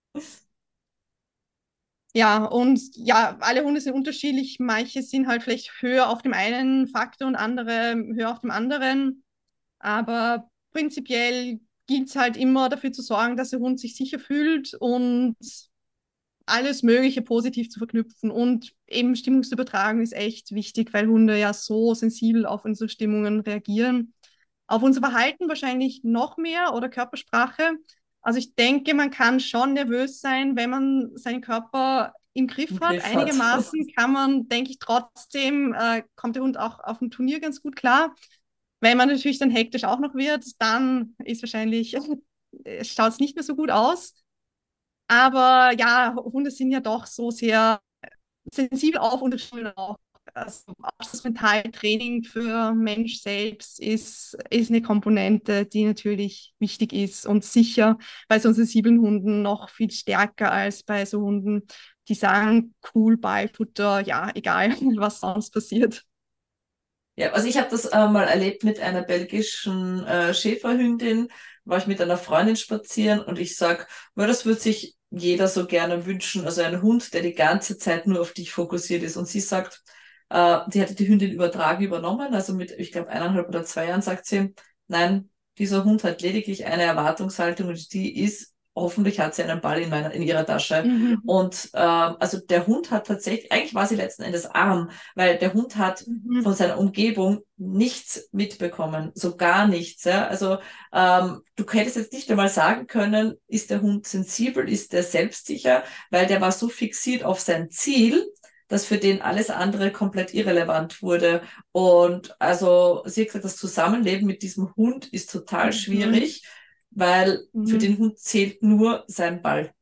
Ja, und ja, alle Hunde sind unterschiedlich. Manche sind halt vielleicht höher auf dem einen Faktor und andere höher auf dem anderen. Aber prinzipiell gilt es halt immer dafür zu sorgen, dass der Hund sich sicher fühlt und alles Mögliche positiv zu verknüpfen. Und eben Stimmungsübertragung ist echt wichtig, weil Hunde ja so sensibel auf unsere Stimmungen reagieren. Auf unser Verhalten wahrscheinlich noch mehr oder Körpersprache. Also ich denke, man kann schon nervös sein, wenn man seinen Körper im Griff Im hat. Griff hat. Einigermaßen kann man, denke ich, trotzdem, äh, kommt der Hund auch auf dem Turnier ganz gut klar. Wenn man natürlich dann hektisch auch noch wird, dann ist wahrscheinlich, schaut es nicht mehr so gut aus. Aber ja, Hunde sind ja doch so sehr sensibel auf und Schulen auch. Also auch das Mentaltraining für Mensch selbst ist, ist eine Komponente, die natürlich wichtig ist und sicher bei so sensiblen Hunden noch viel stärker als bei so Hunden, die sagen, cool, Ballfutter, ja, egal, was sonst passiert. Ja, also ich habe das äh, mal erlebt mit einer belgischen äh, Schäferhündin, war ich mit einer Freundin spazieren und ich sag, weil das würde sich jeder so gerne wünschen, also ein Hund, der die ganze Zeit nur auf dich fokussiert ist. Und sie sagt, äh, die hatte die Hündin übertragen übernommen, also mit, ich glaube, eineinhalb oder zwei Jahren sagt sie, nein, dieser Hund hat lediglich eine Erwartungshaltung und die ist hoffentlich hat sie einen Ball in meiner, in ihrer Tasche. Mhm. Und ähm, also der Hund hat tatsächlich, eigentlich war sie letzten Endes arm, weil der Hund hat Mhm. von seiner Umgebung nichts mitbekommen, so gar nichts. Ja? Also ähm, du hättest jetzt nicht einmal sagen können, ist der Hund sensibel, ist der selbstsicher, weil der war so fixiert auf sein Ziel, dass für den alles andere komplett irrelevant wurde. Und also sie hat gesagt, das Zusammenleben mit diesem Hund ist total Mhm. schwierig, weil für Mhm. den Hund zählt nur sein Ball.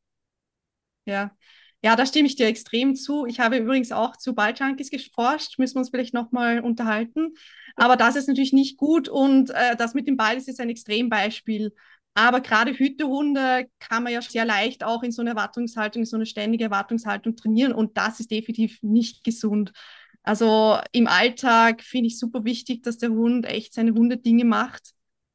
Ja. Ja, da stimme ich dir extrem zu. Ich habe übrigens auch zu Balljunkies geforscht, müssen wir uns vielleicht nochmal unterhalten. Aber das ist natürlich nicht gut und äh, das mit dem Ball ist jetzt ein Extrembeispiel. Aber gerade Hütehunde kann man ja sehr leicht auch in so eine Erwartungshaltung, in so eine ständige Erwartungshaltung trainieren und das ist definitiv nicht gesund. Also im Alltag finde ich super wichtig, dass der Hund echt seine Hundedinge macht.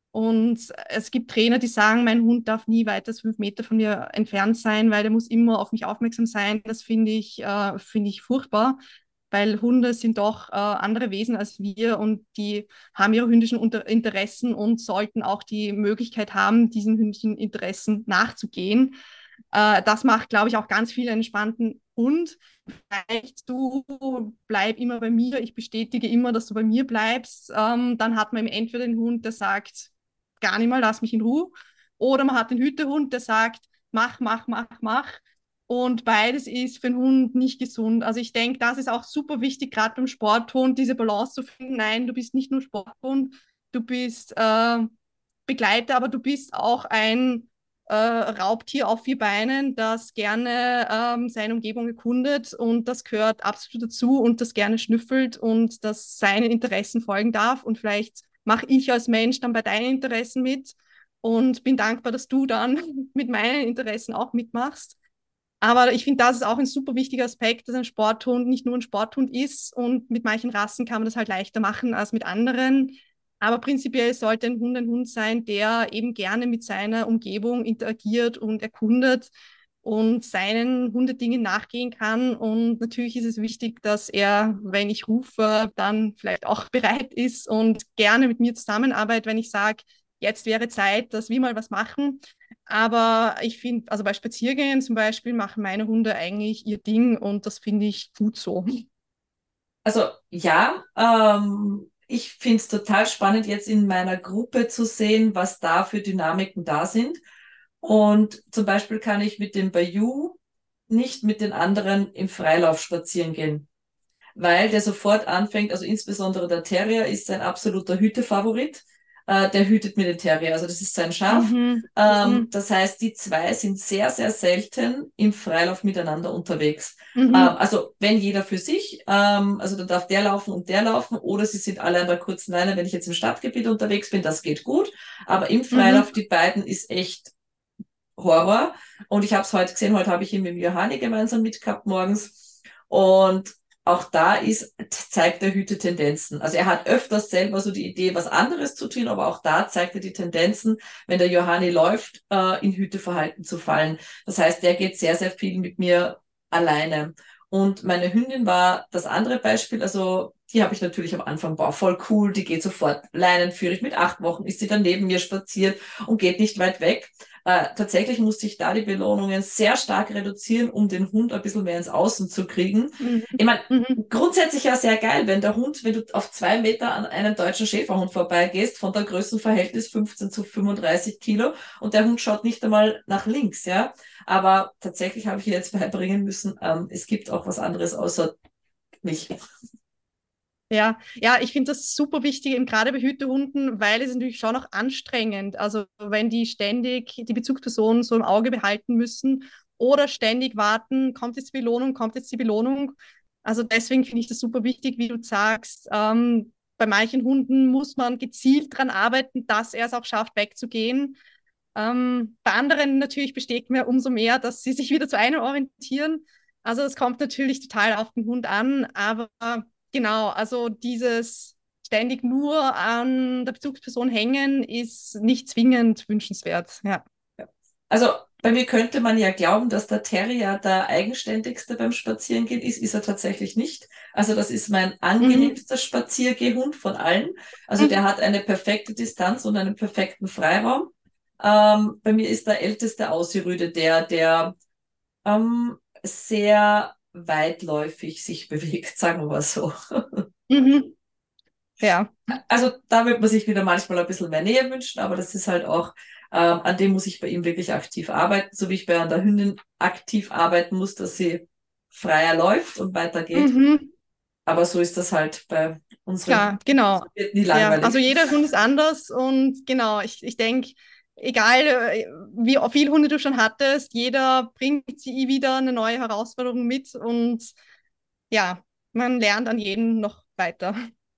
Und es gibt Trainer, die sagen, mein Hund darf nie weiter als fünf Meter von mir entfernt sein, weil der muss immer auf mich aufmerksam sein. Das finde ich, äh, finde ich furchtbar, weil Hunde sind doch äh, andere Wesen als wir und die haben ihre hündischen Unter Interessen und sollten auch die Möglichkeit haben, diesen hündischen Interessen nachzugehen. Äh, das macht, glaube ich, auch ganz viel einen entspannten Hund. Vielleicht du bleib immer bei mir, ich bestätige immer, dass du bei mir bleibst. Ähm, dann hat man entweder den Hund, der sagt, gar nicht mal, lass mich in Ruhe. Oder man hat den Hütehund, der sagt, mach, mach, mach, mach. Und beides ist für den Hund nicht gesund. Also ich denke, das ist auch super wichtig, gerade beim Sporthund, diese Balance zu finden. Nein, du bist nicht nur Sporthund, du bist äh, Begleiter, aber du bist auch ein äh, Raubtier auf vier Beinen, das gerne ähm, seine Umgebung erkundet und das gehört absolut dazu und das gerne schnüffelt und das seinen Interessen folgen darf. Und vielleicht mache ich als Mensch dann bei deinen Interessen mit und bin dankbar, dass du dann mit meinen Interessen auch mitmachst. Aber ich finde, das ist auch ein super wichtiger Aspekt, dass ein Sporthund nicht nur ein Sporthund ist und mit manchen Rassen kann man das halt leichter machen als mit anderen. Aber prinzipiell sollte ein Hund ein Hund sein, der eben gerne mit seiner Umgebung interagiert und erkundet und seinen Hundedingen nachgehen kann. Und natürlich ist es wichtig, dass er, wenn ich rufe, dann vielleicht auch bereit ist und gerne mit mir zusammenarbeitet, wenn ich sage, jetzt wäre Zeit, dass wir mal was machen. Aber ich finde, also bei Spaziergängen zum Beispiel machen meine Hunde eigentlich ihr Ding und das finde ich gut so. Also ja, ähm, ich finde es total spannend, jetzt in meiner Gruppe zu sehen, was da für Dynamiken da sind. Und zum Beispiel kann ich mit dem Bayou nicht mit den anderen im Freilauf spazieren gehen, weil der sofort anfängt, also insbesondere der Terrier ist sein absoluter Hütefavorit. Äh, der hütet mir den Terrier, also das ist sein Schaf. Mhm. Ähm, Mhm. das heißt, die zwei sind sehr, sehr selten im Freilauf miteinander unterwegs. Ähm, Mhm. also wenn jeder für sich, ähm, also dann darf der laufen und der laufen, oder sie sind alle an der kurzen Leine, wenn ich jetzt im Stadtgebiet unterwegs bin, das geht gut. Aber im Mhm. Freilauf, die beiden ist echt Horror. Und ich habe es heute gesehen, heute habe ich ihn mit dem Johanni gemeinsam mitgehabt morgens. Und auch da ist, zeigt er Hüte-Tendenzen. Also er hat öfters selber so die Idee, was anderes zu tun, aber auch da zeigt er die Tendenzen, wenn der Johanni läuft, äh, in Hüteverhalten zu fallen. Das heißt, der geht sehr, sehr viel mit mir alleine. Und meine Hündin war das andere Beispiel, also die habe ich natürlich am Anfang, boah, voll cool, die geht sofort Leinen führe ich mit acht Wochen, ist sie dann neben mir spaziert und geht nicht weit weg. Äh, tatsächlich musste ich da die Belohnungen sehr stark reduzieren, um den Hund ein bisschen mehr ins Außen zu kriegen. Mhm. Ich meine, Mhm. grundsätzlich ja sehr geil, wenn der Hund, wenn du auf zwei Meter an einem deutschen Schäferhund vorbeigehst, von der Größenverhältnis fünfzehn zu fünfunddreißig Kilo und der Hund schaut nicht einmal nach links, ja. Aber tatsächlich habe ich ihr jetzt beibringen müssen, ähm, es gibt auch was anderes außer mich. Ja, ja, ich finde das super wichtig, eben gerade bei Hütehunden, weil es ist natürlich schon auch anstrengend. Also wenn die ständig die Bezugsperson so im Auge behalten müssen oder ständig warten, kommt jetzt die Belohnung, kommt jetzt die Belohnung. Also deswegen finde ich das super wichtig, wie du sagst. Ähm, bei manchen Hunden muss man gezielt daran arbeiten, dass er es auch schafft, wegzugehen. Ähm, bei anderen natürlich besteht mir umso mehr, dass sie sich wieder zu einem orientieren. Also es kommt natürlich total auf den Hund an, aber genau, also dieses ständig nur an der Bezugsperson hängen ist nicht zwingend wünschenswert. Ja. Also bei mir könnte man ja glauben, dass der Terrier der eigenständigste beim Spazierengehen ist, ist er tatsächlich nicht. Also das ist mein Mhm. angenehmster Spaziergehhund von allen. Also der Mhm. hat eine perfekte Distanz und einen perfekten Freiraum. Ähm, bei mir ist der älteste Ausgerüde der, der ähm, sehr weitläufig sich bewegt, sagen wir mal so. Mhm. Ja. Also da wird man sich wieder manchmal ein bisschen mehr Nähe wünschen, aber das ist halt auch, ähm, an dem muss ich bei ihm wirklich aktiv arbeiten, so wie ich bei der Hündin aktiv arbeiten muss, dass sie freier läuft und weitergeht. Mhm. Aber so ist das halt bei unseren Klar, Hunden. genau. Es wird nie Ja, also langweilig. jeder Hund ist anders und genau, ich, ich denke, egal äh, wie viele Hunde du schon hattest, jeder bringt sie wieder eine neue Herausforderung mit und ja, man lernt an jedem noch weiter.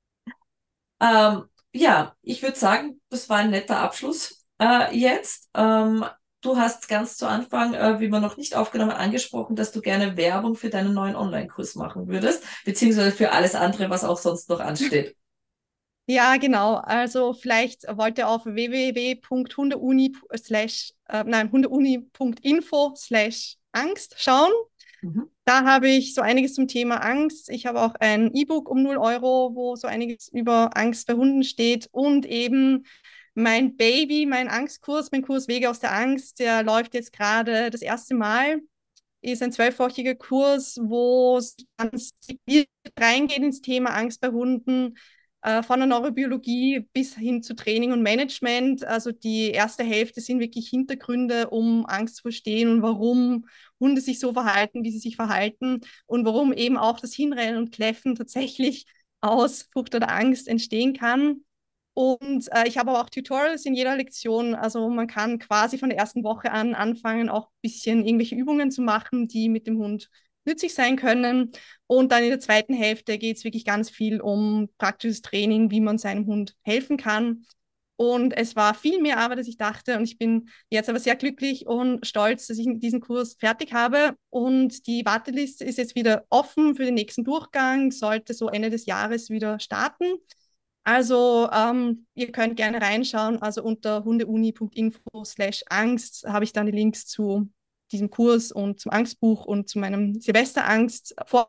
Ähm, ja, ich würde sagen, das war ein netter Abschluss äh, jetzt. Ähm, du hast ganz zu Anfang, äh, wie wir noch nicht aufgenommen, angesprochen, dass du gerne Werbung für deinen neuen Online-Kurs machen würdest, beziehungsweise für alles andere, was auch sonst noch ansteht. Ja, genau. Also vielleicht wollt ihr auf www.hundeuni slash, äh, nein, hundeuni.info slash Angst schauen. Mhm. Da habe ich so einiges zum Thema Angst. Ich habe auch ein E-Book um null Euro, wo so einiges über Angst bei Hunden steht und eben mein Baby, mein Angstkurs, mein Kurs Wege aus der Angst, der läuft jetzt gerade das erste Mal. Ist ein zwölfwöchiger Kurs, wo es ganz viel reingeht ins Thema Angst bei Hunden, äh, von der Neurobiologie bis hin zu Training und Management. Also die erste Hälfte sind wirklich Hintergründe, um Angst zu verstehen und warum Hunde sich so verhalten, wie sie sich verhalten und warum eben auch das Hinrennen und Kläffen tatsächlich aus Furcht oder Angst entstehen kann. Und äh, ich habe aber auch Tutorials in jeder Lektion. Also man kann quasi von der ersten Woche an anfangen, auch ein bisschen irgendwelche Übungen zu machen, die mit dem Hund nützlich sein können. Und dann in der zweiten Hälfte geht es wirklich ganz viel um praktisches Training, wie man seinem Hund helfen kann. Und es war viel mehr Arbeit, als ich dachte. Und ich bin jetzt aber sehr glücklich und stolz, dass ich diesen Kurs fertig habe. Und die Warteliste ist jetzt wieder offen für den nächsten Durchgang, sollte so Ende des Jahres wieder starten. Also ähm, ihr könnt gerne reinschauen. Also unter hundeuni.info slash Angst habe ich dann die Links zu diesem Kurs und zum Angstbuch und zu meinem Silvesterangst vor,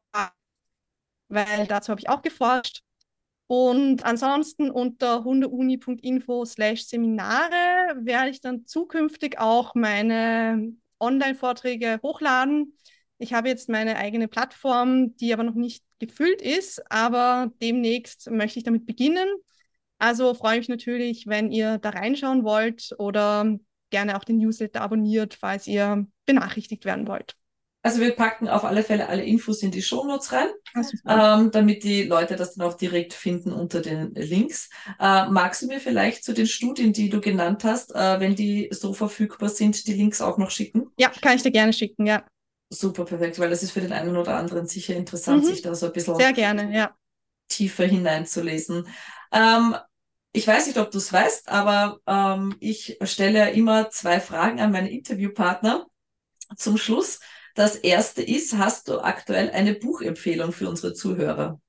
weil dazu habe ich auch geforscht. Und ansonsten unter hundeuni.info slash Seminare werde ich dann zukünftig auch meine Online-Vorträge hochladen. Ich habe jetzt meine eigene Plattform, die aber noch nicht gefüllt ist, aber demnächst möchte ich damit beginnen. Also freue ich mich natürlich, wenn ihr da reinschauen wollt oder gerne auch den Newsletter abonniert, falls ihr benachrichtigt werden wollt. Also wir packen auf alle Fälle alle Infos in die Shownotes rein, Ah, super. ähm, damit die Leute das dann auch direkt finden unter den Links. Äh, magst du mir vielleicht zu den Studien, die du genannt hast, äh, wenn die so verfügbar sind, die Links auch noch schicken? Ja, kann ich dir gerne schicken, ja. Super, perfekt, weil das ist für den einen oder anderen sicher interessant, sich Mhm. da so ein bisschen Sehr gerne, ja. tiefer hineinzulesen. Ähm, ich weiß nicht, ob du es weißt, aber ähm, ich stelle ja immer zwei Fragen an meine Interviewpartner zum Schluss. Das erste ist, hast du aktuell eine Buchempfehlung für unsere Zuhörer?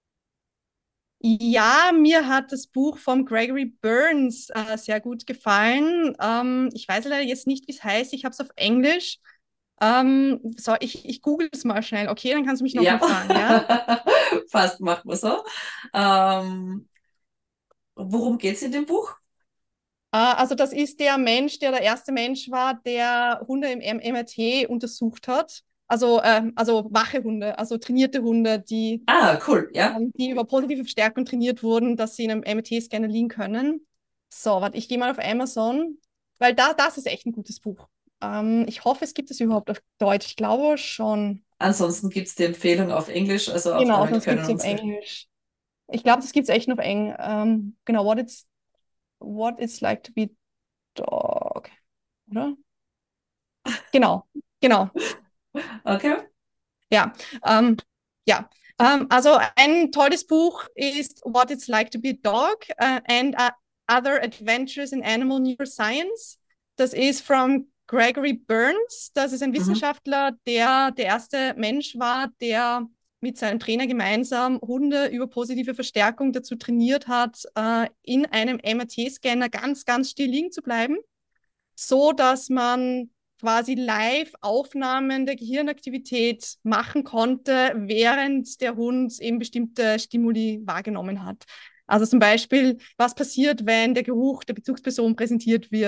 Ja, mir hat das Buch von Gregory Burns äh, sehr gut gefallen. Ähm, ich weiß leider jetzt nicht, wie es heißt. Ich habe es auf Englisch. Ähm, so, ich, ich google es mal schnell. Okay, dann kannst du mich nochmal Ja, fragen, ja? fast machen wir so. Ähm, worum geht es in dem Buch? Äh, also das ist der Mensch, der der erste Mensch war, der Hunde im M R T untersucht hat. Also, äh, also wache Hunde, also trainierte Hunde, die, Ah, cool, ja. ähm, die über positive Verstärkung trainiert wurden, dass sie in einem M R T-Scanner liegen können. So, warte, ich gehe mal auf Amazon, weil da, das ist echt ein gutes Buch. Ähm, ich hoffe, es gibt es überhaupt auf Deutsch. Ich glaube schon. Ansonsten gibt es die Empfehlung auf Englisch, also auch Genau, damit sonst gibt können es sie auf unsere. Englisch. Ich glaube, das gibt es echt nur auf Englisch. Ähm, genau, what it's, what it's like to be dog, oder? Genau, genau. Okay. Ja, ähm, ja. Ähm, also ein tolles Buch ist What It's Like to Be a Dog uh, and uh, Other Adventures in Animal Neuroscience. Das ist von Gregory Burns. Das ist ein Mhm. Wissenschaftler, der der erste Mensch war, der mit seinem Trainer gemeinsam Hunde über positive Verstärkung dazu trainiert hat, äh, in einem M R T-Scanner ganz, ganz still liegen zu bleiben, so dass man quasi live Aufnahmen der Gehirnaktivität machen konnte, während der Hund eben bestimmte Stimuli wahrgenommen hat. Also zum Beispiel, was passiert, wenn der Geruch der Bezugsperson präsentiert wird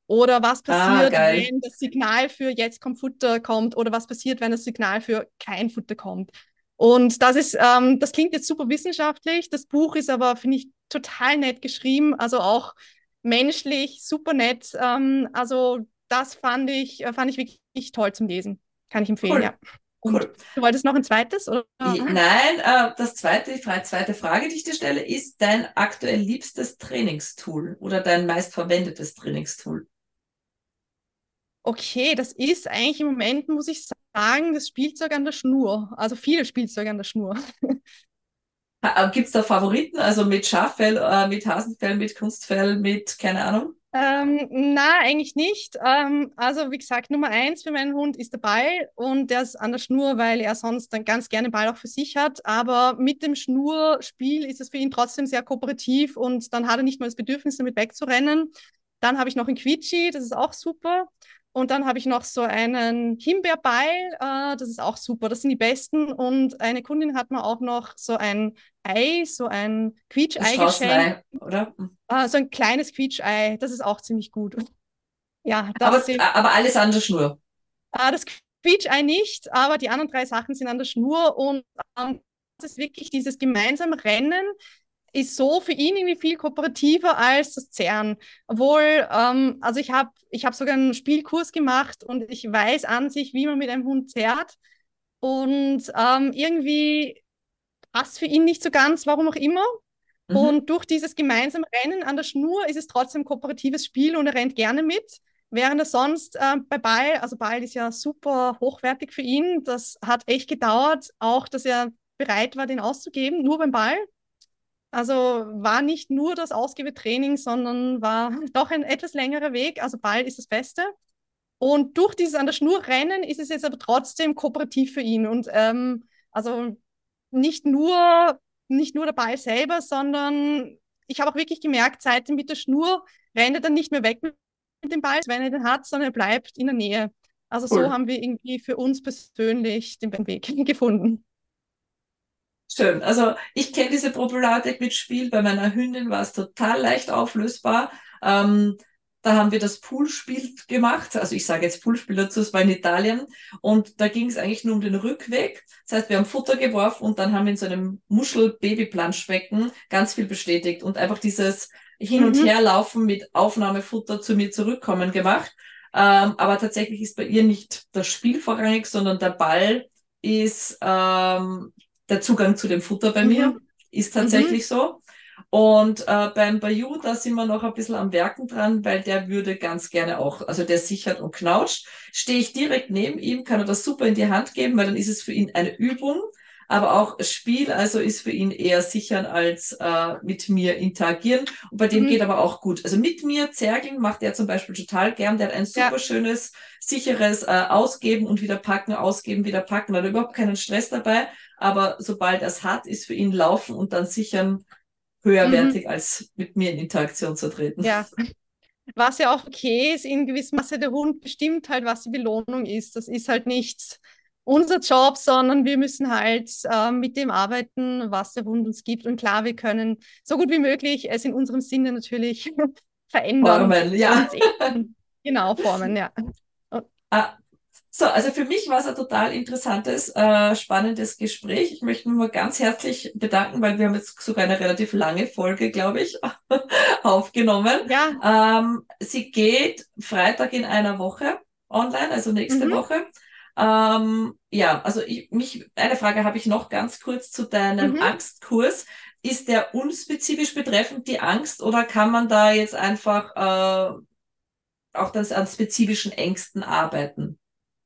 Oder was Ah, passiert, geil. wenn das Signal für jetzt kommt Futter kommt? Oder was passiert, wenn das Signal für kein Futter kommt? Und das ist, ähm, das klingt jetzt super wissenschaftlich. Das Buch ist aber, finde ich, total nett geschrieben. Also auch menschlich, super nett. Ähm, also das fand ich, äh, fand ich wirklich toll zum Lesen. Kann ich empfehlen, Cool, ja. Und cool. du wolltest noch ein zweites, oder? I- Nein, äh, das zweite, die fra- zweite Frage, die ich dir stelle, ist dein aktuell liebstes Trainingstool oder dein meistverwendetes Trainingstool? Okay, das ist eigentlich im Moment, muss ich sagen, das Spielzeug an der Schnur. Also viel Spielzeug an der Schnur. Gibt es da Favoriten, also mit Schaffell, äh, mit Hasenfell, mit Kunstfell, mit, keine Ahnung? Ähm, na, eigentlich nicht. Ähm, also wie gesagt, Nummer eins für meinen Hund ist der Ball und der ist an der Schnur, weil er sonst dann ganz gerne den Ball auch für sich hat. Aber mit dem Schnurspiel ist es für ihn trotzdem sehr kooperativ und dann hat er nicht mal das Bedürfnis, damit wegzurennen. Dann habe ich noch einen Quietschi, das ist auch super. Und dann habe ich noch so einen Himbeerball, äh, das ist auch super. Das sind die besten. Und eine Kundin hat mir auch noch so ein Ei, so ein Das Quietschei geschenkt. Straußenei, oder? Ah, so ein kleines Quietschei, das ist auch ziemlich gut. Ja, das Aber, sind, aber alles an der Schnur. ah, das Quietschei nicht, aber die anderen drei Sachen sind an der Schnur und ähm, das ist wirklich dieses gemeinsame Rennen ist so für ihn irgendwie viel kooperativer als das Zerren. Obwohl, ähm, also ich habe ich hab sogar einen Spielkurs gemacht und ich weiß an sich, wie man mit einem Hund zerrt und ähm, irgendwie passt für ihn nicht so ganz, warum auch immer. Mhm. Und durch dieses gemeinsame Rennen an der Schnur ist es trotzdem kooperatives Spiel und er rennt gerne mit. Während er sonst äh, bei Ball, also Ball ist ja super hochwertig für ihn, das hat echt gedauert, auch dass er bereit war, den auszugeben, nur beim Ball. Also war nicht nur das Ausgebetraining, sondern war doch ein etwas längerer Weg. Also Ball ist das Beste. Und durch dieses an der Schnur rennen ist es jetzt aber trotzdem kooperativ für ihn. Und ähm, also nicht nur, nicht nur der Ball selber, sondern ich habe auch wirklich gemerkt, seitdem mit der Schnur rennt er dann nicht mehr weg mit dem Ball, wenn er den hat, sondern er bleibt in der Nähe. Also so Cool. haben wir irgendwie für uns persönlich den Weg gefunden. Schön. Also ich kenne diese Problematik mit Spiel. Bei meiner Hündin war es total leicht auflösbar. Ähm, da haben wir das Poolspiel gemacht. Also ich sage jetzt Poolspiel dazu, es war in Italien. Und da ging es eigentlich nur um den Rückweg. Das heißt, wir haben Futter geworfen und dann haben wir in so einem Muschel-Baby-Planschbecken ganz viel bestätigt und einfach dieses Hin- und Mhm. Herlaufen mit Aufnahmefutter zu mir zurückkommen gemacht. Ähm, aber tatsächlich ist bei ihr nicht das Spiel vorrangig, sondern der Ball ist ähm, der Zugang zu dem Futter bei mir Mhm. ist Mhm. tatsächlich so. Und äh, beim Bayou, da sind wir noch ein bisschen am Werken dran, weil der würde ganz gerne auch, also der sichert und knautscht. Stehe ich direkt neben ihm, kann er das super in die Hand geben, weil dann ist es für ihn eine Übung, aber auch Spiel, also ist für ihn eher sichern als äh, mit mir interagieren. Und bei dem geht Mhm. aber auch gut. Also mit mir Zergeln macht er zum Beispiel total gern. Der hat ein Ja. super schönes, sicheres äh, Ausgeben und wieder packen, ausgeben, wieder packen. Da hat er überhaupt keinen Stress dabei. Aber sobald er es hat, ist für ihn Laufen und dann sichern Mhm. höherwertig, als mit mir in Interaktion zu treten. Ja. Was ja auch okay ist, in gewissem Maße, der Hund bestimmt halt, was die Belohnung ist. Das ist halt nicht unser Job, sondern wir müssen halt äh, mit dem arbeiten, was der Hund uns gibt. Und klar, wir können so gut wie möglich es in unserem Sinne natürlich verändern Formen, ja. und eben genau formen, ja. Und, Ah, so, also für mich war es ein total interessantes, äh, spannendes Gespräch. Ich möchte mich mal ganz herzlich bedanken, weil wir haben jetzt sogar eine relativ lange Folge, glaube ich, aufgenommen. ja, Ähm, sie geht Freitag in einer Woche online, also nächste mhm, Woche. Ähm, ja, also ich, mich, eine Frage habe ich noch ganz kurz zu deinem mhm. Angstkurs. Ist der unspezifisch betreffend die Angst oder kann man da jetzt einfach äh, auch das an spezifischen Ängsten arbeiten?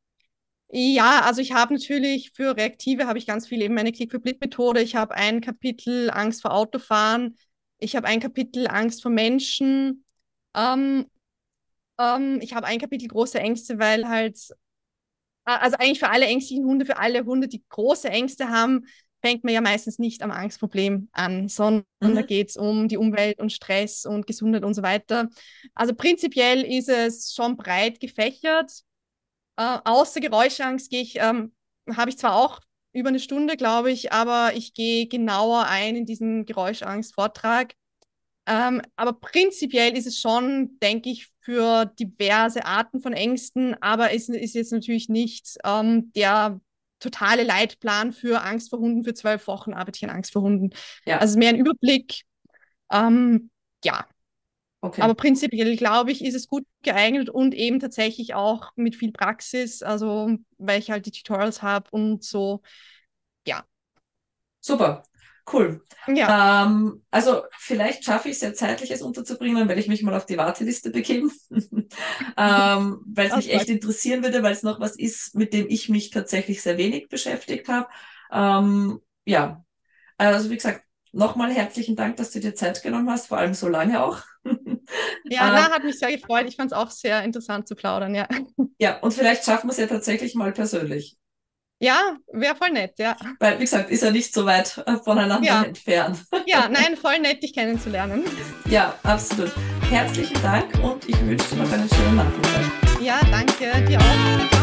Ja, also ich habe natürlich für Reaktive habe ich ganz viel eben meine Click-for-Blick-Methode. Ich habe ein Kapitel Angst vor Autofahren. Ich habe ein Kapitel Angst vor Menschen. Ähm, ähm, ich habe ein Kapitel große Ängste, weil halt, äh, also eigentlich für alle ängstlichen Hunde, für alle Hunde, die große Ängste haben, fängt man ja meistens nicht am Angstproblem an, sondern da Mhm. geht es um die Umwelt und Stress und Gesundheit und so weiter. Also prinzipiell ist es schon breit gefächert. Äh, außer Geräuschangst gehe ich, ähm, habe ich zwar auch über eine Stunde, glaube ich, aber ich gehe genauer ein in diesen Geräuschangst-Vortrag. Ähm, aber prinzipiell ist es schon, denke ich, für diverse Arten von Ängsten, aber es ist jetzt natürlich nicht ähm, der totale Leitplan für Angst vor Hunden. Für zwölf Wochen arbeite ich an Angst vor Hunden. Ja. Also mehr ein Überblick. Ähm, ja, Okay. aber prinzipiell, glaube ich, ist es gut geeignet und eben tatsächlich auch mit viel Praxis, also weil ich halt die Tutorials habe und so. Ja. Super, cool. Ja. Ähm, also vielleicht schaffe ich es ja zeitlich, es unterzubringen, dann werde ich mich mal auf die Warteliste begeben, ähm, weil es Das mich echt freut interessieren würde, weil es noch was ist, mit dem ich mich tatsächlich sehr wenig beschäftigt habe. Ähm, ja, also wie gesagt, nochmal herzlichen Dank, dass du dir Zeit genommen hast, vor allem so lange auch. Ja, Ähm, na, hat mich sehr gefreut. Ich fand es auch sehr interessant zu plaudern, ja. ja, und vielleicht schaffen wir es ja tatsächlich mal persönlich. Ja, wäre voll nett, ja. Weil, wie gesagt, ist ja nicht so weit äh, voneinander Ja, entfernt. ja, nein, voll nett, dich kennenzulernen. Ja, absolut. Herzlichen Dank und ich wünsche dir noch einen schönen Nachmittag. Ja, danke, dir auch.